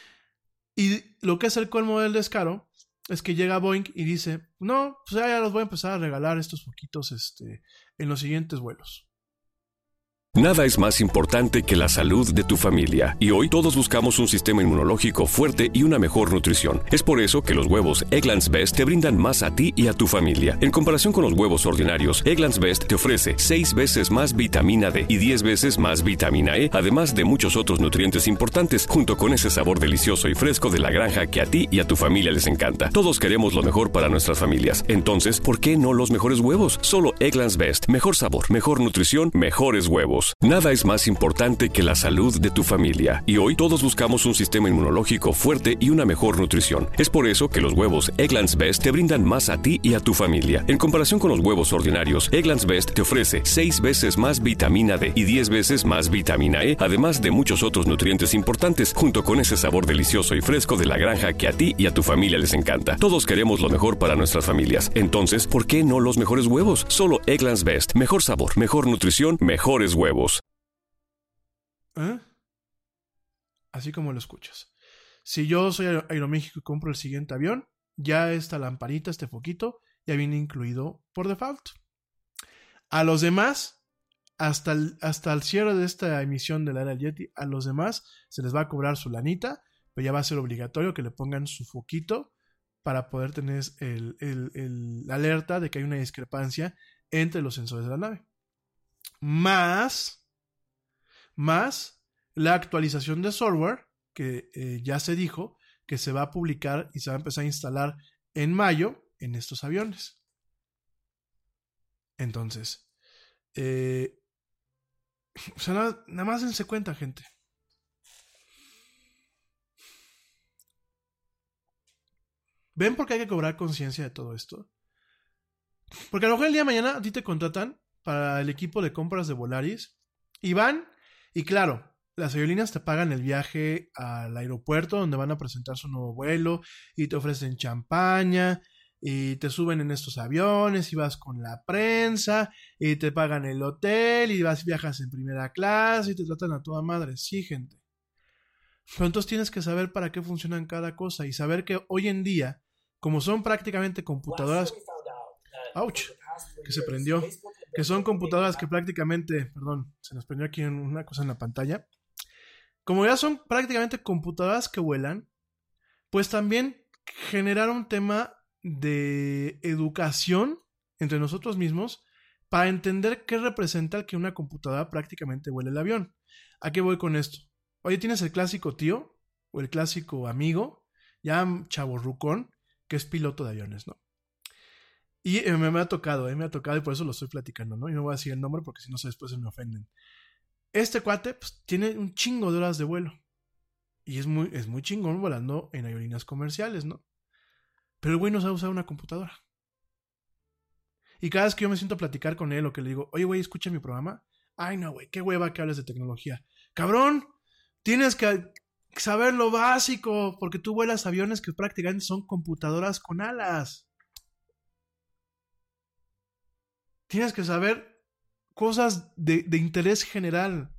Speaker 7: y lo que es el colmo del descaro es que llega Boeing y dice, no, pues ya los voy a empezar a regalar estos foquitos en los siguientes vuelos.
Speaker 1: Nada es más importante que la salud de tu familia, y hoy todos buscamos un sistema inmunológico fuerte y una mejor nutrición. Es por eso que los huevos Eggland's Best te brindan más a ti y a tu familia. En comparación con los huevos ordinarios, Eggland's Best te ofrece 6 veces más vitamina D y 10 veces más vitamina E, además de muchos otros nutrientes importantes, junto con ese sabor delicioso y fresco de la granja que a ti y a tu familia les encanta. Todos queremos lo mejor para nuestras familias. Entonces, ¿por qué no los mejores huevos? Solo Eggland's Best. Mejor sabor, mejor nutrición, mejores huevos. Nada es más importante que la salud de tu familia, y hoy todos buscamos un sistema inmunológico fuerte y una mejor nutrición. Es por eso que los huevos Eggland's Best te brindan más a ti y a tu familia. En comparación con los huevos ordinarios, Eggland's Best te ofrece 6 veces más vitamina D y 10 veces más vitamina E, además de muchos otros nutrientes importantes, junto con ese sabor delicioso y fresco de la granja que a ti y a tu familia les encanta. Todos queremos lo mejor para nuestras familias. Entonces, ¿por qué no los mejores huevos? Solo Eggland's Best. Mejor sabor, mejor nutrición, mejores huevos.
Speaker 7: Así como lo escuchas. Si yo soy Aeroméxico y compro el siguiente avión, ya esta lamparita, este foquito, ya viene incluido por default. A los demás, hasta el cierre de esta emisión de la era del Yeti, a los demás se les va a cobrar su lanita, pero ya va a ser obligatorio que le pongan su foquito para poder tener la alerta de que hay una discrepancia entre los sensores de la nave. Más la actualización de software que ya se dijo que se va a publicar y se va a empezar a instalar en mayo en estos aviones. Entonces, o sea, nada más dense cuenta, gente. ¿Ven por qué hay que cobrar conciencia de todo esto? Porque a lo mejor el día de mañana a ti te contratan para el equipo de compras de Volaris y van, y claro, las aerolíneas te pagan el viaje al aeropuerto donde van a presentar su nuevo vuelo y te ofrecen champaña y te suben en estos aviones y vas con la prensa y te pagan el hotel y viajas en primera clase y te tratan a toda madre. Sí, gente. Pero entonces tienes que saber para qué funcionan cada cosa y saber que hoy en día, como son prácticamente computadoras... ¡Auch! Que se prendió. Que son computadoras que prácticamente... Perdón, se nos prendió aquí una cosa en la pantalla. Como ya son prácticamente computadoras que vuelan, pues también generar un tema de educación entre nosotros mismos para entender qué representa el que una computadora prácticamente vuele el avión. ¿A qué voy con esto? Oye, tienes el clásico tío o el clásico amigo, ya chavorrucón, que es piloto de aviones, ¿no? Y me ha tocado y por eso lo estoy platicando, ¿no? Y no voy a decir el nombre porque si no después se me ofenden. Este cuate pues, tiene un chingo de horas de vuelo. Y es muy chingón volando en aerolíneas comerciales, ¿no? Pero el güey no sabe usar una computadora. Y cada vez que yo me siento a platicar con él o que le digo, oye, güey, escucha mi programa. Ay, no, güey, qué hueva que hables de tecnología. ¡Cabrón! Tienes que saber lo básico, porque tú vuelas aviones que prácticamente son computadoras con alas. Tienes que saber cosas de interés general.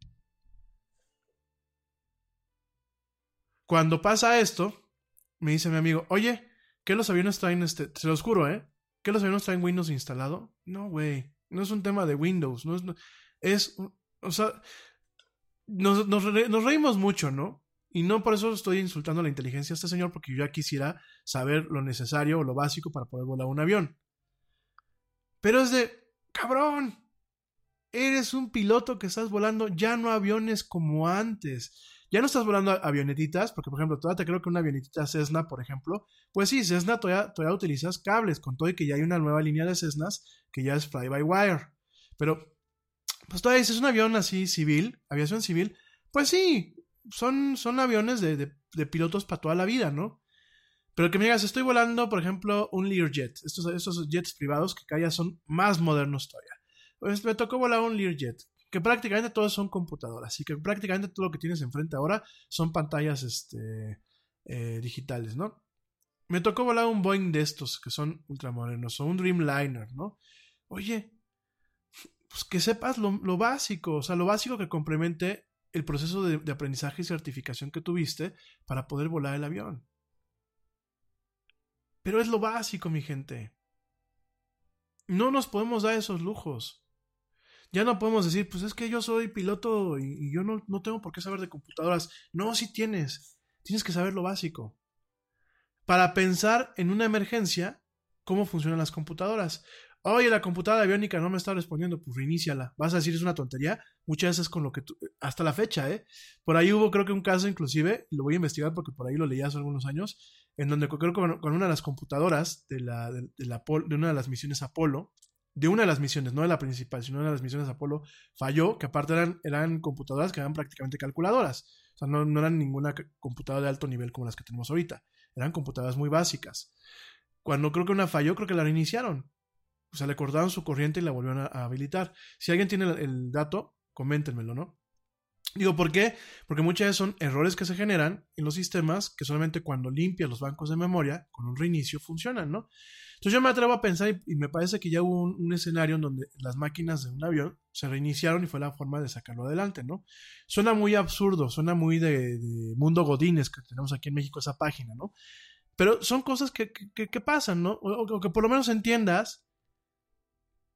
Speaker 7: Cuando pasa esto, me dice mi amigo, oye, ¿qué los aviones traen se los juro, ¿qué los aviones traen Windows instalado? No, güey, no es un tema de Windows, o sea, nos reímos mucho, ¿no? Y no por eso estoy insultando la inteligencia de este señor, porque yo ya quisiera saber lo necesario o lo básico para poder volar un avión. Pero es de, cabrón, eres un piloto que estás volando ya no aviones como antes. Ya no estás volando avionetitas, porque por ejemplo, todavía te creo que una avionetita Cessna, por ejemplo, pues sí, Cessna todavía utilizas cables, con todo y que ya hay una nueva línea de Cessnas que ya es fly-by-wire. Pero, pues todavía dices, un avión así civil, aviación civil, pues sí, son aviones de pilotos para toda la vida, ¿no? Pero que me digas, estoy volando, por ejemplo, un Learjet, estos jets privados que cada día son más modernos todavía. Pues me tocó volar un Learjet, que prácticamente todos son computadoras y que prácticamente todo lo que tienes enfrente ahora son pantallas digitales, ¿no? Me tocó volar un Boeing de estos que son ultramodernos o un Dreamliner, ¿no? Oye, pues que sepas lo básico, o sea, lo básico que complemente el proceso de aprendizaje y certificación que tuviste para poder volar el avión. Pero es lo básico, mi gente. No nos podemos dar esos lujos. Ya no podemos decir, pues es que yo soy piloto y yo no tengo por qué saber de computadoras. No, sí tienes. Tienes que saber lo básico. Para pensar en una emergencia, cómo funcionan las computadoras. Oye, la computadora aviónica no me está respondiendo, pues reiníciala. Vas a decir, es una tontería. Muchas veces con lo que hasta la fecha, Por ahí hubo creo que un caso inclusive, y lo voy a investigar porque por ahí lo leí hace algunos años, en donde creo que con una de las computadoras de una de las misiones Apolo, de una de las misiones, no de la principal, sino de una de las misiones Apolo, falló, que aparte eran computadoras que eran prácticamente calculadoras. O sea, no eran ninguna computadora de alto nivel como las que tenemos ahorita. Eran computadoras muy básicas. Cuando creo que una falló, creo que la reiniciaron. O sea, le cortaron su corriente y la volvieron a habilitar. Si alguien tiene el dato, coméntenmelo, ¿no? Digo, ¿por qué? Porque muchas veces son errores que se generan en los sistemas que solamente cuando limpias los bancos de memoria, con un reinicio, funcionan, ¿no? Entonces yo me atrevo a pensar y me parece que ya hubo un escenario en donde las máquinas de un avión se reiniciaron y fue la forma de sacarlo adelante, ¿no? Suena muy absurdo, suena muy de Mundo Godínez que tenemos aquí en México esa página, ¿no? Pero son cosas que pasan, ¿no? O que por lo menos entiendas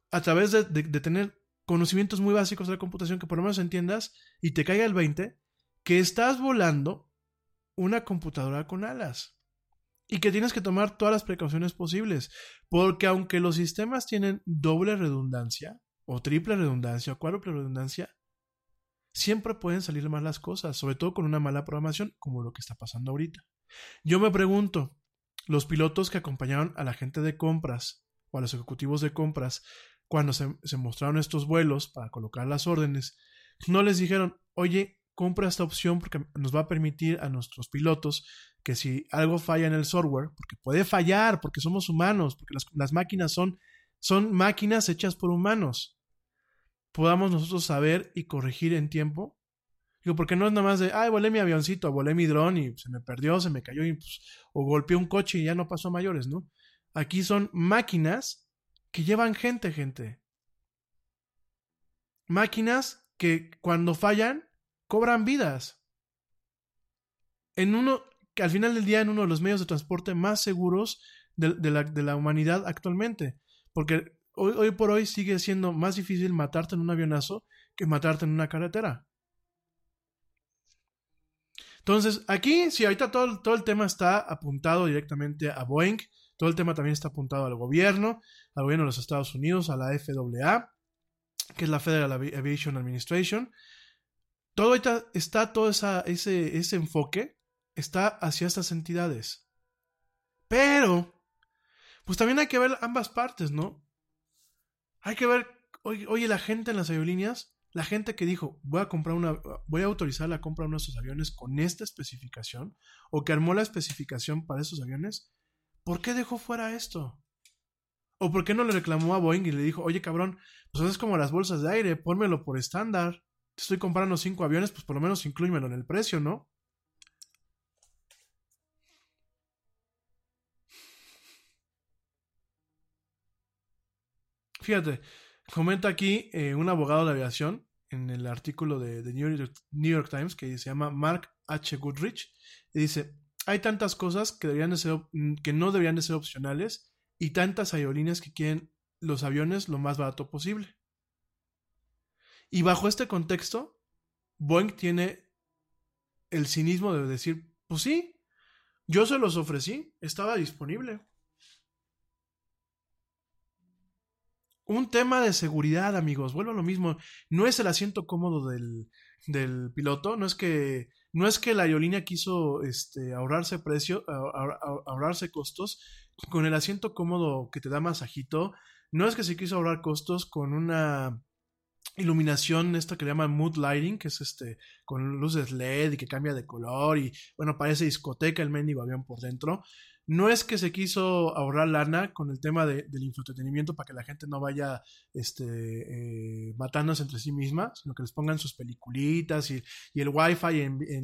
Speaker 7: a través de tener conocimientos muy básicos de la computación, que por lo menos entiendas y te caiga el 20, que estás volando una computadora con alas y que tienes que tomar todas las precauciones posibles, porque aunque los sistemas tienen doble redundancia o triple redundancia o cuádruple redundancia, siempre pueden salir mal las cosas, sobre todo con una mala programación, como lo que está pasando ahorita. Yo me pregunto, los pilotos que acompañaron a la gente de compras o a los ejecutivos de compras cuando se mostraron estos vuelos para colocar las órdenes, no les dijeron, oye, compra esta opción porque nos va a permitir a nuestros pilotos que si algo falla en el software, porque puede fallar, porque somos humanos, porque las máquinas son máquinas hechas por humanos, podamos nosotros saber y corregir en tiempo. Digo, porque no es nada más de, volé mi avioncito, volé mi dron y se me perdió, se me cayó y, pues, o golpeé un coche y ya no pasó a mayores, ¿no? Aquí son máquinas que llevan gente. Máquinas que cuando fallan cobran vidas. Que al final del día en uno de los medios de transporte más seguros de la humanidad actualmente. Porque hoy por hoy sigue siendo más difícil matarte en un avionazo que matarte en una carretera. Entonces, aquí, sí, ahorita todo el tema está apuntado directamente a Boeing, todo el tema también está apuntado al gobierno de los Estados Unidos, a la FAA, que es la Federal Aviation Administration. Todo ahorita está, todo ese enfoque está hacia estas entidades. Pero, pues también hay que ver ambas partes, ¿no? Hay que ver, oye, la gente en las aerolíneas, la gente que dijo, voy a autorizar la compra de uno de estos aviones con esta especificación, o que armó la especificación para esos aviones, ¿por qué dejó fuera esto? ¿O por qué no le reclamó a Boeing y le dijo, oye, cabrón, pues es como las bolsas de aire, pónmelo por estándar, te estoy comprando 5 aviones, pues por lo menos inclúyemelo en el precio, ¿no? Fíjate, comenta aquí un abogado de aviación en el artículo de New York Times que se llama Mark H. Goodrich y dice, hay tantas cosas que no deberían de ser opcionales y tantas aerolíneas que quieren los aviones lo más barato posible. Y bajo este contexto, Boeing tiene el cinismo de decir, pues sí, yo se los ofrecí, estaba disponible. Un tema de seguridad, amigos, vuelvo a lo mismo, no es el asiento cómodo del piloto, no es que la aerolínea quiso ahorrarse precio, ahorrarse costos con el asiento cómodo que te da masajito, no es que se quiso ahorrar costos con una iluminación, esto que le llaman mood lighting, que es con luces LED y que cambia de color y bueno, parece discoteca el mendigo avión por dentro. No es que se quiso ahorrar lana con el tema del infoentretenimiento para que la gente no vaya matándose entre sí misma, sino que les pongan sus peliculitas y el wifi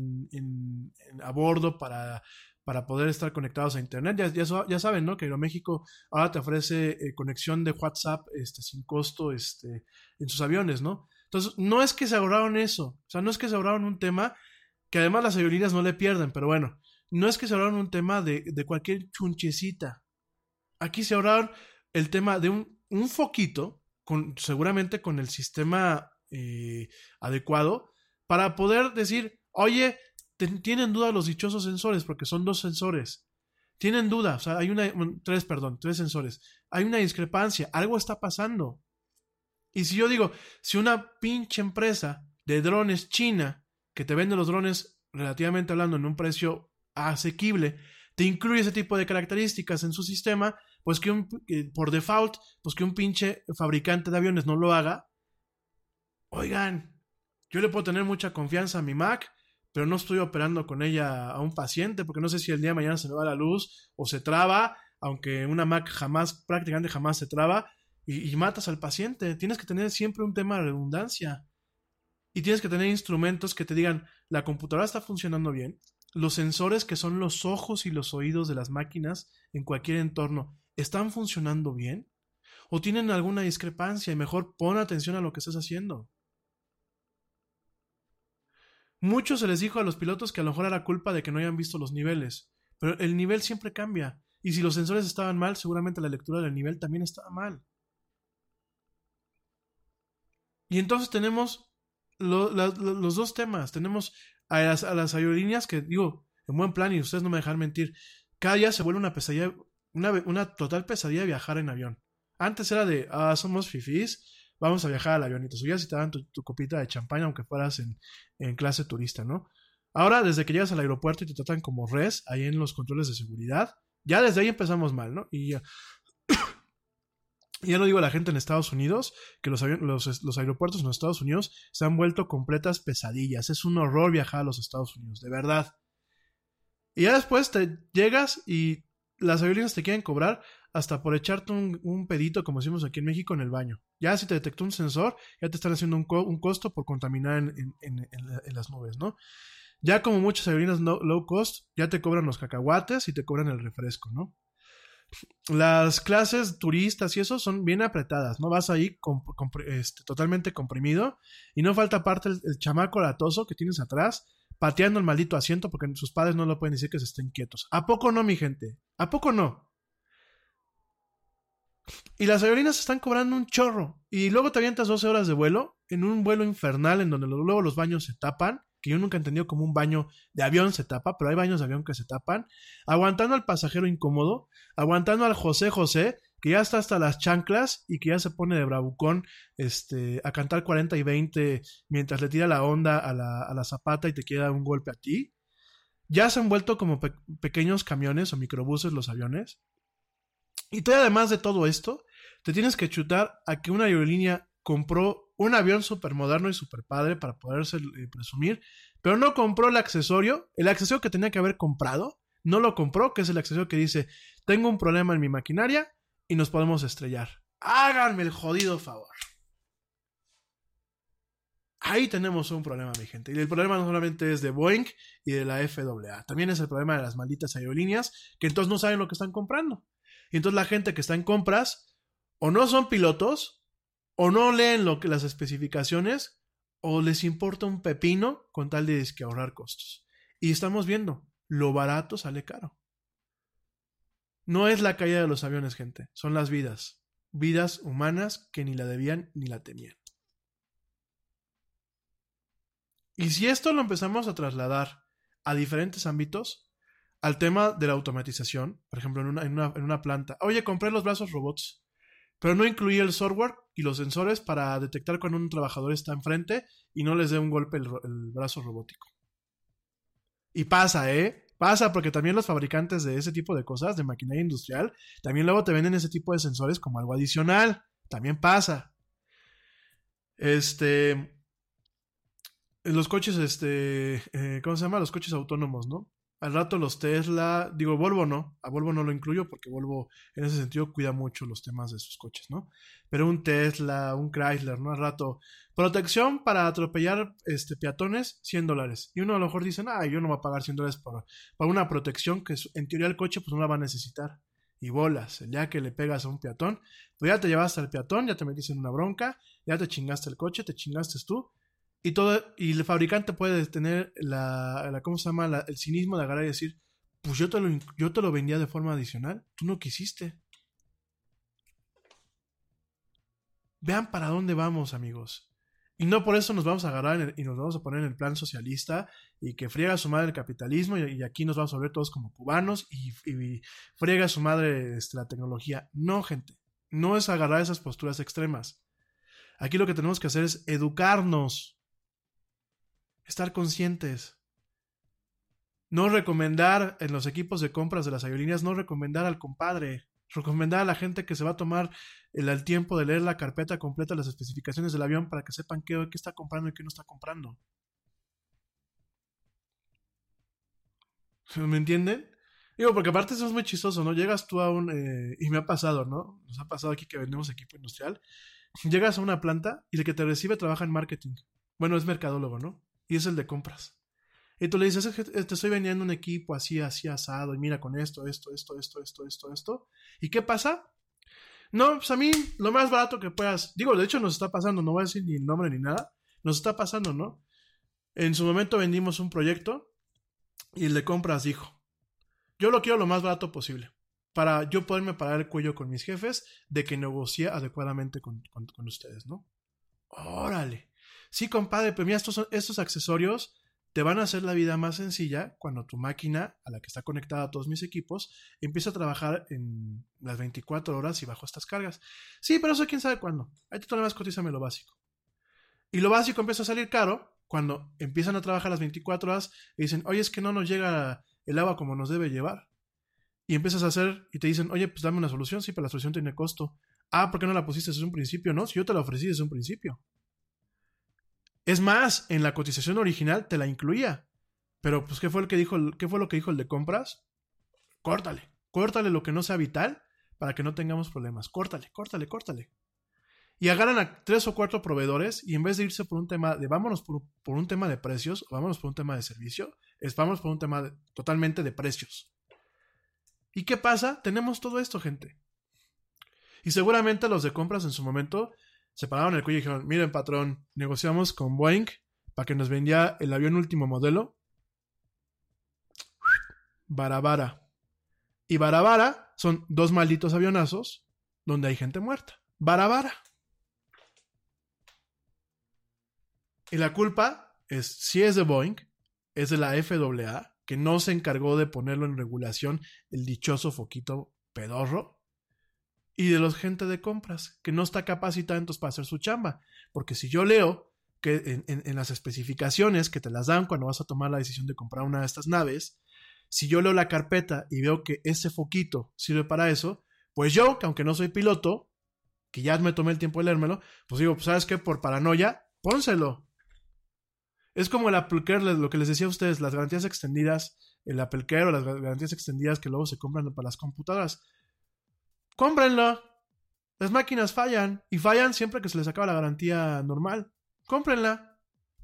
Speaker 7: a bordo para poder estar conectados a internet. Ya saben, ¿no? Que Aeroméxico ahora te ofrece conexión de WhatsApp sin costo en sus aviones, ¿no? Entonces, no es que se ahorraron eso, o sea, no es que se ahorraron un tema que además las aerolíneas no le pierden, pero bueno, no es que se ahorraron un tema de cualquier chunchecita. Aquí se ahorraron el tema de un foquito, seguramente con el sistema adecuado, para poder decir, oye, tienen duda los dichosos sensores, porque son 2 sensores. Tienen duda, o sea, hay 3 sensores. Hay una discrepancia, algo está pasando. Y si yo digo, si una pinche empresa de drones china, que te vende los drones relativamente hablando en un precio asequible, te incluye ese tipo de características en su sistema, pues que por default, pues que un pinche fabricante de aviones no lo haga. Oigan, yo le puedo tener mucha confianza a mi Mac, pero no estoy operando con ella a un paciente, porque no sé si el día de mañana se me va la luz o se traba, aunque una Mac prácticamente jamás se traba, y matas al paciente. Tienes que tener siempre un tema de redundancia. Y tienes que tener instrumentos que te digan, la computadora está funcionando bien, los sensores que son los ojos y los oídos de las máquinas en cualquier entorno, ¿están funcionando bien? ¿O tienen alguna discrepancia? Y mejor pon atención a lo que estás haciendo. Mucho se les dijo a los pilotos que a lo mejor era culpa de que no hayan visto los niveles, pero el nivel siempre cambia. Y si los sensores estaban mal, seguramente la lectura del nivel también estaba mal. Y entonces tenemos los dos temas. Tenemos a las aerolíneas que, digo, en buen plan, y ustedes no me dejan mentir, cada día se vuelve una pesadilla, una total pesadilla viajar en avión. Antes era de, somos fifís, vamos a viajar al avión y te subías y te daban tu copita de champaña aunque fueras en clase turista, ¿no? Ahora, desde que llegas al aeropuerto y te tratan como res, ahí en los controles de seguridad, ya desde ahí empezamos mal, ¿no? Y ya lo digo a la gente en Estados Unidos, que los aeropuertos en los Estados Unidos se han vuelto completas pesadillas. Es un horror viajar a los Estados Unidos, de verdad. Y ya después te llegas y las aerolíneas te quieren cobrar hasta por echarte un pedito, como decimos aquí en México, en el baño. Ya si te detectó un sensor, ya te están haciendo un costo por contaminar en las nubes, ¿no? Ya como muchas aerolíneas low cost, ya te cobran los cacahuates y te cobran el refresco, ¿no? Las clases turistas y eso son bien apretadas, ¿no? Vas ahí totalmente comprimido y no falta aparte el chamaco latoso que tienes atrás pateando el maldito asiento porque sus padres no lo pueden decir que se estén quietos. ¿A poco no, mi gente? ¿A poco no? Y las aerolíneas están cobrando un chorro y luego te avientas 12 horas de vuelo en un vuelo infernal en donde luego los baños se tapan, que yo nunca he entendido cómo un baño de avión se tapa, pero hay baños de avión que se tapan, aguantando al pasajero incómodo, aguantando al José, que ya está hasta las chanclas y que ya se pone de bravucón a cantar 40 y 20 mientras le tira la onda a la zapata y te quiere dar un golpe a ti. Ya se han vuelto como pequeños camiones o microbuses los aviones. Y todavía además de todo esto, te tienes que chutar a que una aerolínea compró un avión súper moderno y súper padre para poderse presumir, pero no compró el accesorio que tenía que haber comprado, no lo compró, que es el accesorio que dice, tengo un problema en mi maquinaria y nos podemos estrellar. Háganme el jodido favor. Ahí tenemos un problema, mi gente. Y el problema no solamente es de Boeing y de la FAA, también es el problema de las malditas aerolíneas, que entonces no saben lo que están comprando. Y entonces la gente que está en compras, o no son pilotos, o no leen las especificaciones, o les importa un pepino con tal de ahorrar costos. Y estamos viendo, lo barato sale caro. No es la caída de los aviones, gente, son las vidas. Vidas humanas que ni la debían ni la temían. Y si esto lo empezamos a trasladar a diferentes ámbitos, al tema de la automatización, por ejemplo, en una planta. Oye, compré los brazos robots, pero no incluí el software y los sensores para detectar cuando un trabajador está enfrente y no les dé un golpe el brazo robótico. Y pasa, Pasa porque también los fabricantes de ese tipo de cosas, de maquinaria industrial, también luego te venden ese tipo de sensores como algo adicional. También pasa. Los coches, ¿cómo se llama? Los coches autónomos, ¿no? Al rato los Tesla, digo Volvo no, a Volvo no lo incluyo porque Volvo en ese sentido cuida mucho los temas de sus coches, ¿no? Pero un Tesla, un Chrysler, ¿no? Al rato, protección para atropellar peatones, $100. Y uno a lo mejor dice, yo no voy a pagar $100 por una protección que en teoría el coche pues no la va a necesitar. Y bolas, el día que le pegas a un peatón, pues ya te llevaste al peatón, ya te metiste en una bronca, ya te chingaste el coche, te chingaste tú. Y el fabricante puede tener ¿cómo se llama? El cinismo de agarrar y decir, pues yo te lo vendía de forma adicional, tú no quisiste. Vean para dónde vamos, amigos. Y no por eso nos vamos a agarrar y nos vamos a poner en el plan socialista y que friega a su madre el capitalismo y aquí nos vamos a volver todos como cubanos y friega a su madre la tecnología. No, gente, no es agarrar esas posturas extremas. Aquí lo que tenemos que hacer es educarnos. Estar conscientes. No recomendar en los equipos de compras de las aerolíneas, no recomendar al compadre, recomendar a la gente que se va a tomar el tiempo de leer la carpeta completa de las especificaciones del avión para que sepan qué está comprando y qué no está comprando. ¿Me entienden? Digo, porque aparte eso es muy chistoso, ¿no? Llegas tú a y me ha pasado, ¿no? Nos ha pasado aquí que vendemos equipo industrial. Llegas a una planta y el que te recibe trabaja en marketing. Bueno, es mercadólogo, ¿no? Y es el de compras. Y tú le dices, es que te estoy vendiendo un equipo así asado, y mira con esto. ¿Y qué pasa? No, pues a mí, lo más barato que puedas. Digo, de hecho nos está pasando, no voy a decir ni el nombre ni nada. Nos está pasando, ¿no? En su momento vendimos un proyecto y el de compras dijo, yo lo quiero lo más barato posible, para yo poderme parar el cuello con mis jefes de que negocie adecuadamente con ustedes, ¿no? Órale. Sí, compadre, pero mira, estos accesorios te van a hacer la vida más sencilla cuando tu máquina, a la que está conectada a todos mis equipos, empieza a trabajar en las 24 horas y bajo estas cargas. Sí, pero eso quién sabe cuándo. Ahí tú nada más cotízame lo básico. Y lo básico empieza a salir caro cuando empiezan a trabajar las 24 horas y dicen, oye, es que no nos llega el agua como nos debe llevar. Y empiezas a hacer y te dicen, oye, pues dame una solución. Sí, pero la solución tiene costo. Ah, ¿por qué no la pusiste desde un principio? No, si yo te la ofrecí desde un principio. Es más, en la cotización original te la incluía. Pero, pues, ¿qué fue lo que dijo el de compras? Córtale lo que no sea vital para que no tengamos problemas. Córtale. Y agarran a 3 o 4 proveedores y en vez de irse por un tema de vámonos por un tema de precios, o vámonos por un tema de servicio, vámonos por un tema totalmente de precios. ¿Y qué pasa? Tenemos todo esto, gente. Y seguramente los de compras en su momento se pararon el cuello y dijeron, miren patrón, negociamos con Boeing para que nos vendía el avión último modelo. Barabara. Y Barabara son 2 malditos avionazos donde hay gente muerta. Barabara. Y la culpa si es de Boeing, es de la FAA, que no se encargó de ponerlo en regulación el dichoso foquito pedorro, y de los gente de compras, que no está capacitada entonces para hacer su chamba. Porque si yo leo que en las especificaciones que te las dan cuando vas a tomar la decisión de comprar una de estas naves, si yo leo la carpeta y veo que ese foquito sirve para eso, pues yo, que aunque no soy piloto, que ya me tomé el tiempo de leérmelo, pues digo, pues ¿sabes qué? Por paranoia, pónselo. Es como el Apple Care, lo que les decía a ustedes, las garantías extendidas, el Apple Care o las garantías extendidas que luego se compran para las computadoras. ¡Cómprenlo! Las máquinas fallan, y fallan siempre que se les acaba la garantía normal. ¡Cómprenla!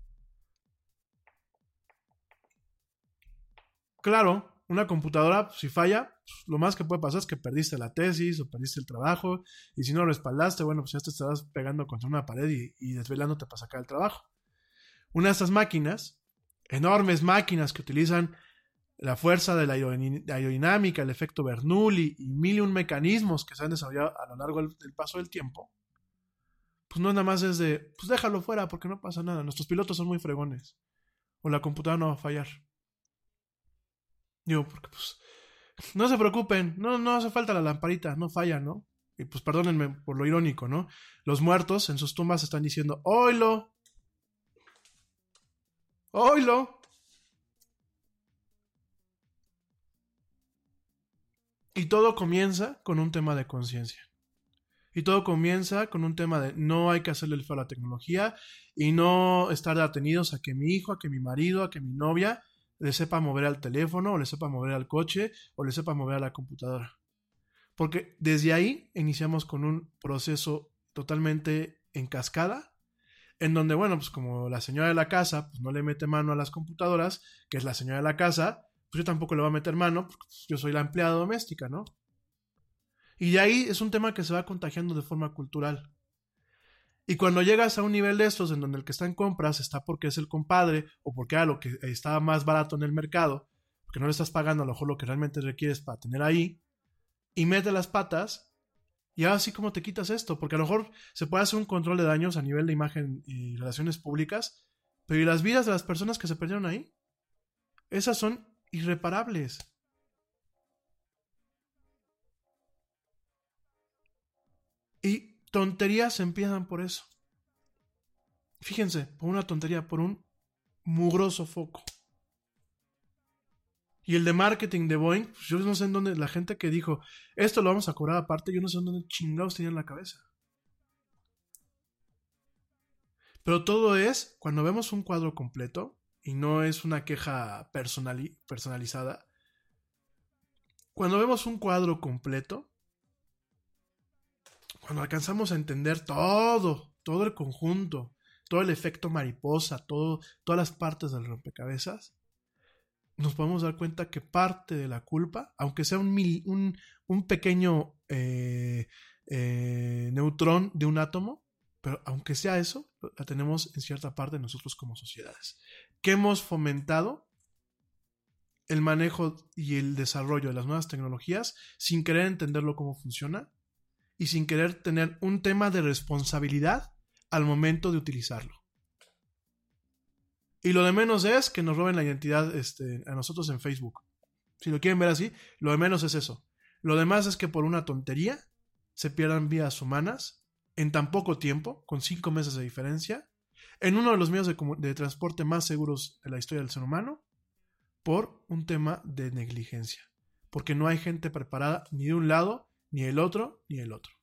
Speaker 7: Claro, una computadora, si falla, pues, lo más que puede pasar es que perdiste la tesis o perdiste el trabajo, y si no lo respaldaste, bueno, pues ya te estarás pegando contra una pared y desvelándote para sacar el trabajo. Una de estas máquinas, enormes máquinas que utilizan la fuerza de la aerodinámica, el efecto Bernoulli y 1001 mecanismos que se han desarrollado a lo largo del paso del tiempo, pues no nada más es de, pues déjalo fuera porque no pasa nada, nuestros pilotos son muy fregones, o la computadora no va a fallar. Digo, porque pues, no se preocupen, no hace falta la lamparita, no falla, ¿no? Y pues perdónenme por lo irónico, ¿no? Los muertos en sus tumbas están diciendo, ¡oilo! Y todo comienza con un tema de conciencia. Y todo comienza con un tema de no hay que hacerle el feo a la tecnología y no estar atenidos a que mi hijo, a que mi marido, a que mi novia le sepa mover al teléfono, o le sepa mover al coche, o le sepa mover a la computadora. Porque desde ahí iniciamos con un proceso totalmente en cascada, en donde, bueno, pues como la señora de la casa pues no le mete mano a las computadoras, que es la señora de la casa, pues yo tampoco le voy a meter mano, porque yo soy la empleada doméstica, ¿no? Y de ahí es un tema que se va contagiando de forma cultural. Y cuando llegas a un nivel de estos, en donde el que está en compras está porque es el compadre, o porque era lo que estaba más barato en el mercado, porque no le estás pagando a lo mejor lo que realmente requieres para tener ahí, y mete las patas, y ahora sí, ¿cómo te quitas esto? Porque a lo mejor se puede hacer un control de daños a nivel de imagen y relaciones públicas, pero ¿y las vidas de las personas que se perdieron ahí? Esas son irreparables. Y tonterías empiezan por eso. Fíjense, por una tontería, por un mugroso foco. Y el de marketing de Boeing, pues yo no sé en dónde, la gente que dijo, esto lo vamos a cobrar aparte, yo no sé en dónde chingados tenían la cabeza. Pero todo es, cuando vemos un cuadro completo, y no es una queja personalizada, cuando vemos un cuadro completo, cuando alcanzamos a entender todo el conjunto, todo el efecto mariposa, todas las partes del rompecabezas, nos podemos dar cuenta que parte de la culpa, aunque sea un pequeño neutrón de un átomo, pero aunque sea eso, la tenemos en cierta parte de nosotros como sociedades, que hemos fomentado el manejo y el desarrollo de las nuevas tecnologías sin querer entenderlo cómo funciona y sin querer tener un tema de responsabilidad al momento de utilizarlo. Y lo de menos es que nos roben la identidad a nosotros en Facebook. Si lo quieren ver así, lo de menos es eso. Lo demás es que por una tontería se pierdan vidas humanas en tan poco tiempo, con 5 meses de diferencia, en uno de los medios de transporte más seguros de la historia del ser humano, por un tema de negligencia. Porque no hay gente preparada ni de un lado, ni el otro, ni el otro.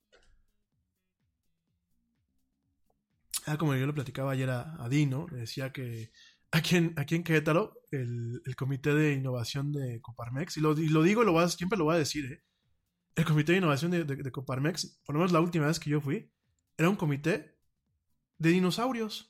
Speaker 7: Como yo le platicaba ayer a Dino, le decía que aquí en Querétaro, el Comité de Innovación de Coparmex, y lo digo y siempre lo voy a decir, el Comité de Innovación de Coparmex, por lo menos la última vez que yo fui, era un comité de dinosaurios.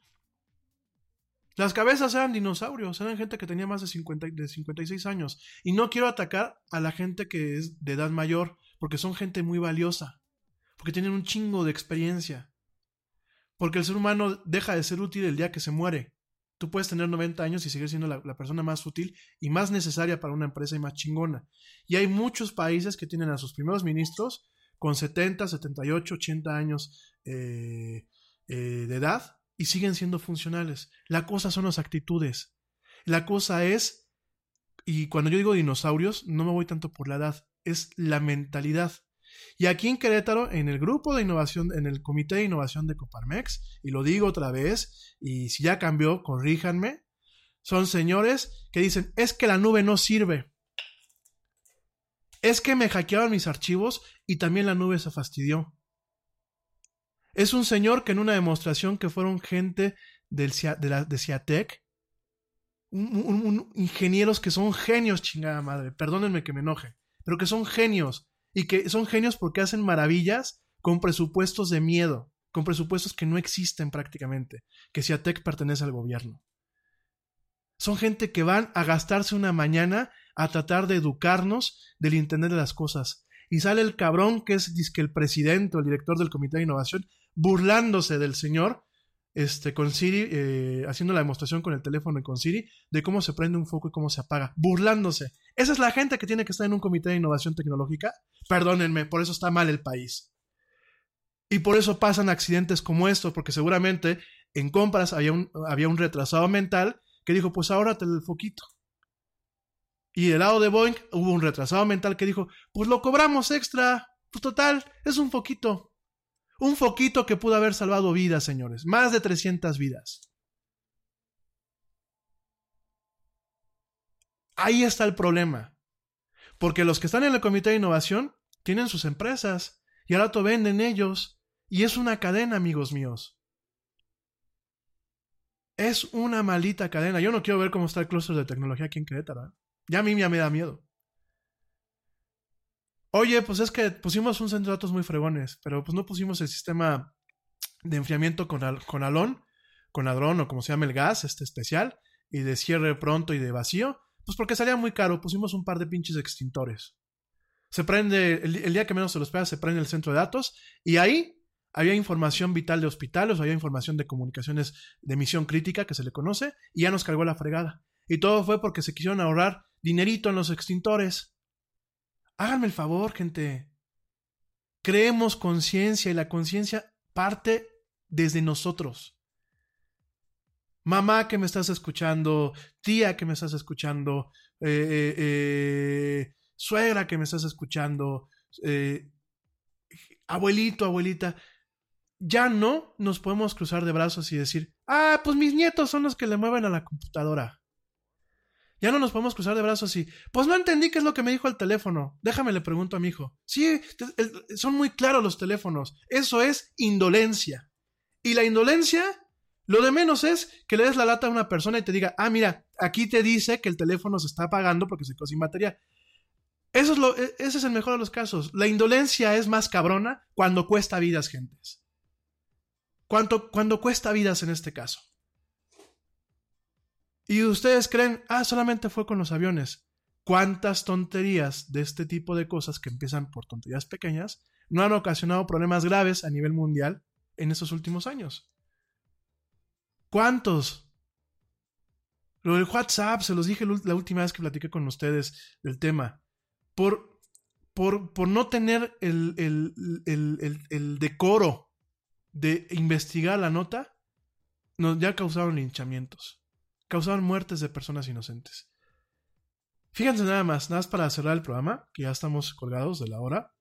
Speaker 7: Las cabezas eran dinosaurios, eran gente que tenía más de 56 años. Y no quiero atacar a la gente que es de edad mayor, porque son gente muy valiosa, porque tienen un chingo de experiencia. Porque el ser humano deja de ser útil el día que se muere. Tú puedes tener 90 años y seguir siendo la persona más útil y más necesaria para una empresa y más chingona. Y hay muchos países que tienen a sus primeros ministros con 70, 78, 80 años de edad y siguen siendo funcionales. La cosa son las actitudes. La cosa es, y cuando yo digo dinosaurios, no me voy tanto por la edad, es la mentalidad. Y aquí en Querétaro, en el grupo de innovación, en el Comité de Innovación de Coparmex, y lo digo otra vez, y si ya cambió, corríjanme, son señores que dicen, es que la nube no sirve. Es que me hackearon mis archivos y también la nube se fastidió. Es un señor que en una demostración que fueron gente de Ciatec, ingenieros que son genios, chingada madre, perdónenme que me enoje, pero que son genios. Y que son genios porque hacen maravillas con presupuestos de miedo, con presupuestos que no existen prácticamente, que Ciatec pertenece al gobierno. Son gente que van a gastarse una mañana a tratar de educarnos del Internet de las cosas. Y sale el cabrón que es dizque el presidente o el director del Comité de Innovación burlándose del señor con Siri, haciendo la demostración con el teléfono y con Siri de cómo se prende un foco y cómo se apaga, burlándose. Esa es la gente que tiene que estar en un comité de innovación tecnológica. Perdónenme, por eso está mal el país. Y por eso pasan accidentes como estos, porque seguramente en compras había un retrasado mental que dijo, pues ahórrate el foquito. Y del lado de Boeing hubo un retrasado mental que dijo, pues lo cobramos extra, pues total, es un foquito. Un foquito que pudo haber salvado vidas, señores. Más de 300 vidas. Ahí está el problema. Porque los que están en el Comité de Innovación tienen sus empresas. Y al rato venden ellos. Y es una cadena, amigos míos. Es una maldita cadena. Yo no quiero ver cómo está el clúster de tecnología aquí en Querétaro, ¿eh? Ya a mí me da miedo. Oye, pues es que pusimos un centro de datos muy fregones, pero pues no pusimos el sistema de enfriamiento con ladrón o como se llama el gas, especial, y de cierre pronto y de vacío, pues porque salía muy caro, pusimos un par de pinches extintores. Se prende, el día que menos se lo espera, se prende el centro de datos, y ahí había información vital de hospitales, había información de comunicaciones de misión crítica, que se le conoce, y ya nos cargó la fregada. Y todo fue porque se quisieron ahorrar dinerito en los extintores. Háganme el favor, gente. Creemos conciencia y la conciencia parte desde nosotros. Mamá que me estás escuchando, tía que me estás escuchando, suegra que me estás escuchando, abuelito, abuelita, ya no nos podemos cruzar de brazos y decir, pues mis nietos son los que le mueven a la computadora. Ya no nos podemos cruzar de brazos y, pues no entendí qué es lo que me dijo el teléfono. Déjame le pregunto a mi hijo. Sí, son muy claros los teléfonos. Eso es indolencia. Y la indolencia, lo de menos es que le des la lata a una persona y te diga, mira, aquí te dice que el teléfono se está apagando porque se quedó sin batería. Ese es el mejor de los casos. La indolencia es más cabrona cuando cuesta vidas, gentes. Cuando cuesta vidas en este caso. Y ustedes creen, solamente fue con los aviones. ¿Cuántas tonterías de este tipo de cosas que empiezan por tonterías pequeñas no han ocasionado problemas graves a nivel mundial en estos últimos años? ¿Cuántos? Lo del WhatsApp, se los dije la última vez que platiqué con ustedes del tema. Por no tener el decoro de investigar la nota, ya causaron linchamientos. Causaron muertes de personas inocentes. Fíjense nada más para cerrar el programa, que ya estamos colgados de la hora.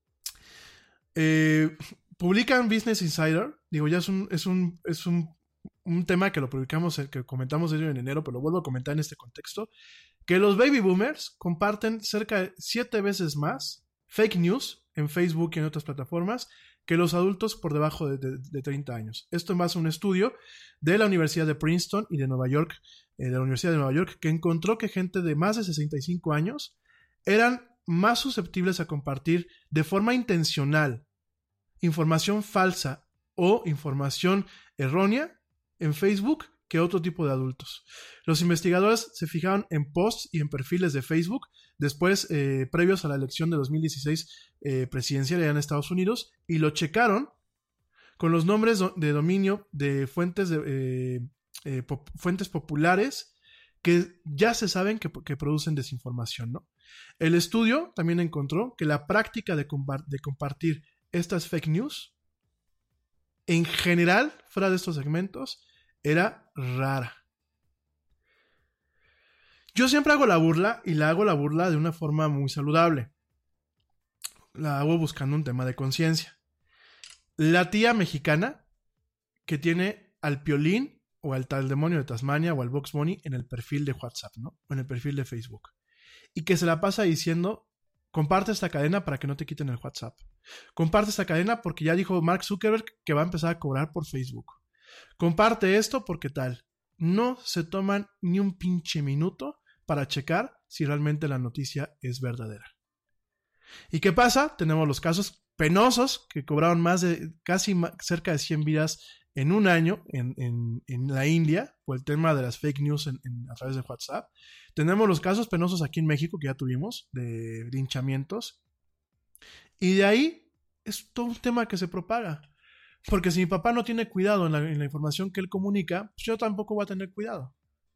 Speaker 7: Publican Business Insider, digo, ya es un tema que lo publicamos, que comentamos de ello en enero, pero lo vuelvo a comentar en este contexto, que los baby boomers comparten cerca de 7 veces más fake news en Facebook y en otras plataformas que los adultos por debajo de 30 años. Esto en base a un estudio de la Universidad de Princeton y de Nueva York, de la Universidad de Nueva York, que encontró que gente de más de 65 años eran más susceptibles a compartir de forma intencional información falsa o información errónea en Facebook que otro tipo de adultos. Los investigadores se fijaron en posts y en perfiles de Facebook después, previos a la elección de 2016 presidencial allá en Estados Unidos, y lo checaron con los nombres de dominio de fuentes fuentes populares que ya se saben que producen desinformación, ¿no? El estudio también encontró que la práctica de compartir estas fake news, en general, fuera de estos segmentos, era rara. Yo siempre hago la burla, y la hago la burla de una forma muy saludable. La hago buscando un tema de conciencia. La tía mexicana que tiene al Piolín o al tal demonio de Tasmania o al Box Bunny en el perfil de WhatsApp, ¿no? O en el perfil de Facebook. Y que se la pasa diciendo: comparte esta cadena para que no te quiten el WhatsApp. Comparte esta cadena porque ya dijo Mark Zuckerberg que va a empezar a cobrar por Facebook. Comparte esto porque tal. No se toman ni un pinche minuto para checar si realmente la noticia es verdadera. ¿Y qué pasa? Tenemos los casos penosos que cobraron casi cerca de 100 vidas en un año en la India por el tema de las fake news a través de WhatsApp. Tenemos los casos penosos aquí en México que ya tuvimos de linchamientos. Y de ahí es todo un tema que se propaga. Porque si mi papá no tiene cuidado en la información que él comunica, pues yo tampoco voy a tener cuidado.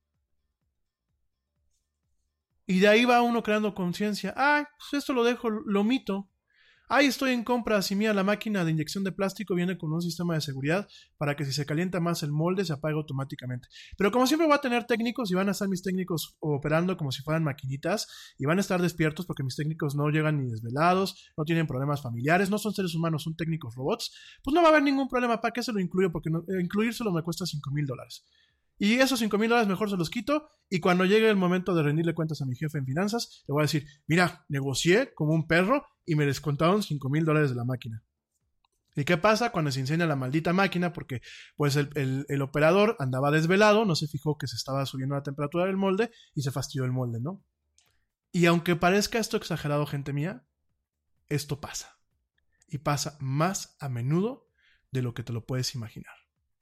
Speaker 7: Y de ahí va uno creando conciencia. Ay, pues esto lo dejo, lo omito. Ay, estoy en compras y mira, la máquina de inyección de plástico viene con un sistema de seguridad para que si se calienta más el molde se apague automáticamente. Pero como siempre voy a tener técnicos y van a estar mis técnicos operando como si fueran maquinitas y van a estar despiertos porque mis técnicos no llegan ni desvelados, no tienen problemas familiares, no son seres humanos, son técnicos robots, pues no va a haber ningún problema. ¿Para qué se lo incluyo? Porque incluírselo me cuesta $5,000. Y esos $5,000 mejor se los quito, y cuando llegue el momento de rendirle cuentas a mi jefe en finanzas, le voy a decir: mira, negocié como un perro y me descontaron $5,000 de la máquina. ¿Y qué pasa cuando se incendia la maldita máquina? Porque pues el operador andaba desvelado, no se fijó que se estaba subiendo la temperatura del molde y se fastidió el molde, ¿no? Y aunque parezca esto exagerado, gente mía, esto pasa. Y pasa más a menudo de lo que te lo puedes imaginar.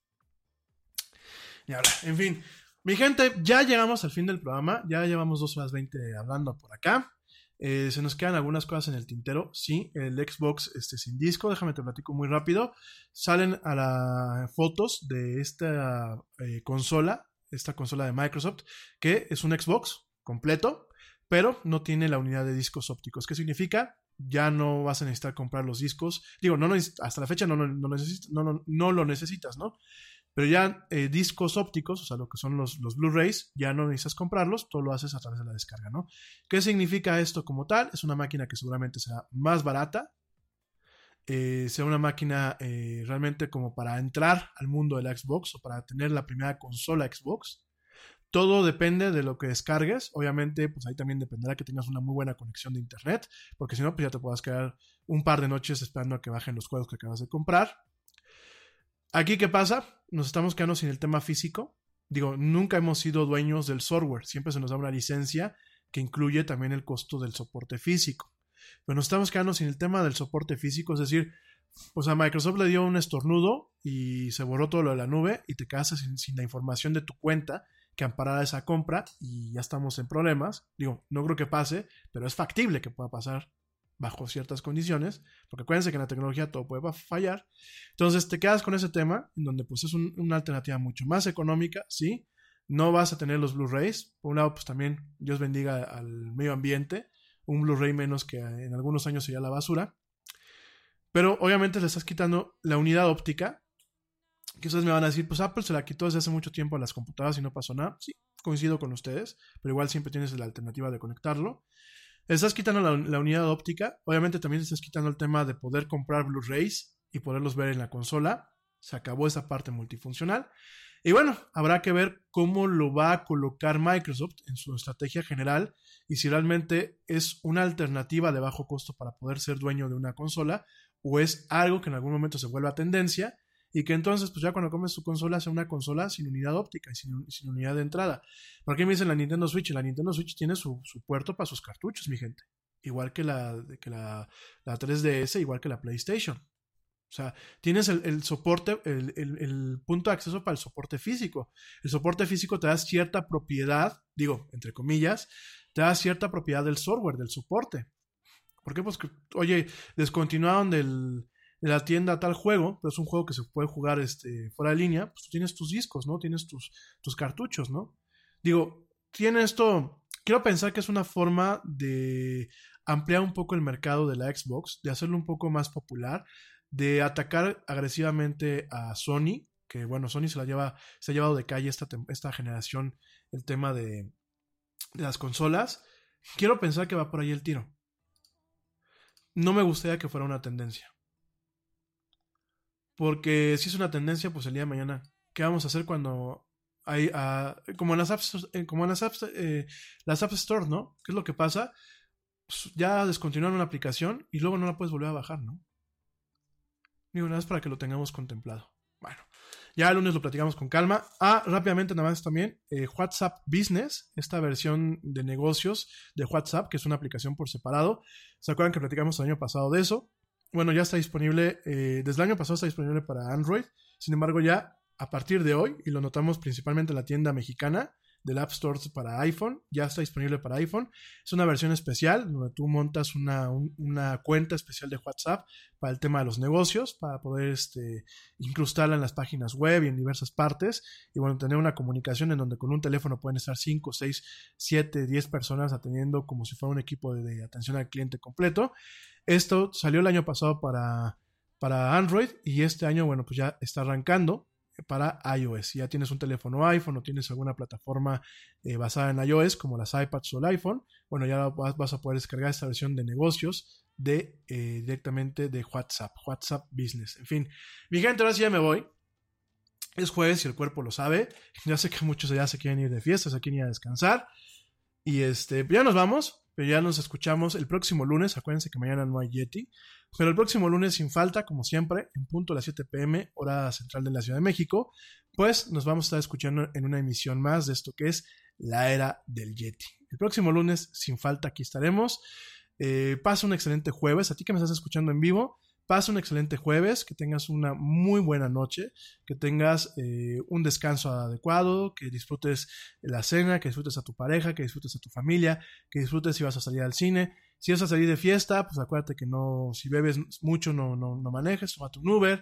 Speaker 7: Y ahora, en fin, mi gente, ya llegamos al fin del programa. Ya llevamos 2 horas 20 hablando por acá. Se nos quedan algunas cosas en el tintero. Sí, el Xbox sin disco, déjame te platico muy rápido. Salen a las fotos de esta consola de Microsoft, que es un Xbox completo, pero no tiene la unidad de discos ópticos. ¿Qué significa? Ya no vas a necesitar comprar los discos. Digo, hasta la fecha no lo necesitas, ¿no? Pero ya discos ópticos, o sea, lo que son los Blu-rays, ya no necesitas comprarlos, todo lo haces a través de la descarga, ¿no? ¿Qué significa esto como tal? Es una máquina que seguramente será más barata, sea una máquina realmente como para entrar al mundo de la Xbox o para tener la primera consola Xbox. Todo depende de lo que descargues. Obviamente, pues ahí también dependerá que tengas una muy buena conexión de internet, porque si no, pues ya te puedas quedar un par de noches esperando a que bajen los juegos que acabas de comprar. Aquí, ¿qué pasa? Nos estamos quedando sin el tema físico. Digo, nunca hemos sido dueños del software. Siempre se nos da una licencia que incluye también el costo del soporte físico. Pero nos estamos quedando sin el tema del soporte físico. Es decir, pues a Microsoft le dio un estornudo y se borró todo lo de la nube y te quedaste sin la información de tu cuenta que amparara esa compra y ya estamos en problemas. Digo, no creo que pase, pero es factible que pueda pasar bajo ciertas condiciones, porque acuérdense que en la tecnología todo puede fallar. Entonces te quedas con ese tema, en donde pues es una alternativa mucho más económica, ¿sí? No vas a tener los Blu-rays. Por un lado, pues también Dios bendiga al medio ambiente, un Blu-ray menos que en algunos años sería la basura. Pero obviamente le estás quitando la unidad óptica, que ustedes me van a decir, pues Apple se la quitó desde hace mucho tiempo a las computadoras y no pasó nada. Sí, coincido con ustedes, pero igual siempre tienes la alternativa de conectarlo. Le estás quitando la unidad óptica. Obviamente también le estás quitando el tema de poder comprar Blu-rays y poderlos ver en la consola. Se acabó esa parte multifuncional. Y bueno, habrá que ver cómo lo va a colocar Microsoft en su estrategia general y si realmente es una alternativa de bajo costo para poder ser dueño de una consola o es algo que en algún momento se vuelva tendencia y que entonces pues ya cuando compres tu consola sea una consola sin unidad óptica y sin unidad de entrada. ¿Por qué me dicen la Nintendo Switch? La Nintendo Switch tiene su puerto para sus cartuchos, mi gente. Igual que la 3DS, igual que la PlayStation. O sea, tienes el soporte, el punto de acceso para el soporte físico. El soporte físico te da cierta propiedad, digo, entre comillas, te da cierta propiedad del software, del soporte. ¿Por qué? Pues, oye, descontinuaron de la tienda tal juego, pero es un juego que se puede jugar fuera de línea, pues tú tienes tus discos, ¿no? Tienes tus cartuchos, ¿no? Digo, tiene esto, quiero pensar que es una forma de ampliar un poco el mercado de la Xbox, de hacerlo un poco más popular, de atacar agresivamente a Sony, que bueno, Sony se ha llevado de calle esta generación el tema de las consolas. Quiero pensar que va por ahí el tiro. No me gustaría que fuera una tendencia. Porque si es una tendencia, pues el día de mañana, ¿qué vamos a hacer cuando hay, como en las App Store, ¿no? ¿Qué es lo que pasa? Pues ya descontinuaron una aplicación y luego no la puedes volver a bajar, ¿no? Digo, nada más para que lo tengamos contemplado. Bueno, ya el lunes lo platicamos con calma. Rápidamente nada más también, WhatsApp Business, esta versión de negocios de WhatsApp, que es una aplicación por separado. ¿Se acuerdan que platicamos el año pasado de eso? Bueno, ya está disponible, desde el año pasado está disponible para Android. Sin embargo, ya a partir de hoy, y lo notamos principalmente en la tienda mexicana del App Store para iPhone, ya está disponible para iPhone. Es una versión especial donde tú montas una cuenta especial de WhatsApp para el tema de los negocios, para poder incrustarla en las páginas web y en diversas partes, y bueno, tener una comunicación en donde con un teléfono pueden estar 5, 6, 7, 10 personas atendiendo como si fuera un equipo de atención al cliente completo. Esto salió el año pasado para Android y este año, bueno, pues ya está arrancando para iOS. Si ya tienes un teléfono iPhone o tienes alguna plataforma basada en iOS como las iPads o el iPhone, bueno, ya vas a poder descargar esta versión de negocios directamente de WhatsApp Business. En fin, mi gente, ahora sí ya me voy. Es jueves y el cuerpo lo sabe. Ya sé que muchos ya se quieren ir de fiesta, se quieren ir a descansar. Y ya nos vamos, pero ya nos escuchamos el próximo lunes. Acuérdense que mañana no hay Yeti. Pero el próximo lunes, sin falta, como siempre, en punto a las 7 p.m., hora central de la Ciudad de México, pues nos vamos a estar escuchando en una emisión más de esto que es la era del Yeti. El próximo lunes, sin falta, aquí estaremos. Pasa un excelente jueves. A ti que me estás escuchando en vivo, pasa un excelente jueves, que tengas una muy buena noche, que tengas un descanso adecuado, que disfrutes la cena, que disfrutes a tu pareja, que disfrutes a tu familia, que disfrutes si vas a salir al cine. Si vas a salir de fiesta, pues acuérdate que no, si bebes mucho no manejes, tómate un Uber.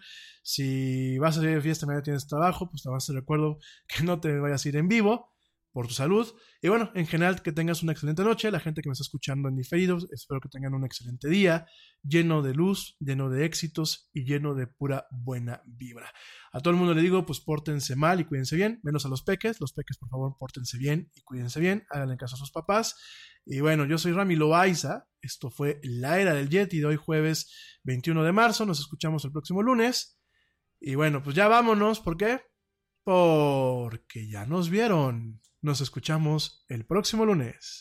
Speaker 7: Si vas a salir de fiesta y mañana tienes trabajo, pues te vas a recuerdo que no te vayas a ir en vivo por tu salud. Y bueno, en general que tengas una excelente noche. La gente que me está escuchando en diferido, espero que tengan un excelente día, lleno de luz, lleno de éxitos y lleno de pura buena vibra. A todo el mundo le digo, pues pórtense mal y cuídense bien, menos a los peques. Los peques, por favor, pórtense bien y cuídense bien, háganle caso a sus papás. Y bueno, yo soy Rami Loaiza, esto fue La Era del Yeti de hoy jueves 21 de marzo, nos escuchamos el próximo lunes. Y bueno, pues ya vámonos, ¿por qué? Porque ya nos vieron. Nos escuchamos el próximo lunes.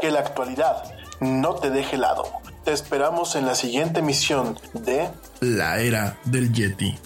Speaker 6: que la actualidad no te deje helado. Te esperamos en la siguiente emisión de La Era del Yeti.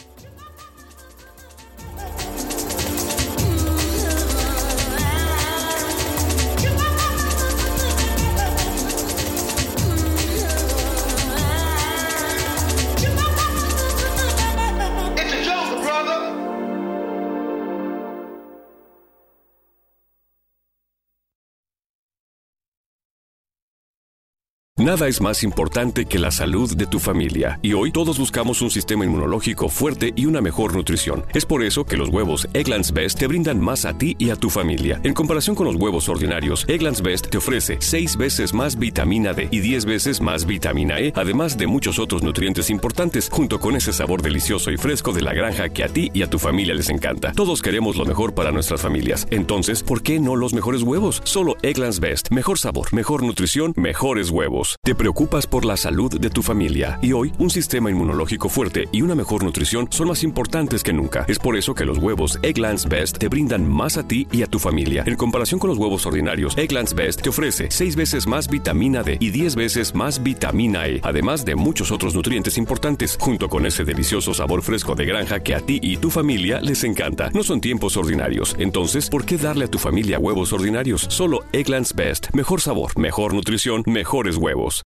Speaker 1: Nada es más importante que la salud de tu familia, y hoy todos buscamos un sistema inmunológico fuerte y una mejor nutrición. Es por eso que los huevos Eggland's Best te brindan más a ti y a tu familia. En comparación con los huevos ordinarios, Eggland's Best te ofrece 6 veces más vitamina D y 10 veces más vitamina E, además de muchos otros nutrientes importantes, junto con ese sabor delicioso y fresco de la granja que a ti y a tu familia les encanta. Todos queremos lo mejor para nuestras familias. Entonces, ¿por qué no los mejores huevos? Solo Eggland's Best. Mejor sabor, mejor nutrición, mejores huevos. Te preocupas por la salud de tu familia, y hoy un sistema inmunológico fuerte y una mejor nutrición son más importantes que nunca. Es por eso que los huevos Eggland's Best te brindan más a ti y a tu familia. En comparación con los huevos ordinarios, Eggland's Best te ofrece 6 veces más vitamina D y 10 veces más vitamina E, además de muchos otros nutrientes importantes, junto con ese delicioso sabor fresco de granja que a ti y tu familia les encanta. No son tiempos ordinarios, entonces, ¿por qué darle a tu familia huevos ordinarios? Solo Eggland's Best. Mejor sabor, mejor nutrición, mejores huevos.